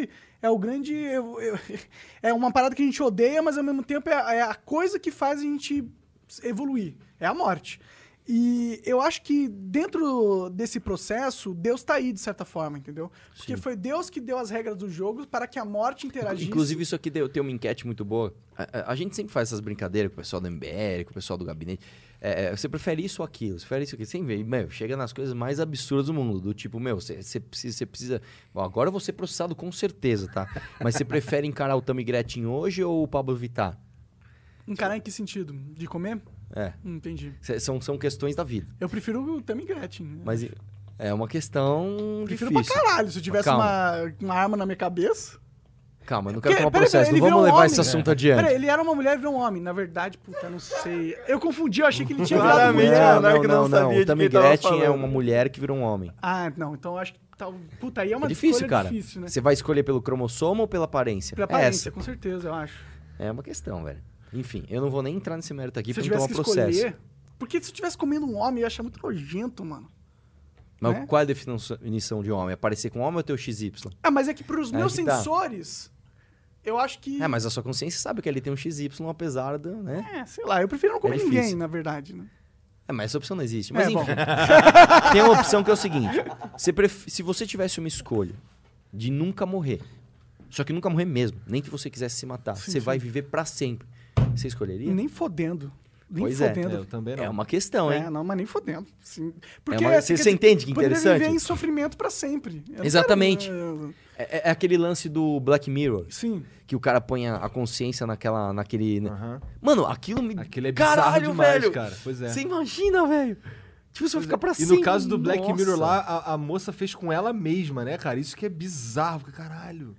é uma parada que a gente odeia, mas ao mesmo tempo é a coisa que faz a gente evoluir. É a morte. E eu acho que dentro desse processo, Deus tá aí, de certa forma, entendeu? Porque foi Deus que deu as regras do jogo para que a morte interagisse. Inclusive, isso aqui tem uma enquete muito boa. A gente sempre faz essas brincadeiras com o pessoal do MBL, com o pessoal do gabinete. Você prefere isso ou aquilo? Você prefere isso aqui? Sem ver. Meu, chega nas coisas mais absurdas do mundo. Do tipo, meu, você precisa... Bom, agora eu vou ser processado com certeza, tá? Mas você prefere encarar o Tammy Gretchen hoje ou o Pablo Vittar? Encarar em que sentido? De comer? Entendi. São questões da vida. Eu prefiro o Tammy Gretchen. Né? Mas é uma questão Prefiro difícil. pra caralho. Se eu tivesse uma arma na minha cabeça... Calma, eu não quero tomar Peraí, processo. ele Não vamos virou levar homem. esse assunto adiante. Peraí, ele era uma mulher e virou um homem. Na verdade, puta, não sei. Eu confundi, eu achei que ele tinha virado Claramente, mulher. não é que não sabia O de Tammy quem tava Gretchen é falando. uma mulher que virou um homem. Ah, não. Então eu acho que... Puta, aí é uma É difícil, escolha cara. difícil, né? Você vai escolher pelo cromossomo ou pela aparência? Pela aparência, Essa. com certeza, eu acho. É uma questão, velho. Enfim, eu não vou nem entrar nesse mérito aqui Se eu pra não tivesse tomar que processo. escolher... Porque se eu tivesse comendo um homem, eu ia achar muito nojento, mano. Mas né? qual é a definição de homem? É parecer com homem ou ter o XY? Ah, mas é que pros Aí meus que tá. sensores, eu acho que... É, mas a sua consciência sabe que ele tem um XY, apesar da, né? sei lá, eu prefiro não comer difícil. ninguém, na verdade, né? É, mas essa opção não existe. Mas bom. enfim, tem uma opção que é o seguinte. Se você tivesse uma escolha de nunca morrer, só que nunca morrer mesmo, nem que você quisesse se matar, você vai viver pra sempre, você escolheria? Nem fodendo. Nem Pois é. fodendo. Eu também não. É uma questão, hein? Não, mas nem fodendo. Sim. Você entende que poderia interessante? viver em sofrimento pra sempre. Eu não Exatamente. quero- É aquele lance do Black Mirror, Sim. que o cara põe a consciência naquele... Aham. Mano, aquilo me... Aquilo é bizarro Caralho, demais, velho! cara. Pois é. Você imagina, velho? Tipo, você vai ficar pra E sempre. no caso do Black Nossa. Mirror lá, a moça fez com ela mesma, né, cara? Isso que é bizarro, porque, caralho.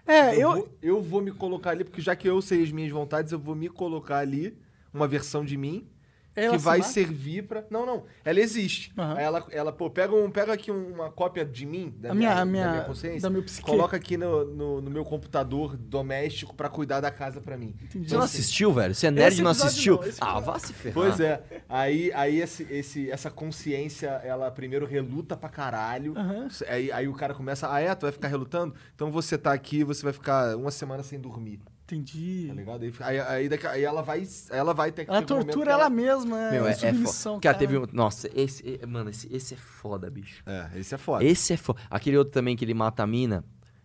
Eu vou me colocar ali, porque já que eu sei as minhas vontades, eu vou me colocar ali, uma versão de mim, Ela que se vai mata? servir pra... Não. Ela existe. Aham. Aí ela pô, pega aqui uma cópia de mim, da A minha minha- consciência, da meu psique. coloca aqui no meu computador doméstico pra cuidar da casa pra mim. Entendi. Você não assistiu, velho? Você é nerd e Esse não episódio assistiu? não, esse Ah, episódio- vá se ferrar. Pois é. Aí essa consciência, ela primeiro reluta pra caralho. Aham. Aí o cara começa, tu vai ficar relutando? Então você tá aqui, você vai ficar uma semana sem dormir, Entendi. tá ligado? Aí ela vai ter que Ela ter um momento tortura que ela mesma, Meu, é é submissão. foda. Cara, teve um... Nossa, esse é foda, bicho. Esse é foda. Esse é foda. Aquele outro também que ele mata a mina.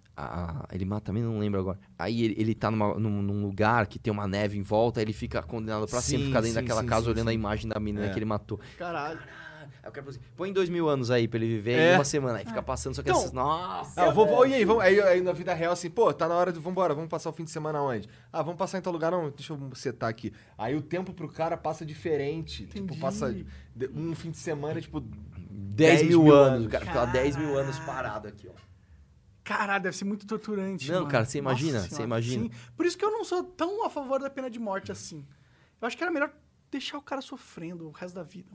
Ele mata a mina, não lembro agora. Aí ele tá num lugar que tem uma neve em volta, aí ele fica condenado pra sempre, ficar dentro daquela casa olhando a imagem da mina que ele matou. Caralho. Aí o cara falou assim, põe 2000 anos aí pra ele viver em uma semana. Aí fica passando, só que Então, essas... Nossa! E aí, aí na vida real, assim, pô, tá na hora de... Vambora, vamos passar o fim de semana onde? Vamos passar em tal lugar, não, deixa eu setar aqui. Aí o tempo pro cara passa diferente. Tipo, Entendi. passa um fim de semana, tipo... 10 mil anos. O cara ficava 10 mil anos parado aqui, ó. Caralho, deve ser muito torturante. Não, mano. cara, você imagina, Nossa você senhora, imagina. sim. Por isso que eu não sou tão a favor da pena de morte assim. Eu acho que era melhor deixar o cara sofrendo o resto da vida.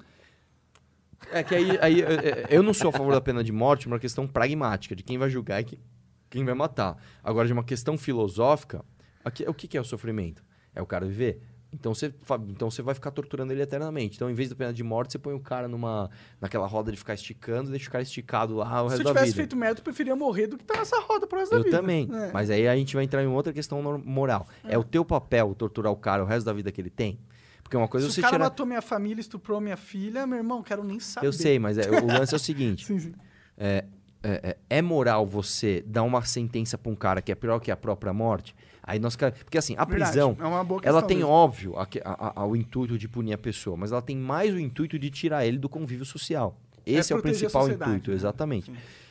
É que aí eu não sou a favor da pena de morte, uma questão pragmática, de quem vai julgar e quem vai matar. Agora, de uma questão filosófica, o que é o sofrimento? É o cara viver? Então você vai ficar torturando ele eternamente. Então, em vez da pena de morte, você põe o cara naquela roda de ficar esticando, deixa o cara esticado lá o Se resto eu da tivesse vida. feito merda, eu preferia morrer do que estar nessa roda pro resto da Eu vida. também. É. Mas aí a gente vai entrar em outra questão moral. É o teu papel torturar o cara o resto da vida que ele tem? Porque uma coisa é Se você o cara tirar... matou minha família, estuprou minha filha, meu irmão, quero nem saber. Eu sei, mas o lance é o seguinte. Sim. É moral você dar uma sentença pra um cara que é pior que a própria morte? Aí porque assim, a Verdade, prisão, é uma boa ela questão tem, mesmo. óbvio, o intuito de punir a pessoa, mas ela tem mais o intuito de tirar ele do convívio social. Esse é o proteger a principal sociedade, intuito, né? exatamente.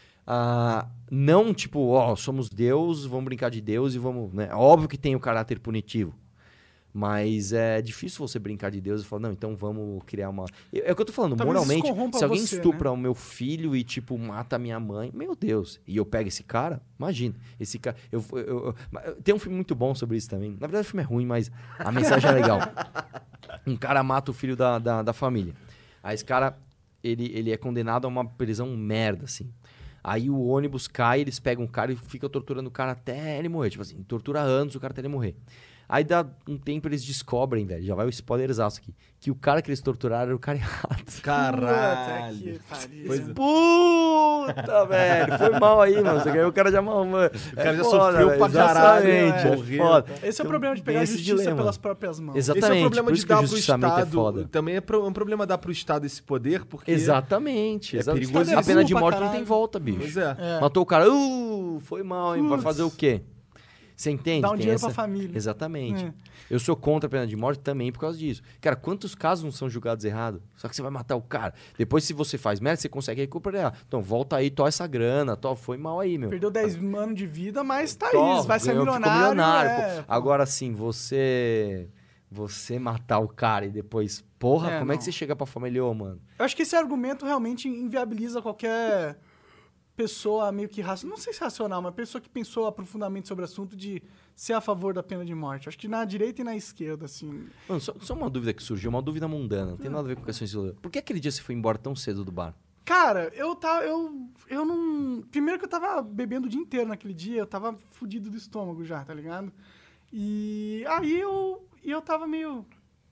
Não tipo, somos Deus, vamos brincar de Deus e vamos... Né? Óbvio que tem o caráter punitivo. Mas é difícil você brincar de Deus e falar, não, então vamos criar uma... É o que eu tô falando, Talvez isso moralmente, corrompa se alguém você, estupra o meu filho e, tipo, mata a minha mãe, meu Deus, e eu pego esse cara, imagina, esse cara... Tem um filme muito bom sobre isso também. Na verdade, o filme é ruim, mas a mensagem é legal. Um cara mata o filho da família. Aí esse cara, ele é condenado a uma prisão merda, assim. Aí o ônibus cai, eles pegam o cara e ficam torturando o cara até ele morrer. Tipo assim, tortura anos o cara até ele morrer. Aí dá um tempo eles descobrem, velho, já vai o spoilerzaço aqui, que o cara que eles torturaram era o cara errado. Caralho. Puta que pariu. Pois é. Puta, velho, foi mal aí, mano. Você ganhou o cara já mal, mano. O cara já sofreu pra caralho, Exatamente, morreu. foda. Esse é o Então, problema de pegar tem a esse justiça dilema. pelas próprias mãos. Exatamente, Esse é o problema por de isso que o dar pro justiçamento Estado. é foda. Também é um problema dar pro Estado esse poder, porque... Exatamente. É exatamente. perigoso. A pena de Pra morte não caralho. tem volta, bicho. Pois é. Matou o cara, foi mal, hein? Vai Putz. fazer o quê? Você entende? Dá um Tem dinheiro pra família. Exatamente. É. Eu sou contra a pena de morte também por causa disso. Cara, quantos casos não são julgados errado? Só que você vai matar o cara. Depois, se você faz merda, você consegue recuperar. Então, volta aí, tó essa grana, foi mal aí, meu. Perdeu 10 anos de vida, mas tá Tó, aí, vai ser ganhou, ficou milionário. pô. Agora sim, você matar o cara e depois, porra, como é que não. você chega pra família, mano? Eu acho que esse argumento realmente inviabiliza qualquer pessoa meio que racional, não sei se racional, mas pessoa que pensou profundamente sobre o assunto de ser a favor da pena de morte. Acho que na direita e na esquerda, assim. Mano, só uma dúvida que surgiu, uma dúvida mundana, não tem nada a ver com questões de... Por que aquele dia você foi embora tão cedo do bar? Cara, eu não... Primeiro que eu tava bebendo o dia inteiro naquele dia, eu tava fudido do estômago já, tá ligado? E aí eu tava meio...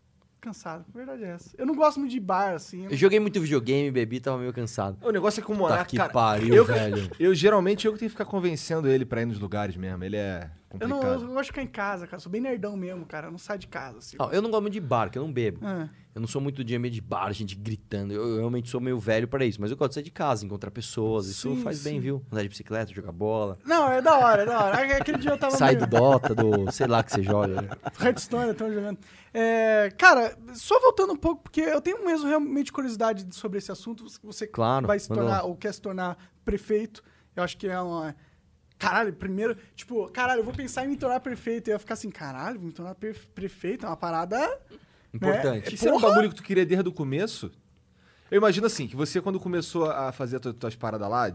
cansado. A verdade é essa. Eu não gosto muito de bar, assim. Eu joguei muito videogame, bebi, tava meio cansado. O negócio é que o Tá Monark, que cara, pariu, velho. eu geralmente eu que tenho que ficar convencendo ele pra ir nos lugares mesmo. Ele é Eu não complicado. eu gosto de ficar em casa, cara. Sou bem nerdão mesmo, cara. Eu não saio de casa, assim. Eu não gosto muito de bar, que eu não bebo. É. Eu não sou muito de ambiente de bar, gente gritando. Eu realmente sou meio velho pra isso. Mas eu gosto de sair de casa, encontrar pessoas. Isso Sim, faz bem, sim. viu? Andar de bicicleta, jogar bola. Não, é da hora, é da hora. Aquele dia eu tava Sai meio... do Dota, do sei lá que você joga. Né? Hearthstone, eu tava jogando. Cara, só voltando um pouco, porque eu tenho mesmo realmente curiosidade sobre esse assunto. Você Claro, vai se manda tornar, lá. ou quer se tornar prefeito. Eu acho que é uma... Caralho, primeiro... Tipo, caralho, eu vou pensar em me tornar prefeito. E eu ia ficar assim, caralho, vou me tornar prefeito. É uma parada... Importante. Isso era um bagulho que tu queria desde o começo? Eu imagino assim, que você quando começou a fazer as tuas paradas lá,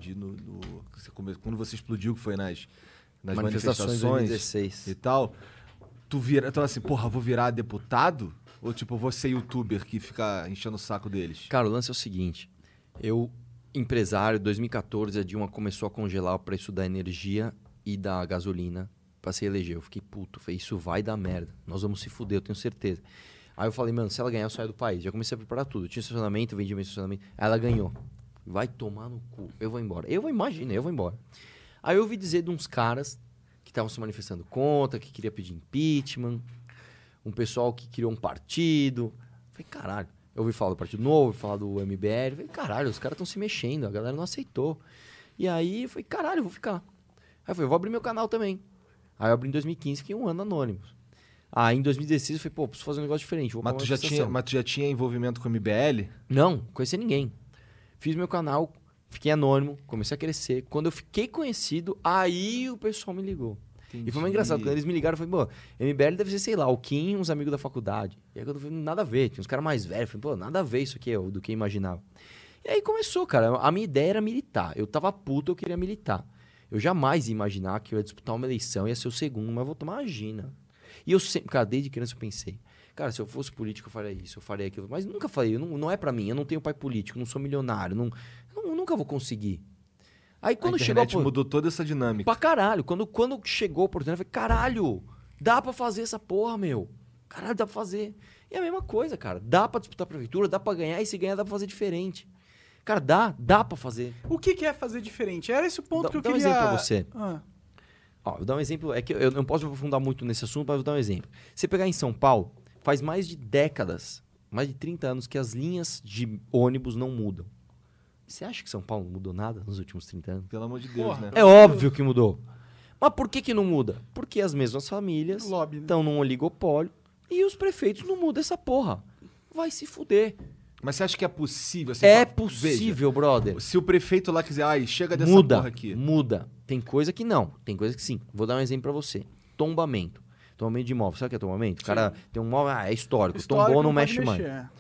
quando você explodiu, que foi nas manifestações 2016. e tal, tu vira, então assim, porra, vou virar deputado? Ou tipo, vou ser youtuber que fica enchendo o saco deles? Cara, o lance é o seguinte. Eu, empresário, 2014, a Dilma começou a congelar o preço da energia e da gasolina pra se eleger. Eu fiquei puto. Falei, isso vai dar merda. Nós vamos se fuder, eu tenho certeza. Aí eu falei, mano, se ela ganhar, eu saio do país. Já comecei a preparar tudo. Eu tinha estacionamento, vendi meu estacionamento. Aí ela ganhou. Vai tomar no cu. Eu vou embora. Eu vou embora. Aí eu ouvi dizer de uns caras que estavam se manifestando contra, que queria pedir impeachment. Um pessoal que criou um partido. Falei, caralho. Eu ouvi falar do Partido Novo, ouvi falar do MBL. Falei, caralho, os caras estão se mexendo. A galera não aceitou. E aí eu falei, caralho, eu vou ficar. Aí eu falei, eu vou abrir meu canal também. Aí eu abri em 2015, fiquei um ano anônimo. Aí em 2016 eu falei, pô, preciso fazer um negócio diferente. Vou Mas tu já tinha envolvimento com o MBL? Não, conhecia ninguém. Fiz meu canal, fiquei anônimo, comecei a crescer. Quando eu fiquei conhecido, aí o pessoal me ligou. Entendi. E foi muito engraçado, quando eles me ligaram, eu falei, pô, MBL deve ser, sei lá, o Kim e uns amigos da faculdade. E aí eu falei, nada a ver, tinha uns caras mais velhos. Eu falei, pô, nada a ver isso aqui do que eu imaginava. E aí começou, cara, a minha ideia era militar. Eu tava puto, eu queria militar. Eu jamais ia imaginar que eu ia disputar uma eleição, ia ser o segundo, mas vou tomar imagina. E eu sempre, cara, desde criança eu pensei, cara, se eu fosse político eu faria isso, eu faria aquilo. Mas nunca falei, não é pra mim, eu não tenho pai político, não sou milionário, nunca vou conseguir. Aí quando A chegou internet mudou toda essa dinâmica. pra caralho, quando chegou a oportunidade, eu falei, caralho, dá pra fazer essa porra, meu. Caralho, dá pra fazer. E é a mesma coisa, cara, dá pra disputar a prefeitura, dá pra ganhar, e se ganhar dá pra fazer diferente. Cara, dá pra fazer. O que é fazer diferente? Era esse o ponto que eu Dá um queria... exemplo pra você. Ah. Ó, vou dar um exemplo, é que eu não posso me aprofundar muito nesse assunto, mas vou dar um exemplo. Você pegar em São Paulo, faz mais de décadas, mais de 30 anos que as linhas de ônibus não mudam. Você acha que São Paulo não mudou nada nos últimos 30 anos? Pelo amor de Deus, Porra. né? É óbvio que mudou. Mas por que não muda? Porque as mesmas famílias Lobby, né? estão num oligopólio e os prefeitos não mudam essa porra. Vai se fuder. Mas você acha que é possível? Assim, É veja, possível, brother. se o prefeito lá quiser, ai, chega dessa Muda, porra aqui. muda. Tem coisa que não, tem coisa que sim. Vou dar um exemplo pra você. Tombamento. Tombamento de imóvel. Sabe o que é tombamento? O cara tem um imóvel, é histórico. Tombou, não pode mexe mais. mexer.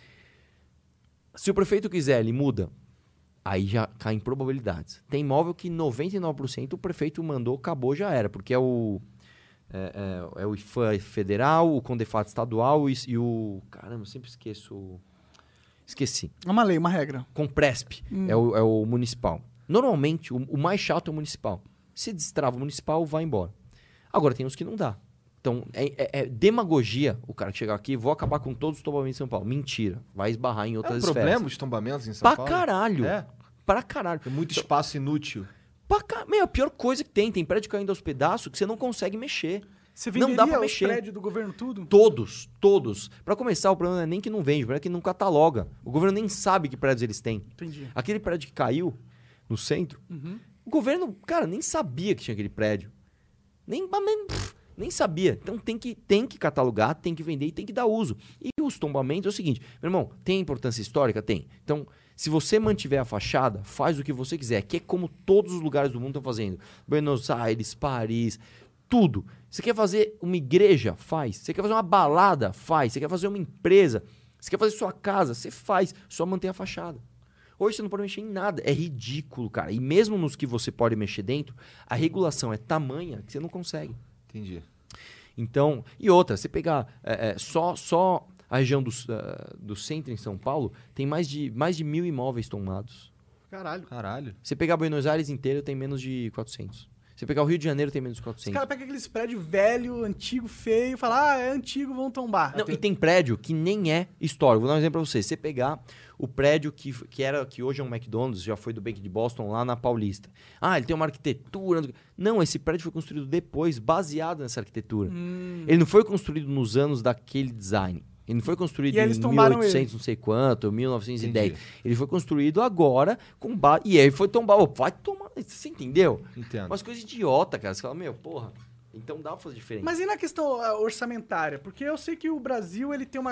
Se o prefeito quiser, ele muda. Aí já cai em probabilidades. Tem imóvel que 99% o prefeito mandou, acabou, já era. Porque é o IFAM federal, o CONDEFAT estadual e o... Caramba, eu sempre esqueço. Esqueci. É uma lei, uma regra. Compresp é o municipal. Normalmente, o mais chato é o municipal. Se destrava o municipal, vai embora. Agora, tem uns que não dá. Então, é demagogia o cara chegar aqui, vou acabar com todos os tombamentos em São Paulo. Mentira. Vai esbarrar em outras É um esferas. problema os tombamentos em São Pra Paulo? caralho. É? Pra caralho. Tem muito espaço inútil. Meu, a pior coisa que tem prédio caindo aos pedaços que você não consegue mexer. Você Não venderia dá pra os mexer. prédios do governo tudo? Todos. Pra começar, o problema não é nem que não vende, o problema é que não cataloga. O governo nem sabe que prédios eles têm. Entendi. Aquele prédio que caiu no centro, o governo, cara, nem sabia que tinha aquele prédio. Nem sabia. Então tem que catalogar, tem que vender e tem que dar uso. E os tombamentos é o seguinte, meu irmão, tem importância histórica? Tem. Então, se você mantiver a fachada, faz o que você quiser, que é como todos os lugares do mundo estão fazendo. Buenos Aires, Paris, tudo. Você quer fazer uma igreja? Faz. Você quer fazer uma balada? Faz. Você quer fazer uma empresa? Você quer fazer sua casa? Você faz. Só mantém a fachada. Hoje você não pode mexer em nada. É ridículo, cara. E mesmo nos que você pode mexer dentro, a regulação é tamanha que você não consegue. Entendi. Então, e outra, você pegar só a região do centro em São Paulo, tem mais de 1.000 imóveis tomados. Caralho. Caralho. Você pegar Buenos Aires inteiro, tem menos de 400. Você pegar o Rio de Janeiro tem menos de Os 400. caras pegam aqueles prédios velho, antigo, feio, e falam, é antigo, vão tombar. Não, e tem prédio que nem é histórico. Vou dar um exemplo pra você. Você pegar o prédio que hoje é um McDonald's, já foi do Bank de Boston, lá na Paulista. Ele tem uma arquitetura... Não, esse prédio foi construído depois, baseado nessa arquitetura. Ele não foi construído nos anos daquele design. Ele não foi construído E eles em tombaram 1800, não sei quanto, 1910. Ele foi construído agora com base... E aí foi tombar. Vai tomar... Você entendeu? Entendo. Umas coisas idiota, cara. Você fala, porra, então dá pra fazer diferente. Mas e na questão orçamentária? Porque eu sei que o Brasil ele tem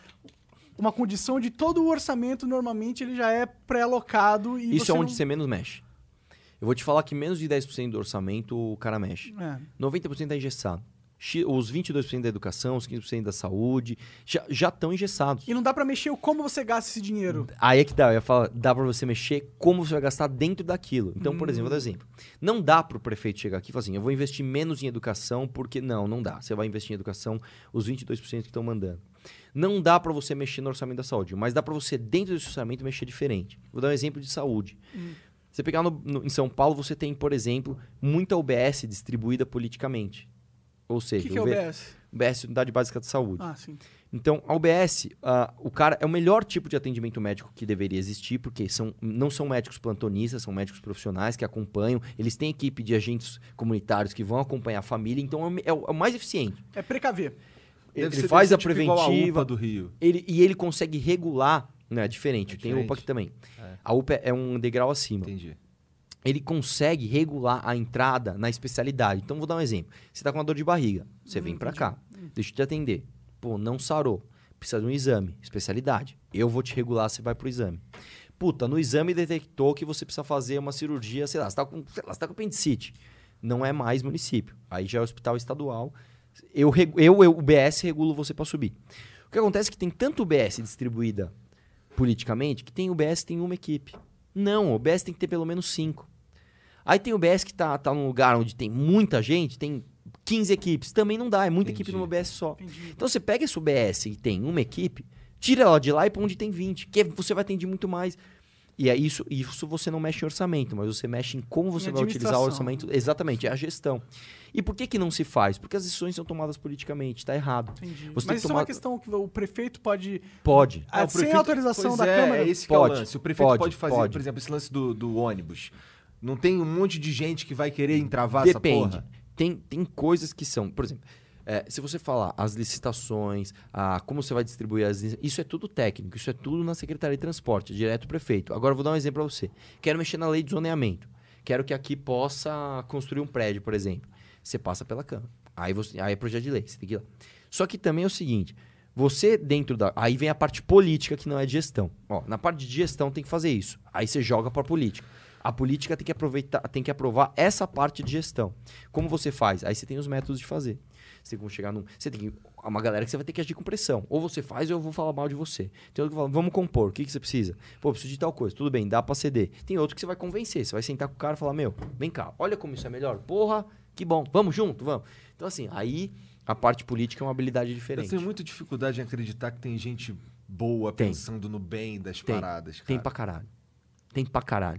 uma condição de todo o orçamento, normalmente, ele já é pré-alocado. E Isso é onde não... você menos mexe. Eu vou te falar que menos de 10% do orçamento o cara mexe. 90% é engessado. Os 22% da educação, os 15% da saúde, já estão engessados. E não dá pra mexer o como você gasta esse dinheiro. Aí é que dá. Eu ia falar, dá pra você mexer como você vai gastar dentro daquilo. Então, por exemplo, vou dar exemplo. Não dá pro prefeito chegar aqui e falar assim, eu vou investir menos em educação, porque não dá. Você vai investir em educação os 22% que estão mandando. Não dá pra você mexer no orçamento da saúde, mas dá pra você, dentro desse orçamento, mexer diferente. Vou dar um exemplo de saúde. Você pegar em São Paulo, você tem, por exemplo, muita UBS distribuída politicamente. Ou seja, O que é UBS? UBS, Unidade Básica de Saúde. Sim. Então, a UBS, o cara é o melhor tipo de atendimento médico que deveria existir, porque não são médicos plantonistas, são médicos profissionais que acompanham. Eles têm equipe de agentes comunitários que vão acompanhar a família, então é o mais eficiente. É precaver. Ele faz a tipo igual preventiva. a UPA do Rio. Ele consegue regular, né? É diferente. Tem diferente. UPA aqui também. A UPA é um degrau acima. Entendi. Ele consegue regular a entrada na especialidade. Então, vou dar um exemplo. Você tá com uma dor de barriga. Você vem pra cá. Deixa eu te atender. Não sarou. Precisa de um exame. Especialidade. Eu vou te regular, você vai pro exame. No exame detectou que você precisa fazer uma cirurgia, sei lá, você tá com apendicite. Não é mais município. Aí já é hospital estadual. Eu UBS, regulo você pra subir. O que acontece é que tem tanto UBS distribuída politicamente que tem UBS tem uma equipe. Não, o UBS tem que ter pelo menos 5. Aí tem o UBS que tá num lugar onde tem muita gente, tem 15 equipes. Também não dá, é muita equipe numa UBS só. Então você pega esse UBS e tem uma equipe, tira ela de lá e põe onde tem 20, que você vai atender muito mais. E é isso você não mexe em orçamento, mas você mexe em como você vai utilizar o orçamento. Exatamente, é a gestão. E por que não se faz? Porque as decisões são tomadas politicamente, está errado. Mas isso é uma questão que o prefeito pode... Pode. Sem autorização da Câmara? É esse que é o lance. O prefeito pode fazer, por exemplo, esse lance do ônibus. Não tem um monte de gente que vai querer entravar essa porra? Tem coisas que são... Por exemplo, se você falar as licitações, como você vai distribuir isso é tudo técnico, isso é tudo na Secretaria de Transporte, direto do prefeito. Agora eu vou dar um exemplo para você. Quero mexer na lei de zoneamento. Quero que aqui possa construir um prédio, por exemplo. Você passa pela Câmara. Aí é projeto de lei, você tem que ir lá. Só que também é o seguinte, você dentro da... Aí vem a parte política que não é de gestão. Na parte de gestão tem que fazer isso. Aí você joga para a política. A política tem que aprovar essa parte de gestão. Como você faz? Aí você tem os métodos de fazer. Você tem que chegar você tem uma galera que você vai ter que agir com pressão. Ou você faz ou eu vou falar mal de você. Tem outro que fala, vamos compor, o que você precisa? Preciso de tal coisa. Tudo bem, dá pra ceder. Tem outro que você vai convencer. Você vai sentar com o cara e falar, vem cá, olha como isso é melhor. Porra, que bom. Vamos junto, vamos. Então assim, aí a parte política é uma habilidade diferente. Eu tenho muita dificuldade em acreditar que tem gente boa pensando no bem das paradas, cara. Tem pra caralho.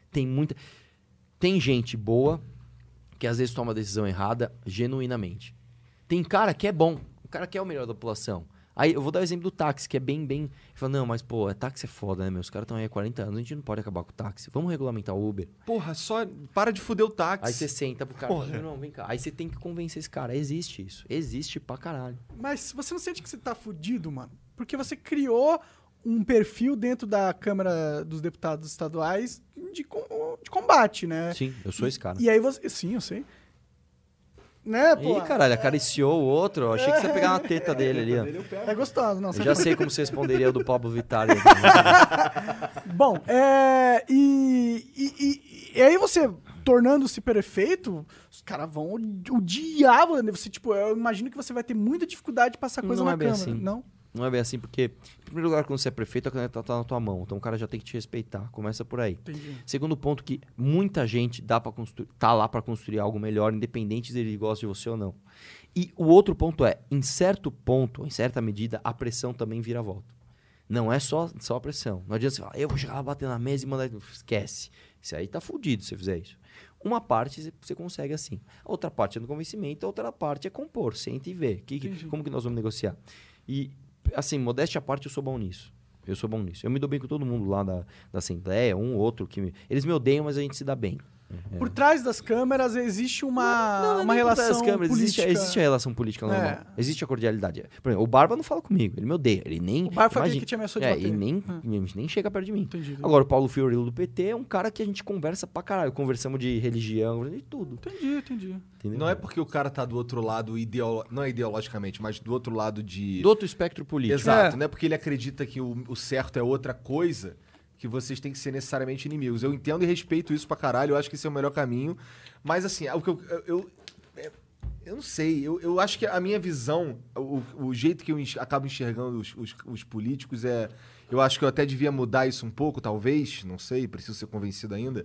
Tem gente boa que às vezes toma a decisão errada genuinamente. Tem cara que é bom, o cara que é o melhor da população. Aí eu vou dar o exemplo do táxi, que é bem... Ele fala, não, mas táxi é foda, né, meu? Os caras estão aí há 40 anos, a gente não pode acabar com o táxi. Vamos regulamentar o Uber. Porra, só para de fuder o táxi. Aí você senta pro cara, não, vem cá. Aí você tem que convencer esse cara, existe isso. Existe pra caralho. Mas você não sente que você tá fudido, mano? Porque você criou um perfil dentro da Câmara dos Deputados Estaduais de combate, né? Sim, eu sou esse cara. E aí você... Sim, eu sei. Né, pô? Ih, caralho, acariciou o outro. Eu achei que você ia pegar na teta dele ali, ó. É gostoso, não. Eu já sei como você responderia o do Pablo Vittar. Bom, e aí você, tornando-se prefeito, os caras vão odiar você. Tipo, eu imagino que você vai ter muita dificuldade de passar coisa na Câmara. Assim. Não é bem assim, porque, em primeiro lugar, quando você é prefeito, a caneta tá na tua mão. Então o cara já tem que te respeitar. Começa por aí. Entendi. Segundo ponto, que muita gente tá lá pra construir algo melhor, independente se ele gosta de você ou não. E o outro ponto é, em certo ponto, em certa medida, a pressão também vira a volta. Não é só a pressão. Não adianta você falar, eu vou chegar lá, bater na mesa e mandar... Esquece. Isso aí tá fudido se você fizer isso. Uma parte você consegue assim. A outra parte é no convencimento, a outra parte é compor. Senta e vê. Como que nós vamos negociar? E, assim, modéstia à parte, eu sou bom nisso. Eu me dou bem com todo mundo lá da Assembleia, um ou outro que... Eles me odeiam, mas a gente se dá bem. Por trás das câmeras existe uma Nem por trás das relação câmeras, política. Existe a relação política normal. Existe a cordialidade. Por exemplo, o Barba não fala comigo, ele me odeia. Ele nem... O Barba foi aquele que te ameaçou de bater. Ele nem chega perto de mim. Entendi. Agora, o Paulo Fiorello do PT é um cara que a gente conversa pra caralho. Conversamos de religião, de tudo. Entendi. Entendeu? Não é porque o cara tá do outro lado, não é ideologicamente, mas do outro lado de... Do outro espectro político. Exato, não é porque ele acredita que o certo é outra coisa que vocês têm que ser necessariamente inimigos. Eu entendo e respeito isso pra caralho, eu acho que esse é o melhor caminho. Mas assim, o que eu não sei, eu acho que a minha visão, o jeito que eu acabo enxergando os políticos eu acho que eu até devia mudar isso um pouco, talvez, não sei, preciso ser convencido ainda.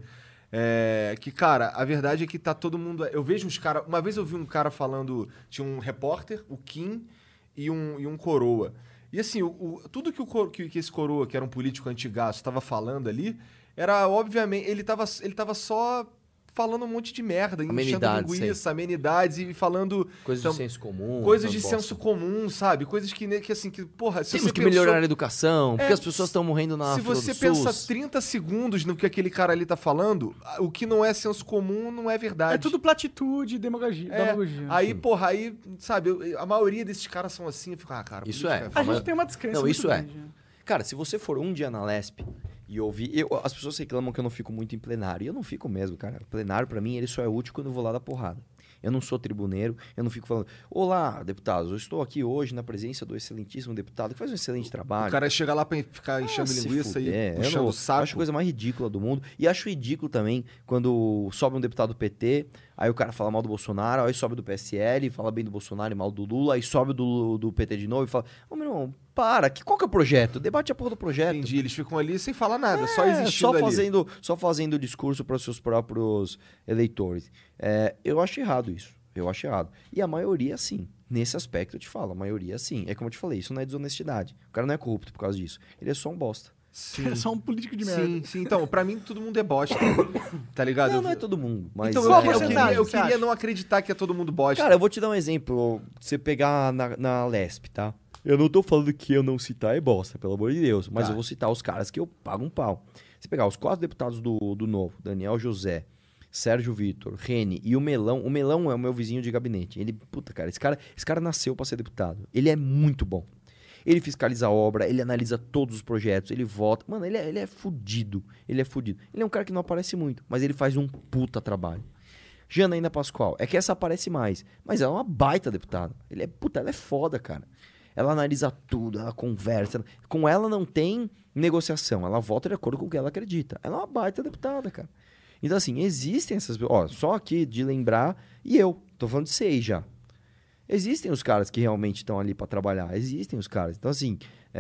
Que, cara, a verdade é que tá todo mundo... Eu vejo uns caras... Uma vez eu vi um cara falando... Tinha um repórter, o Kim e um coroa. E assim, tudo que esse coroa, que era um político antigaço, estava falando ali, era, obviamente... Ele tava só falando um monte de merda, enchendo linguiça, amenidades e falando... Coisas de senso comum. Coisas de senso comum, sabe? Coisas que assim, que, porra... Temos que melhorar a educação, porque as pessoas estão morrendo na fila do Se você pensa SUS. 30 segundos no que aquele cara ali tá falando, o que não é senso comum não é verdade. É tudo platitude, demagogia. Aí, porra, sabe, a maioria desses caras são assim, eu fico, cara... Isso é. A gente tem uma descrença Não, muito isso grande. Cara, se você for um dia na LESP e ouvir... as pessoas reclamam que eu não fico muito em plenário. E eu não fico mesmo, cara. O plenário, pra mim, ele só é útil quando eu vou lá dar porrada. Eu não sou tribuneiro, eu não fico falando... Olá, deputados, eu estou aqui hoje na presença do excelentíssimo deputado que faz um excelente trabalho. O cara chega lá pra ficar enchendo linguiça e puxando o saco. Eu acho a coisa mais ridícula do mundo. E acho ridículo também quando sobe um deputado do PT, aí o cara fala mal do Bolsonaro, aí sobe do PSL, fala bem do Bolsonaro e mal do Lula, aí sobe do PT de novo e fala... Ô, meu irmão, para, qual que é o projeto? Debate a porra do projeto. Entendi, eles ficam ali sem falar nada, só existindo ali. Só fazendo discurso para os seus próprios eleitores. Eu acho errado isso. Eu acho errado. E a maioria, sim. Nesse aspecto, eu te falo. A maioria, sim. É como eu te falei, isso não é desonestidade. O cara não é corrupto por causa disso. Ele é só um bosta. Sim. É só um político de merda. Sim. Então, pra mim, todo mundo é bosta. Tá ligado? Não é todo mundo. Mas então, eu queria não acreditar que é todo mundo bosta. Cara, eu vou te dar um exemplo. Você pegar na LESP, tá? Eu não tô falando que eu não citar é bosta, pelo amor de Deus. Mas eu vou citar os caras que eu pago um pau. Você pegar os 4 deputados do Novo, Daniel José, Sérgio Vitor, Rene e o Melão. O Melão é o meu vizinho de gabinete. Ele, puta, cara, esse cara nasceu pra ser deputado. Ele é muito bom. Ele fiscaliza a obra, ele analisa todos os projetos, ele vota. Mano, ele é fudido. Ele é fudido. Ele é um cara que não aparece muito, mas ele faz um puta trabalho. Janaína Pascoal, é que essa aparece mais, mas ela é uma baita deputada. Ela é foda, cara. Ela analisa tudo, ela conversa. Com ela não tem negociação, ela vota de acordo com o que ela acredita. Ela é uma baita deputada, cara. Então, assim, existem essas... Ó, só aqui de lembrar, e eu, tô falando de 6 já. Existem os caras que realmente estão ali pra trabalhar, existem os caras. Então, assim,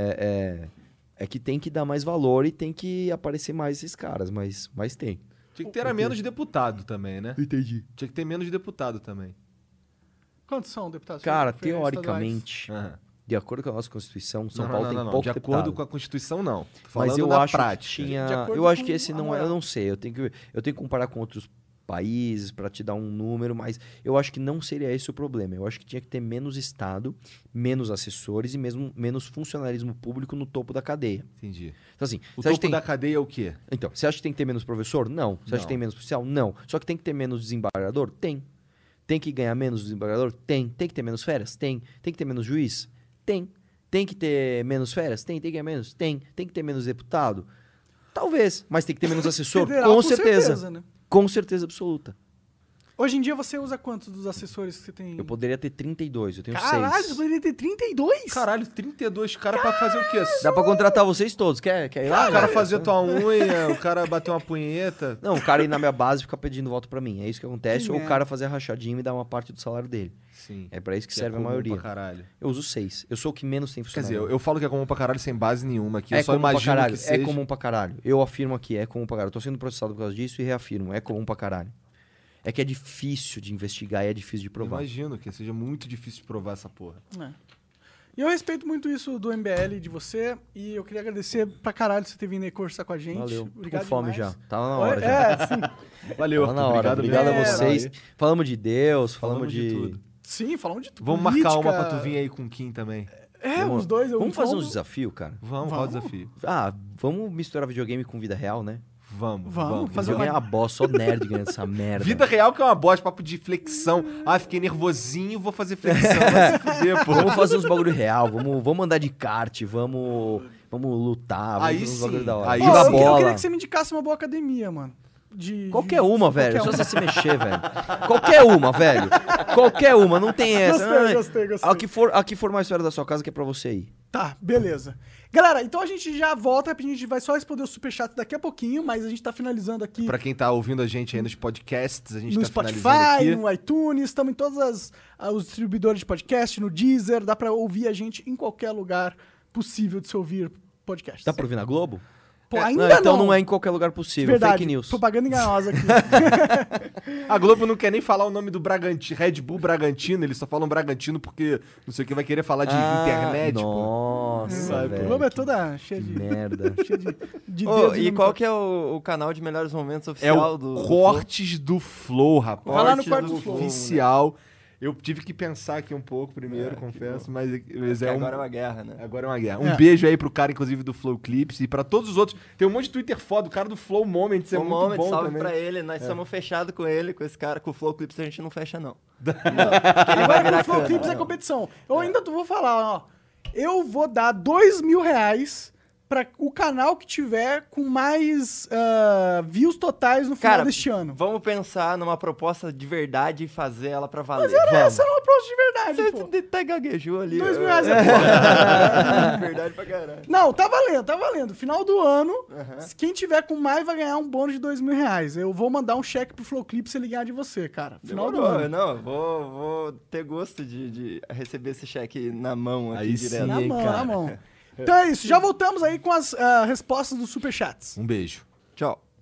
é que tem que dar mais valor e tem que aparecer mais esses caras, mas tem. Tinha que ter menos de deputado também, né? Entendi. Tinha que ter menos de deputado também. Quantos são deputados? Cara, teoricamente... Aham. De acordo com a nossa Constituição, São Paulo tem pouco de deputado. acordo com a Constituição, não. Tô Mas falando eu na acho prática. que tinha... De acordo Eu acho com que esse a não é... moral. Eu não sei. Eu tenho que comparar com outros países para te dar um número, mas eu acho que não seria esse o problema. Eu acho que tinha que ter menos Estado, menos assessores e mesmo menos funcionalismo público no topo da cadeia. Entendi. Então, assim... O você acha topo que tem... da cadeia é o quê? Então, você acha que tem que ter menos professor? Não. Você acha Não. que tem menos policial? Não. Só que tem que ter menos desembargador? Tem. Tem que ganhar menos desembargador? Tem. Tem que ter menos férias? Tem. Tem que ter menos juiz? Tem. Tem que ter menos férias? Tem. Tem que ganhar menos? Tem. Tem que ter menos deputado? Talvez. Mas tem que ter menos assessor? Federal, com certeza. né? Com certeza absoluta. Hoje em dia você usa quantos dos assessores que você tem? Eu poderia ter 32, eu tenho Caralho, 6. você poderia ter 32? Caralho, 32 caras pra fazer o quê? Dá pra contratar vocês todos. Quer ir lá? O cara fazer tua unha, o cara bater uma punheta. Não, o cara ir na minha base e ficar pedindo voto pra mim. É isso que acontece. Que Ou o merda. cara fazer a rachadinha e me dar uma parte do salário dele. Sim. É pra isso que Que serve é a comum maioria. pra caralho. Eu uso 6. Eu sou o que menos tem Quer funcionário. dizer, eu falo que é comum pra caralho sem base nenhuma aqui. É Eu só comum pra imagino caralho. que seja... É comum pra caralho. Eu afirmo aqui, é comum pra caralho. Eu tô sendo processado por causa disso e reafirmo. É comum pra caralho. É que é difícil de investigar e é difícil de Eu provar. imagino que seja muito difícil de provar essa porra. É. E eu respeito muito isso do MBL, de você, e eu queria agradecer pra caralho você ter vindo aí conversar com a gente. Valeu. Obrigado Com fome demais. já. Tava na hora já. Sim. Valeu, Tava na Arthur. hora. Obrigado a mesmo. vocês. Falamos de Deus, falamos de de... tudo. Sim, falamos de tudo. Vamos Política. marcar uma pra tu vir aí com o Kim também. Os dois. Vamos fazer uns desafios, cara? Vamos, qual o desafio? Vamos misturar videogame com vida real, né? Vamos. fazer Videogame é uma... uma bosta, só nerd ganhando essa merda. Vida real que é uma bosta, papo de flexão. Fiquei nervosinho, vou fazer flexão. Vai se fuder, pô. Vamos fazer uns bagulho real, vamos andar de kart, vamos lutar, vamos Aí fazer uns sim, bagulho da hora. aí Jogar eu bola. queria que você me indicasse uma boa academia, mano. Qualquer uma, velho. qualquer Só você se mexer, velho. Qualquer uma, velho. Qualquer uma, não tem essa. Gostei. A que for mais perto da sua casa que é pra você ir. Tá, beleza. Galera, então a gente já volta, a gente vai só responder o superchat daqui a pouquinho, mas a gente tá finalizando aqui Pra quem tá ouvindo a gente aí nos podcasts, a gente no tá Spotify, finalizando aqui. no iTunes, estamos em todos os distribuidores de podcast, no Deezer, dá pra ouvir a gente em qualquer lugar possível de se ouvir podcast. Dá pra ouvir na Globo? Pô, ainda então não é em qualquer lugar possível. Verdade, Fake news. propaganda enganosa aqui. A Globo não quer nem falar o nome do Bragantino, Red Bull Bragantino, eles só falam Bragantino porque não sei o que vai querer falar de internet, pô. Nossa, A velho. Globo é toda cheia Que de... merda. cheia de Ô, dedos e no qual microfone. que é o canal de melhores momentos É oficial o do Cortes do Flow, rapaz. Vai lá no Cortes quarto do do Flow. Oficial. Eu tive que pensar aqui um pouco primeiro, confesso, mas Que agora é uma guerra, né? Agora é uma guerra. Um beijo aí pro cara, inclusive, do Flow Clips e pra todos os outros. Tem um monte de Twitter foda. O cara do Flow Moments é O muito Moment, bom salve também. pra ele. Nós estamos fechados com ele, com esse cara. Com o Flow Clips a gente não fecha, não. Agora com o Flow cana. Clips é competição. Eu ainda vou falar, ó. Eu vou dar R$2.000 pra o canal que tiver com mais views totais no final Cara, deste ano. vamos pensar numa proposta de verdade e fazer ela pra valer. Essa é uma proposta de verdade, pô. Você até gaguejou ali. R$2.000 é pouco. Verdade pra caralho. Não, tá valendo. Final do ano, quem tiver com mais vai ganhar um bônus de R$2.000. Eu vou mandar um cheque pro Flow Clip se ele ganhar de você, cara. Final do Demorou, ano. não, eu vou ter gosto de receber esse cheque na mão aqui Aí direto. sim. Na mão, cara. na mão. Então é isso, já voltamos aí com as respostas dos superchats. Um beijo. Tchau.